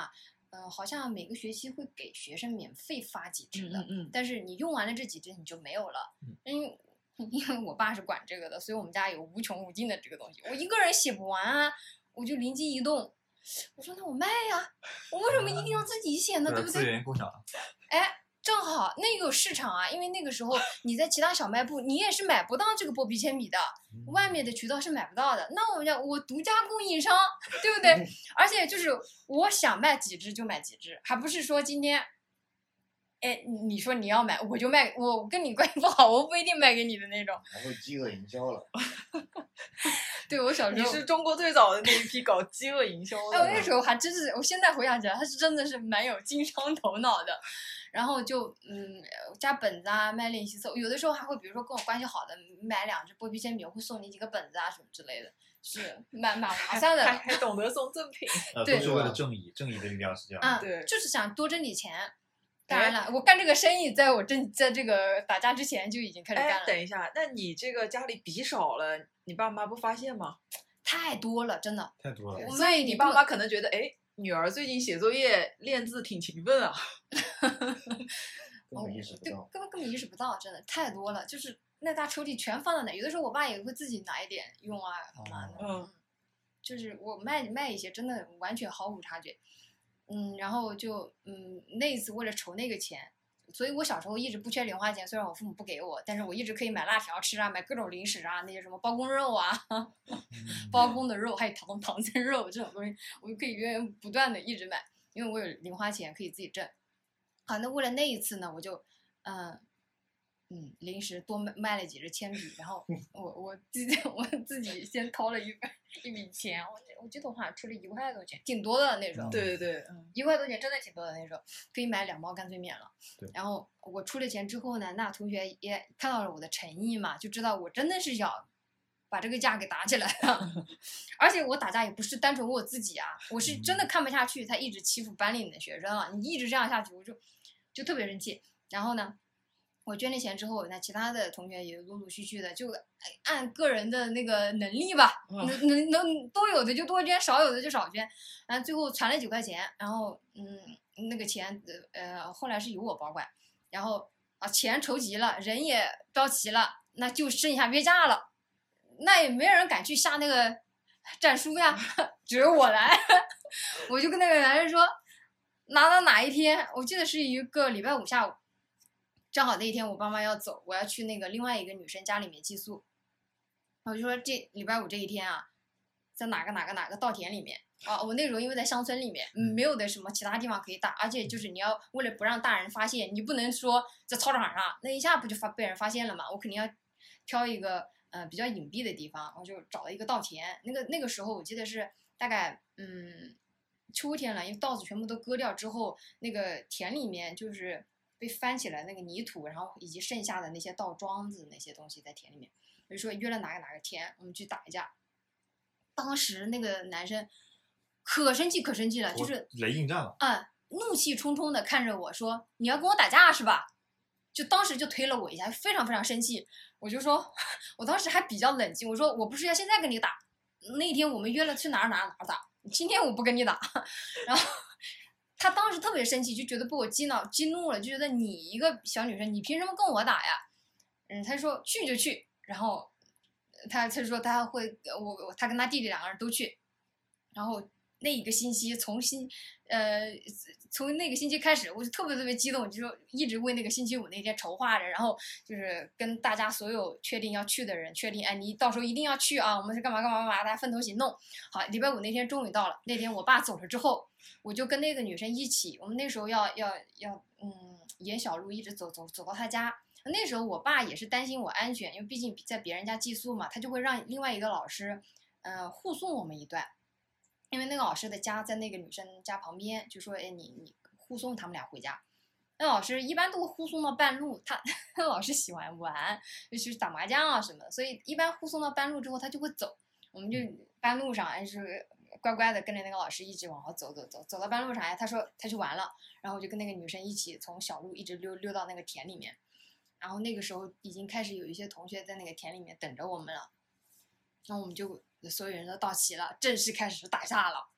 [SPEAKER 1] 嗯、呃，好像每个学期会给学生免费发几支的，
[SPEAKER 3] 嗯嗯
[SPEAKER 1] 但是你用完了这几支你就没有了，
[SPEAKER 4] 嗯
[SPEAKER 1] 因为因为我爸是管这个的，所以我们家有无穷无尽的这个东西，我一个人写不完啊，我就灵机一动，我说那我卖呀，我为什么一定要自己写呢？对不
[SPEAKER 4] 资
[SPEAKER 1] 对？
[SPEAKER 4] 源共享。
[SPEAKER 1] 哎。正好那个有市场啊，因为那个时候你在其他小卖部你也是买不到这个薄皮铅笔的，外面的渠道是买不到的。那我们讲我独家供应商，对不对？而且就是我想卖几支就买几支，还不是说今天，哎，你说你要买我就卖，我跟你关系不好，我不一定卖给你的那种。
[SPEAKER 2] 还会饥饿营销了。
[SPEAKER 1] 对我小时候，
[SPEAKER 3] 你是中国最早的那一批搞饥饿营销的。
[SPEAKER 1] 哎，我那时候还真是，我现在回想起来，他是真的是蛮有经商头脑的。然后就嗯加本子啊，卖练习册，有的时候还会比如说跟我关系好的买两支剥皮铅笔，我会送你几个本子啊什么之类的，是蛮蛮划算的。
[SPEAKER 3] 还还懂得送赠品。
[SPEAKER 4] 呃，
[SPEAKER 1] 对
[SPEAKER 4] 都是为了正义，正义的力量是这样的。
[SPEAKER 1] 啊、
[SPEAKER 3] 对
[SPEAKER 1] 就是想多挣点钱。当然了，我干这个生意，在我挣在这个打架之前就已经开始干
[SPEAKER 3] 哎，
[SPEAKER 1] 了。
[SPEAKER 3] 等一下，那你这个家里笔少了，你爸妈不发现吗？
[SPEAKER 1] 太多了，真的。
[SPEAKER 4] 太多了。
[SPEAKER 1] 我
[SPEAKER 3] 所以你爸
[SPEAKER 1] 你不
[SPEAKER 3] 妈可能觉得，哎，女儿最近写作业练字挺勤奋啊。
[SPEAKER 2] 根本意识不
[SPEAKER 1] 对，
[SPEAKER 2] 到。
[SPEAKER 1] 根本根本意识不到，真的太多了，就是那大抽屉全放在那，有的时候我爸也会自己拿一点用啊，干嘛的。
[SPEAKER 3] 嗯，
[SPEAKER 1] 就是我卖卖一些，真的完全毫无察觉。嗯，然后就嗯那一次为了筹那个钱，所以我小时候一直不缺零花钱，虽然我父母不给我，但是我一直可以买辣条吃啊，买各种零食啊，那些什么包公肉啊，包公的肉，还有唐唐僧肉这种东西，我就可以源源不断的一直买，因为我有零花钱可以自己挣。好，那为了那一次呢，我就嗯。嗯，临时多卖卖了几支铅笔，然后我我自己我自己先掏了一一笔钱，我我记得我好像出了一块多钱，挺多的那时候。
[SPEAKER 3] 对对对，嗯，
[SPEAKER 1] 一块多钱真的挺多的那时候，可以买两包干脆面了。
[SPEAKER 4] 对。
[SPEAKER 1] 然后我出了钱之后呢，那同学也看到了我的诚意嘛，就知道我真的是要把这个架给打起来了。而且我打架也不是单纯我自己啊，我是真的看不下去他一直欺负班里面的学生了，你一直这样下去，我就就特别生气。然后呢？我捐了钱之后，那其他的同学也陆陆续续的就按个人的那个能力吧，能能能多有的就多捐，少有的就少捐，然后最后攒了几块钱，然后嗯那个钱呃后来是由我保管，然后啊钱筹集了，人也招齐了，那就剩下约架了，那也没人敢去下那个战书呀，只有我来，我就跟那个男人说，拿到哪一天，我记得是一个礼拜五下午。正好那一天我爸妈要走，我要去那个另外一个女生家里面寄宿，我就说这礼拜五这一天啊，在哪个哪个哪个稻田里面啊，我那时候因为在乡村里面，嗯，没有的什么其他地方可以打，而且就是你要为了不让大人发现，你不能说在操场上，那一下不就发被人发现了嘛，我肯定要挑一个呃比较隐蔽的地方，我就找了一个稻田，那个那个时候我记得是大概嗯秋天了，因为稻子全部都割掉之后，那个田里面就是被翻起来那个泥土，然后以及剩下的那些稻桩子那些东西在田里面，比如说约了哪个哪个田，我们去打一架。当时那个男生可生气可生气了，就是
[SPEAKER 4] 雷应战了，
[SPEAKER 1] 嗯，怒气冲冲的看着我说：“你要跟我打架是吧？”就当时就推了我一下，非常非常生气。我就说，我当时还比较冷静，我说我不是要现在跟你打，那天我们约了去哪儿哪儿哪儿打，今天我不跟你打，然后。他当时特别生气，就觉得被我激恼激怒了，就觉得你一个小女生，你凭什么跟我打呀？嗯，他说去就去，然后他他说他会我他跟他弟弟两个人都去，然后那一个星期从星呃从那个星期开始，我就特别特别激动，就说一直为那个星期五那天筹划着，然后就是跟大家所有确定要去的人确定，哎，你到时候一定要去啊，我们是干嘛干嘛干嘛，大家分头行动。好，礼拜五那天终于到了，那天我爸走了之后。我就跟那个女生一起，我们那时候要要要嗯沿小路一直走走走到她家。那时候我爸也是担心我安全，因为毕竟在别人家寄宿嘛，他就会让另外一个老师，呃护送我们一段。因为那个老师的家在那个女生家旁边，就说哎你你护送他们俩回家。那老师一般都会护送到半路，他那老师喜欢玩，尤其是打麻将啊什么的，所以一般护送到半路之后他就会走，我们就半路上还是。乖乖的跟着那个老师一直往后走走走，走到半路上，哎，他说他去玩了，然后我就跟那个女生一起从小路一直溜溜到那个田里面，然后那个时候已经开始有一些同学在那个田里面等着我们了，然后我们就所有人都到齐了，正式开始打架了。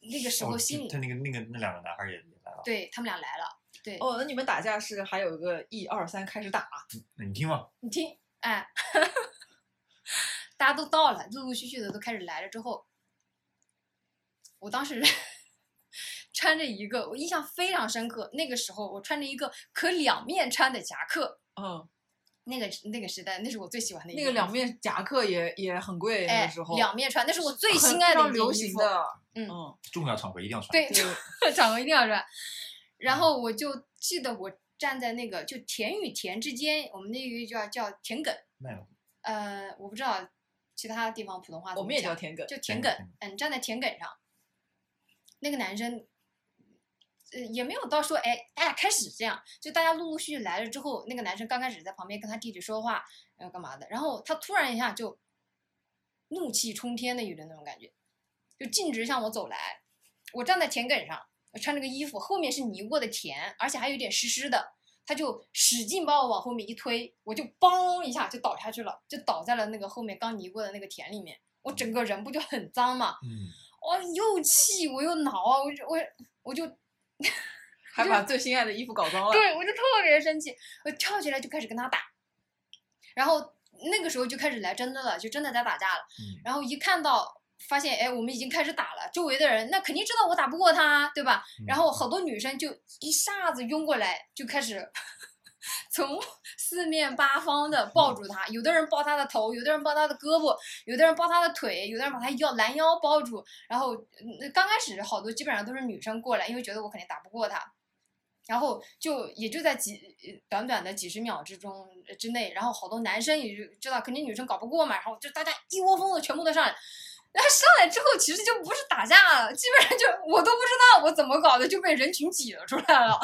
[SPEAKER 1] 那个时候心里、
[SPEAKER 4] 哦、他那个那个那两个男孩也也来了。
[SPEAKER 1] 对他们俩来了。对
[SPEAKER 3] 哦，那你们打架是还有一个一二三开始打？
[SPEAKER 4] 那你听嘛，
[SPEAKER 1] 你听，哎，大家都到了，陆陆续续的都开始来了之后，我当时穿着一个，我印象非常深刻。那个时候我穿着一个可两面穿的夹克，
[SPEAKER 3] 嗯，
[SPEAKER 1] 那个那个时代，那是我最喜欢的一
[SPEAKER 3] 那个两面夹克也也很贵，那
[SPEAKER 1] 哎
[SPEAKER 3] 个时候
[SPEAKER 1] 两面穿，那是我最
[SPEAKER 3] 很
[SPEAKER 1] 心爱的一件
[SPEAKER 3] 非常流
[SPEAKER 1] 衣服。
[SPEAKER 3] 行的，
[SPEAKER 1] 嗯
[SPEAKER 3] 嗯，
[SPEAKER 4] 重要场合一定要穿。
[SPEAKER 1] 对，
[SPEAKER 3] 对
[SPEAKER 1] 场合一定要穿。然后我就记得我站在那个就田与田之间，我们那个叫叫田埂。
[SPEAKER 4] 没有。
[SPEAKER 1] 呃，我不知道其他地方普通话怎么讲，
[SPEAKER 3] 我们也叫田埂，
[SPEAKER 1] 就田埂。嗯，站在田埂上，那个男生，呃，也没有到说哎，大家开始这样，就大家陆陆续续来了之后，那个男生刚开始在旁边跟他弟弟说话，然后干嘛的，然后他突然一下就怒气冲天的有点那种感觉，就径直向我走来。我站在田埂上。我穿着个衣服，后面是泥过的田，而且还有点湿湿的，他就使劲把我往后面一推，我就梆一下就倒下去了，就倒在了那个后面刚泥过的那个田里面。我整个人不就很脏嘛，
[SPEAKER 4] 嗯，
[SPEAKER 1] 我、哦、又气我又恼啊，我就我我就
[SPEAKER 3] 还把最心爱的衣服搞脏了。
[SPEAKER 1] 对，我就特别生气，我跳起来就开始跟他打，然后那个时候就开始来真的了，就真的在打架了。
[SPEAKER 4] 嗯、
[SPEAKER 1] 然后一看到。发现哎，我们已经开始打了，周围的人那肯定知道我打不过他，对吧？
[SPEAKER 4] 嗯、
[SPEAKER 1] 然后好多女生就一下子拥过来，就开始从四面八方的抱住他，有的人抱他的头，有的人抱他的胳膊，有的人抱他的腿，有的人把他腰拦腰抱住。然后刚开始好多基本上都是女生过来，因为觉得我肯定打不过他。然后就也就在几短短的几十秒之中之内，然后好多男生也就知道肯定女生搞不过嘛，然后就大家一窝蜂的全部都上来。然后上来之后，其实就不是打架了，基本上就我都不知道我怎么搞的，就被人群挤了出来了。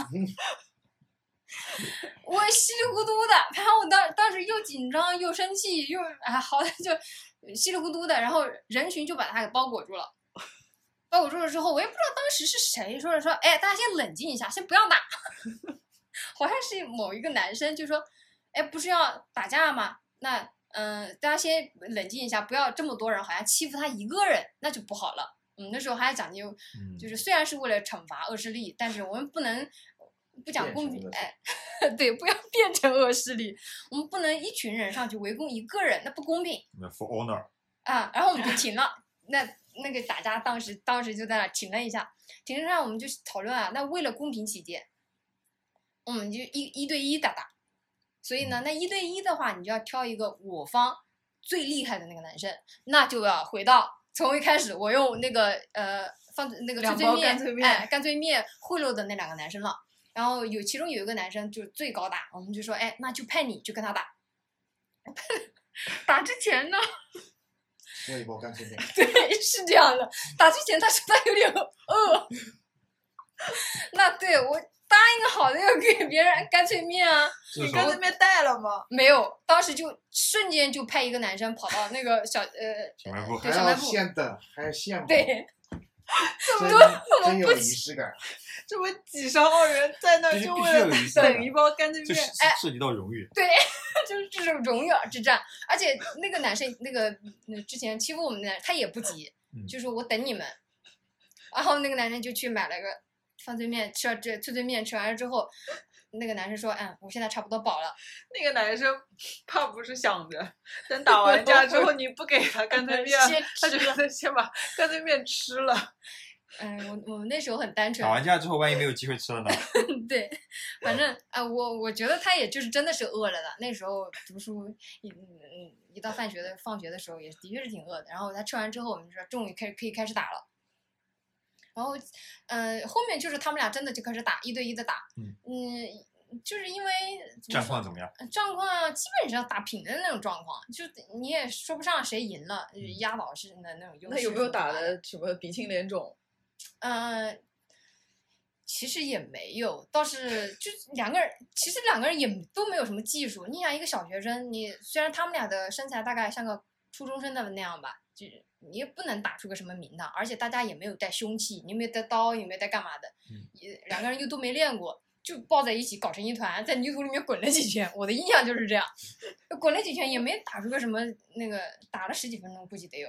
[SPEAKER 1] 我稀里糊涂的，然后我当当时又紧张又生气又哎好就稀里糊涂的，然后人群就把他给包裹住了。包裹住了之后，我也不知道当时是谁说了说，哎，大家先冷静一下，先不要打。好像是某一个男生就说，哎，不是要打架吗？那。嗯，大家先冷静一下，不要这么多人，好像欺负他一个人，那就不好了。嗯，那时候还讲究，就是虽然是为了惩罚恶势力，但是我们不能不讲公平，哎，对，不要变成恶势力，我们不能一群人上去围攻一个人，那不公平。
[SPEAKER 4] For honor
[SPEAKER 1] 啊，然后我们就停了，那那个打架当时当时就在那停了一下，停了一下，我们就讨论啊，那为了公平起见，我们就一一对一打打。所以呢，那一对一的话，你就要挑一个我方最厉害的那个男生，那就要回到从一开始我用那个呃放那个脆脆面，
[SPEAKER 3] 干脆面
[SPEAKER 1] 哎，干脆面贿赂的那两个男生了。然后有其中有一个男生就是最高大，我们就说，哎，那就派你去跟他打。打之前呢，
[SPEAKER 2] 说一包干脆面。
[SPEAKER 1] 对，是这样的。打之前他说他有点饿，那对我。答应好的要给别人干脆面啊！
[SPEAKER 3] 你干脆面带了吗？
[SPEAKER 1] 没有，当时就瞬间就派一个男生跑到那个小呃
[SPEAKER 4] 小卖部，
[SPEAKER 2] 还要现等，还要现
[SPEAKER 1] 对，
[SPEAKER 2] 这么多真有仪式感。
[SPEAKER 3] 这么几十号人在那就为了等一包干脆面，
[SPEAKER 1] 哎，
[SPEAKER 4] 涉及到荣誉。
[SPEAKER 1] 对，就是这种荣誉之战。而且那个男生，那个那之前欺负我们的，他也不急，
[SPEAKER 4] 嗯、
[SPEAKER 1] 就说我等你们。然后那个男生就去买了个。饭脆面吃了这脆脆面吃完了之后，那个男生说：“嗯，我现在差不多饱了。”
[SPEAKER 3] 那个男生怕不是想着等打完架之后你不给他干脆面，他就得先把干脆面吃了。
[SPEAKER 1] 嗯，我我们那时候很单纯。
[SPEAKER 4] 打完架之后，万一没有机会吃了呢？
[SPEAKER 1] 对，反正啊、呃，我我觉得他也就是真的是饿了的。那时候读书，一嗯一到放学的放学的时候，也的确是挺饿的。然后他吃完之后，我们就说终于开可以开始打了。然后，嗯、呃，后面就是他们俩真的就开始打，一对一的打。
[SPEAKER 4] 嗯，
[SPEAKER 1] 嗯就是因为
[SPEAKER 4] 战况怎么样？
[SPEAKER 1] 状况基本上打平的那种状况，就你也说不上谁赢了，嗯、压倒式的那种优势。
[SPEAKER 3] 那有没有打的什么鼻青脸肿？
[SPEAKER 1] 嗯、呃，其实也没有，倒是就两个人，其实两个人也都没有什么技术。你想一个小学生，你虽然他们俩的身材大概像个初中生的那样吧，就你也不能打出个什么名堂，而且大家也没有带凶器，你没有带刀，也没有带干嘛的，也两个人又都没练过，就抱在一起搞成一团，在泥土里面滚了几圈。我的印象就是这样，滚了几圈也没打出个什么那个，打了十几分钟估计得有，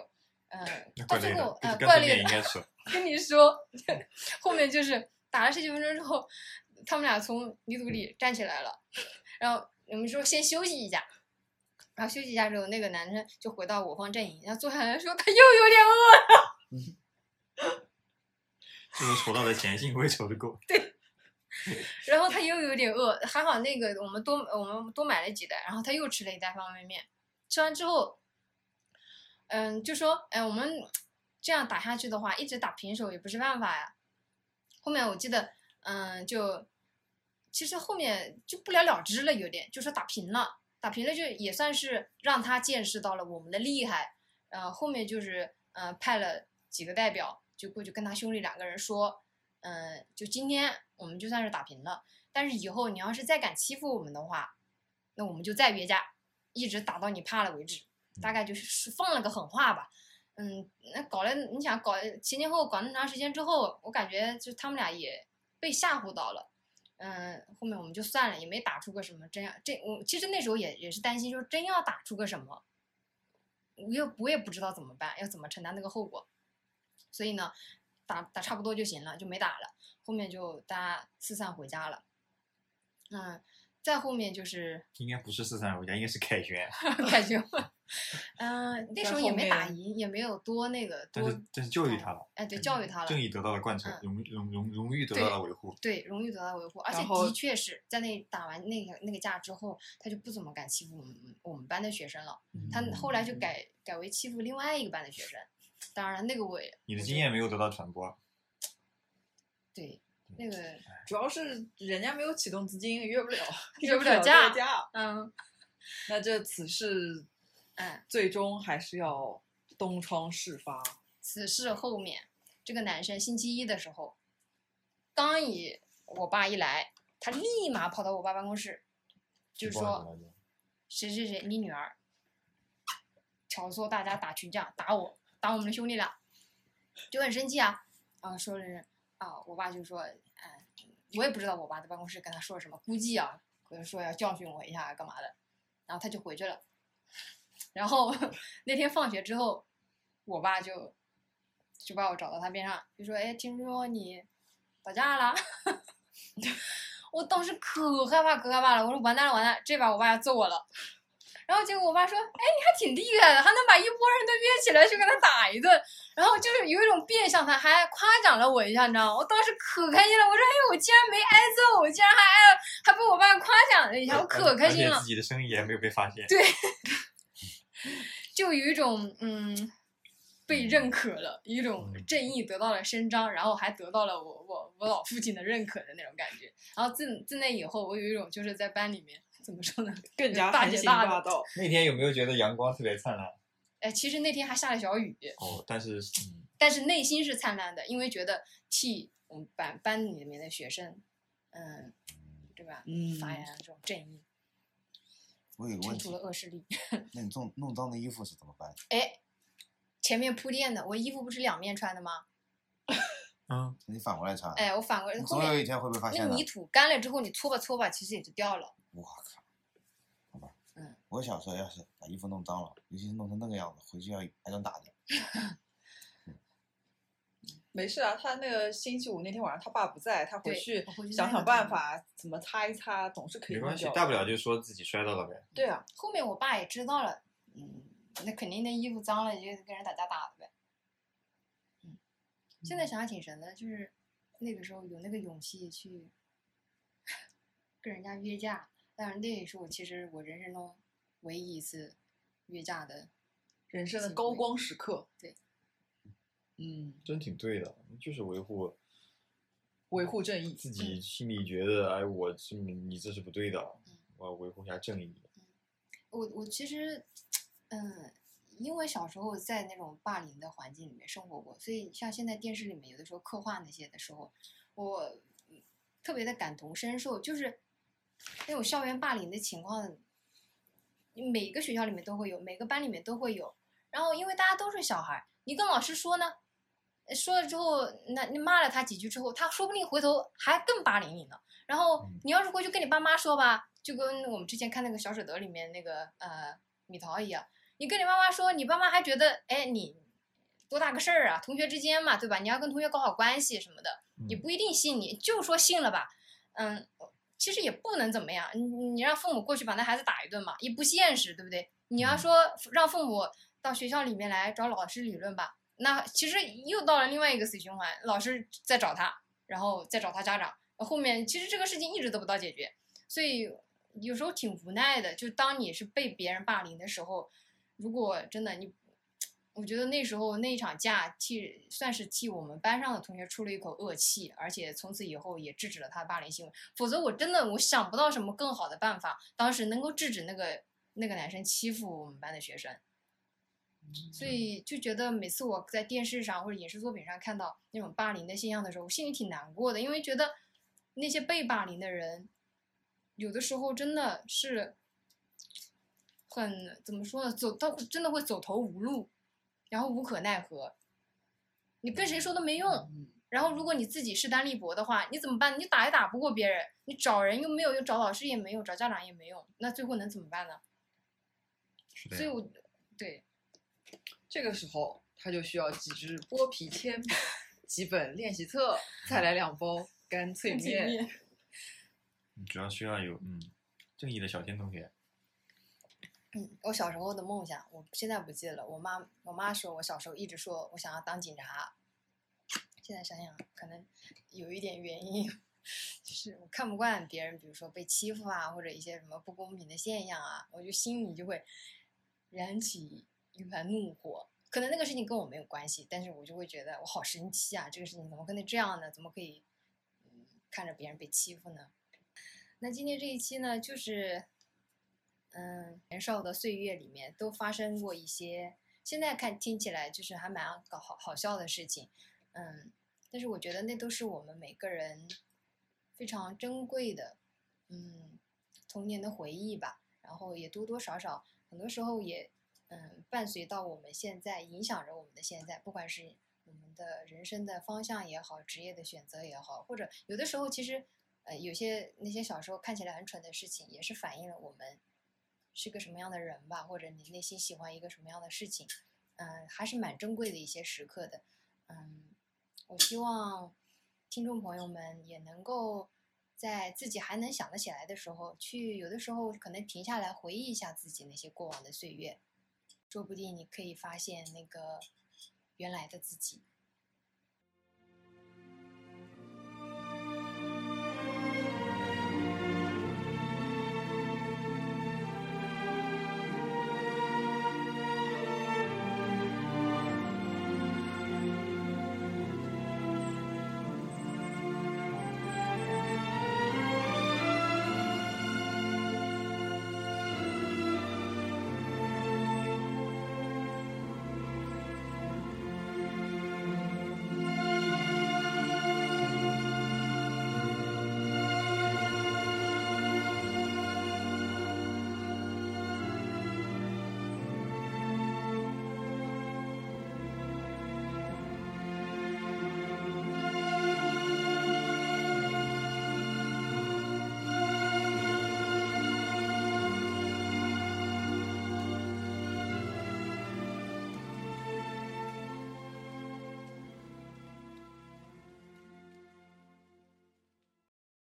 [SPEAKER 1] 嗯、呃，
[SPEAKER 4] 那怪累的
[SPEAKER 1] 到最后，呃，
[SPEAKER 4] 干脆
[SPEAKER 1] 怪累的。
[SPEAKER 4] 面应该吃。
[SPEAKER 1] 跟你说，后面就是打了十几分钟之后，他们俩从泥土里站起来了，然后我们说先休息一下，然后休息一下之后，那个男生就回到我方阵营，然后坐下来说他又有点饿了，
[SPEAKER 4] 这种丑到的钱，幸亏丑的够。
[SPEAKER 1] 对，然后他又有点饿，还好那个我们多我们多买了几袋，然后他又吃了一袋方便面，吃完之后，嗯，就说，哎，我们这样打下去的话，一直打平手也不是办法呀。后面我记得，嗯，就其实后面就不了了之了，有点就说打平了，打平了就也算是让他见识到了我们的厉害。呃，后面就是呃派了几个代表就过去跟他兄弟两个人说，嗯、呃，就今天我们就算是打平了，但是以后你要是再敢欺负我们的话，那我们就再约架，一直打到你怕了为止。大概就是放了个狠话吧。嗯，那搞了，你想搞前前后后搞那么长时间之后，我感觉就他们俩也被吓唬到了。嗯，后面我们就算了，也没打出个什么真要这我其实那时候也也是担心，说真要打出个什么，我又我也不知道怎么办，要怎么承担那个后果。所以呢，打打差不多就行了，就没打了。后面就大家四散回家了。嗯，再后面就是
[SPEAKER 4] 应该不是四散回家，应该是凯旋。
[SPEAKER 1] 凯旋。嗯、呃，那时候也没打
[SPEAKER 3] 在后
[SPEAKER 1] 赢，也没有多那个
[SPEAKER 4] 但
[SPEAKER 1] 多。
[SPEAKER 4] 是但是教育他了，
[SPEAKER 1] 哎，对，教育他了。
[SPEAKER 4] 正义得到了贯彻，
[SPEAKER 1] 嗯
[SPEAKER 4] 荣荣荣荣誉得到了维护。
[SPEAKER 1] 对，荣誉得到维护，而且
[SPEAKER 3] 然后
[SPEAKER 1] 的确是在那打完那个那个架之后，他就不怎么敢欺负我们我们班的学生了。他后来就改改为欺负另外一个班的学生。当然，那个我也
[SPEAKER 4] 你的经验没有得到传播。
[SPEAKER 1] 对那个
[SPEAKER 3] 主要是人家没有启动资金，约不了，
[SPEAKER 1] 约不了
[SPEAKER 3] 了
[SPEAKER 1] 架
[SPEAKER 3] 架。
[SPEAKER 1] 嗯
[SPEAKER 3] 那这此事，
[SPEAKER 1] 嗯，
[SPEAKER 3] 最终还是要东窗事发。
[SPEAKER 1] 此事后面这个男生星期一的时候，刚一我爸一来，他立马跑到我爸办公室，就是说谁谁谁你女儿挑唆大家打群架，打我打我们的兄弟俩，就很生气啊啊说了啊，我爸就说，哎，我也不知道我爸在办公室跟他说了什么，估计啊可能说要教训我一下干嘛的，然后他就回去了。然后那天放学之后，我爸就就把我找到他边上，就说，哎，听说你打架了。我当时可害怕可害怕了，我说完蛋了完蛋了，这把我爸要揍我了。然后结果我爸说，哎，你还挺厉害的，还能把一拨人都约起来去跟他打一顿，然后就是有一种变相，他还夸奖了我一下，你知道吗？我当时可开心了，我说，哎，我竟然没挨揍，我竟然还挨了，还被我爸夸奖了一下，我可开心了。
[SPEAKER 4] 而且自己的生意还没有被发现。
[SPEAKER 1] 对，就有一种嗯被认可了，一种正义得到了伸张，然后还得到了我我我老父亲的认可的那种感觉。然后自自那以后，我有一种就是在班里面怎么说呢，
[SPEAKER 3] 更加
[SPEAKER 1] 大
[SPEAKER 3] 含辛
[SPEAKER 1] 姐大的。
[SPEAKER 3] 大道。
[SPEAKER 4] 那天有没有觉得阳光特别灿烂？
[SPEAKER 1] 哎，其实那天还下了小雨，
[SPEAKER 4] 哦，但是嗯，
[SPEAKER 1] 但是内心是灿烂的，因为觉得替我们班班里面的学生，嗯，对吧？
[SPEAKER 3] 嗯
[SPEAKER 1] 发扬这种正义，
[SPEAKER 2] 我有个问
[SPEAKER 1] 惩处
[SPEAKER 2] 题，
[SPEAKER 1] 了恶势力。
[SPEAKER 2] 那你弄弄脏的衣服是怎么办？
[SPEAKER 1] 哎，前面铺垫的，我衣服不是两面穿的吗？
[SPEAKER 4] 嗯，
[SPEAKER 2] 你反过来穿，
[SPEAKER 1] 哎，我反过来后面
[SPEAKER 2] 你总有一天会被发现的
[SPEAKER 1] 那泥。土干了之后，你搓吧搓吧，其实也就掉了。
[SPEAKER 2] 我靠，好吧，
[SPEAKER 1] 嗯，
[SPEAKER 2] 我小时候要是把衣服弄脏了，尤其是弄成那个样子，回去要挨顿打的。
[SPEAKER 3] 没事啊，他那个星期五那天晚上他爸不在，他回
[SPEAKER 1] 对
[SPEAKER 3] 去
[SPEAKER 1] 我回去
[SPEAKER 3] 想想
[SPEAKER 1] 再弄
[SPEAKER 3] 办法怎么擦一擦，总是可以
[SPEAKER 4] 没关系，
[SPEAKER 3] 弄掉的
[SPEAKER 4] 大不了就说自己摔到了呗。
[SPEAKER 3] 对啊，
[SPEAKER 1] 后面我爸也知道了，嗯，那肯定那衣服脏了，就跟人打架打的呗。嗯，现在想想挺神的，就是那个时候有那个勇气去跟人家约架，但是那也是我其实我人生中唯一一次约架的。
[SPEAKER 3] 人生的高光时刻。
[SPEAKER 1] 对，
[SPEAKER 3] 嗯，
[SPEAKER 4] 真挺对的，就是维护
[SPEAKER 3] 维护正义。
[SPEAKER 4] 自己心里觉得，哎，我是你这是不对的，
[SPEAKER 1] 嗯
[SPEAKER 4] 我要维护一下正义。
[SPEAKER 1] 我我其实，嗯，因为小时候在那种霸凌的环境里面生活过，所以像现在电视里面有的时候刻画那些的时候，我特别的感同身受，就是那种校园霸凌的情况，每个学校里面都会有，每个班里面都会有。然后因为大家都是小孩，你跟老师说呢，说了之后，那你骂了他几句之后，他说不定回头还更霸凌你呢。然后你要是回去跟你爸妈说吧，就跟我们之前看那个小舍得里面那个呃米桃一样，你跟你妈妈说，你爸妈还觉得，哎，你多大个事儿啊，同学之间嘛，对吧？你要跟同学搞好关系什么的，也不一定信你，就说信了吧，嗯，其实也不能怎么样，你你让父母过去把那孩子打一顿嘛，也不现实，对不对？你要说让父母到学校里面来找老师理论吧，那其实又到了另外一个死循环，老师再找他，然后再找他家长，后面其实这个事情一直得不到解决，所以有时候挺无奈的。就当你是被别人霸凌的时候，如果真的你，我觉得那时候那一场架替算是替我们班上的同学出了一口恶气，而且从此以后也制止了他霸凌行为。否则我真的我想不到什么更好的办法，当时能够制止那个那个男生欺负我们班的学生。所以就觉得每次我在电视上或者影视作品上看到那种霸凌的现象的时候，我心里挺难过的，因为觉得那些被霸凌的人，有的时候真的是很怎么说呢，走到真的会走投无路，然后无可奈何，你跟谁说都没用。然后如果你自己势单力薄的话，你怎么办？你打也打不过别人，你找人又没有用，找老师也没用，找家长也没用，那最后能怎么办呢？所以我对。
[SPEAKER 3] 这个时候他就需要几支剥皮铅笔、几本练习册，再来两包干脆面。
[SPEAKER 4] 主要需要有嗯正义的小天同学。
[SPEAKER 1] 嗯，我小时候的梦想，我现在不记得了。我妈我妈说我小时候一直说我想要当警察，现在想想可能有一点原因，就是我看不惯别人，比如说被欺负啊，或者一些什么不公平的现象啊，我就心里就会燃起一团怒火。可能那个事情跟我没有关系，但是我就会觉得我好生气啊！这个事情怎么可能这样呢？怎么可以，嗯，看着别人被欺负呢？那今天这一期呢，就是，嗯，年少的岁月里面都发生过一些，现在看听起来就是还蛮搞好好笑的事情，嗯，但是我觉得那都是我们每个人非常珍贵的，嗯，童年的回忆吧。然后也多多少少，很多时候也。嗯，伴随到我们现在，影响着我们的现在，不管是我们的人生的方向也好，职业的选择也好，或者有的时候其实，呃，有些那些小时候看起来很蠢的事情，也是反映了我们是个什么样的人吧，或者你内心喜欢一个什么样的事情，嗯，还是蛮珍贵的一些时刻的。嗯，我希望听众朋友们也能够在自己还能想得起来的时候，去有的时候可能停下来回忆一下自己那些过往的岁月。说不定你可以发现那个原来的自己。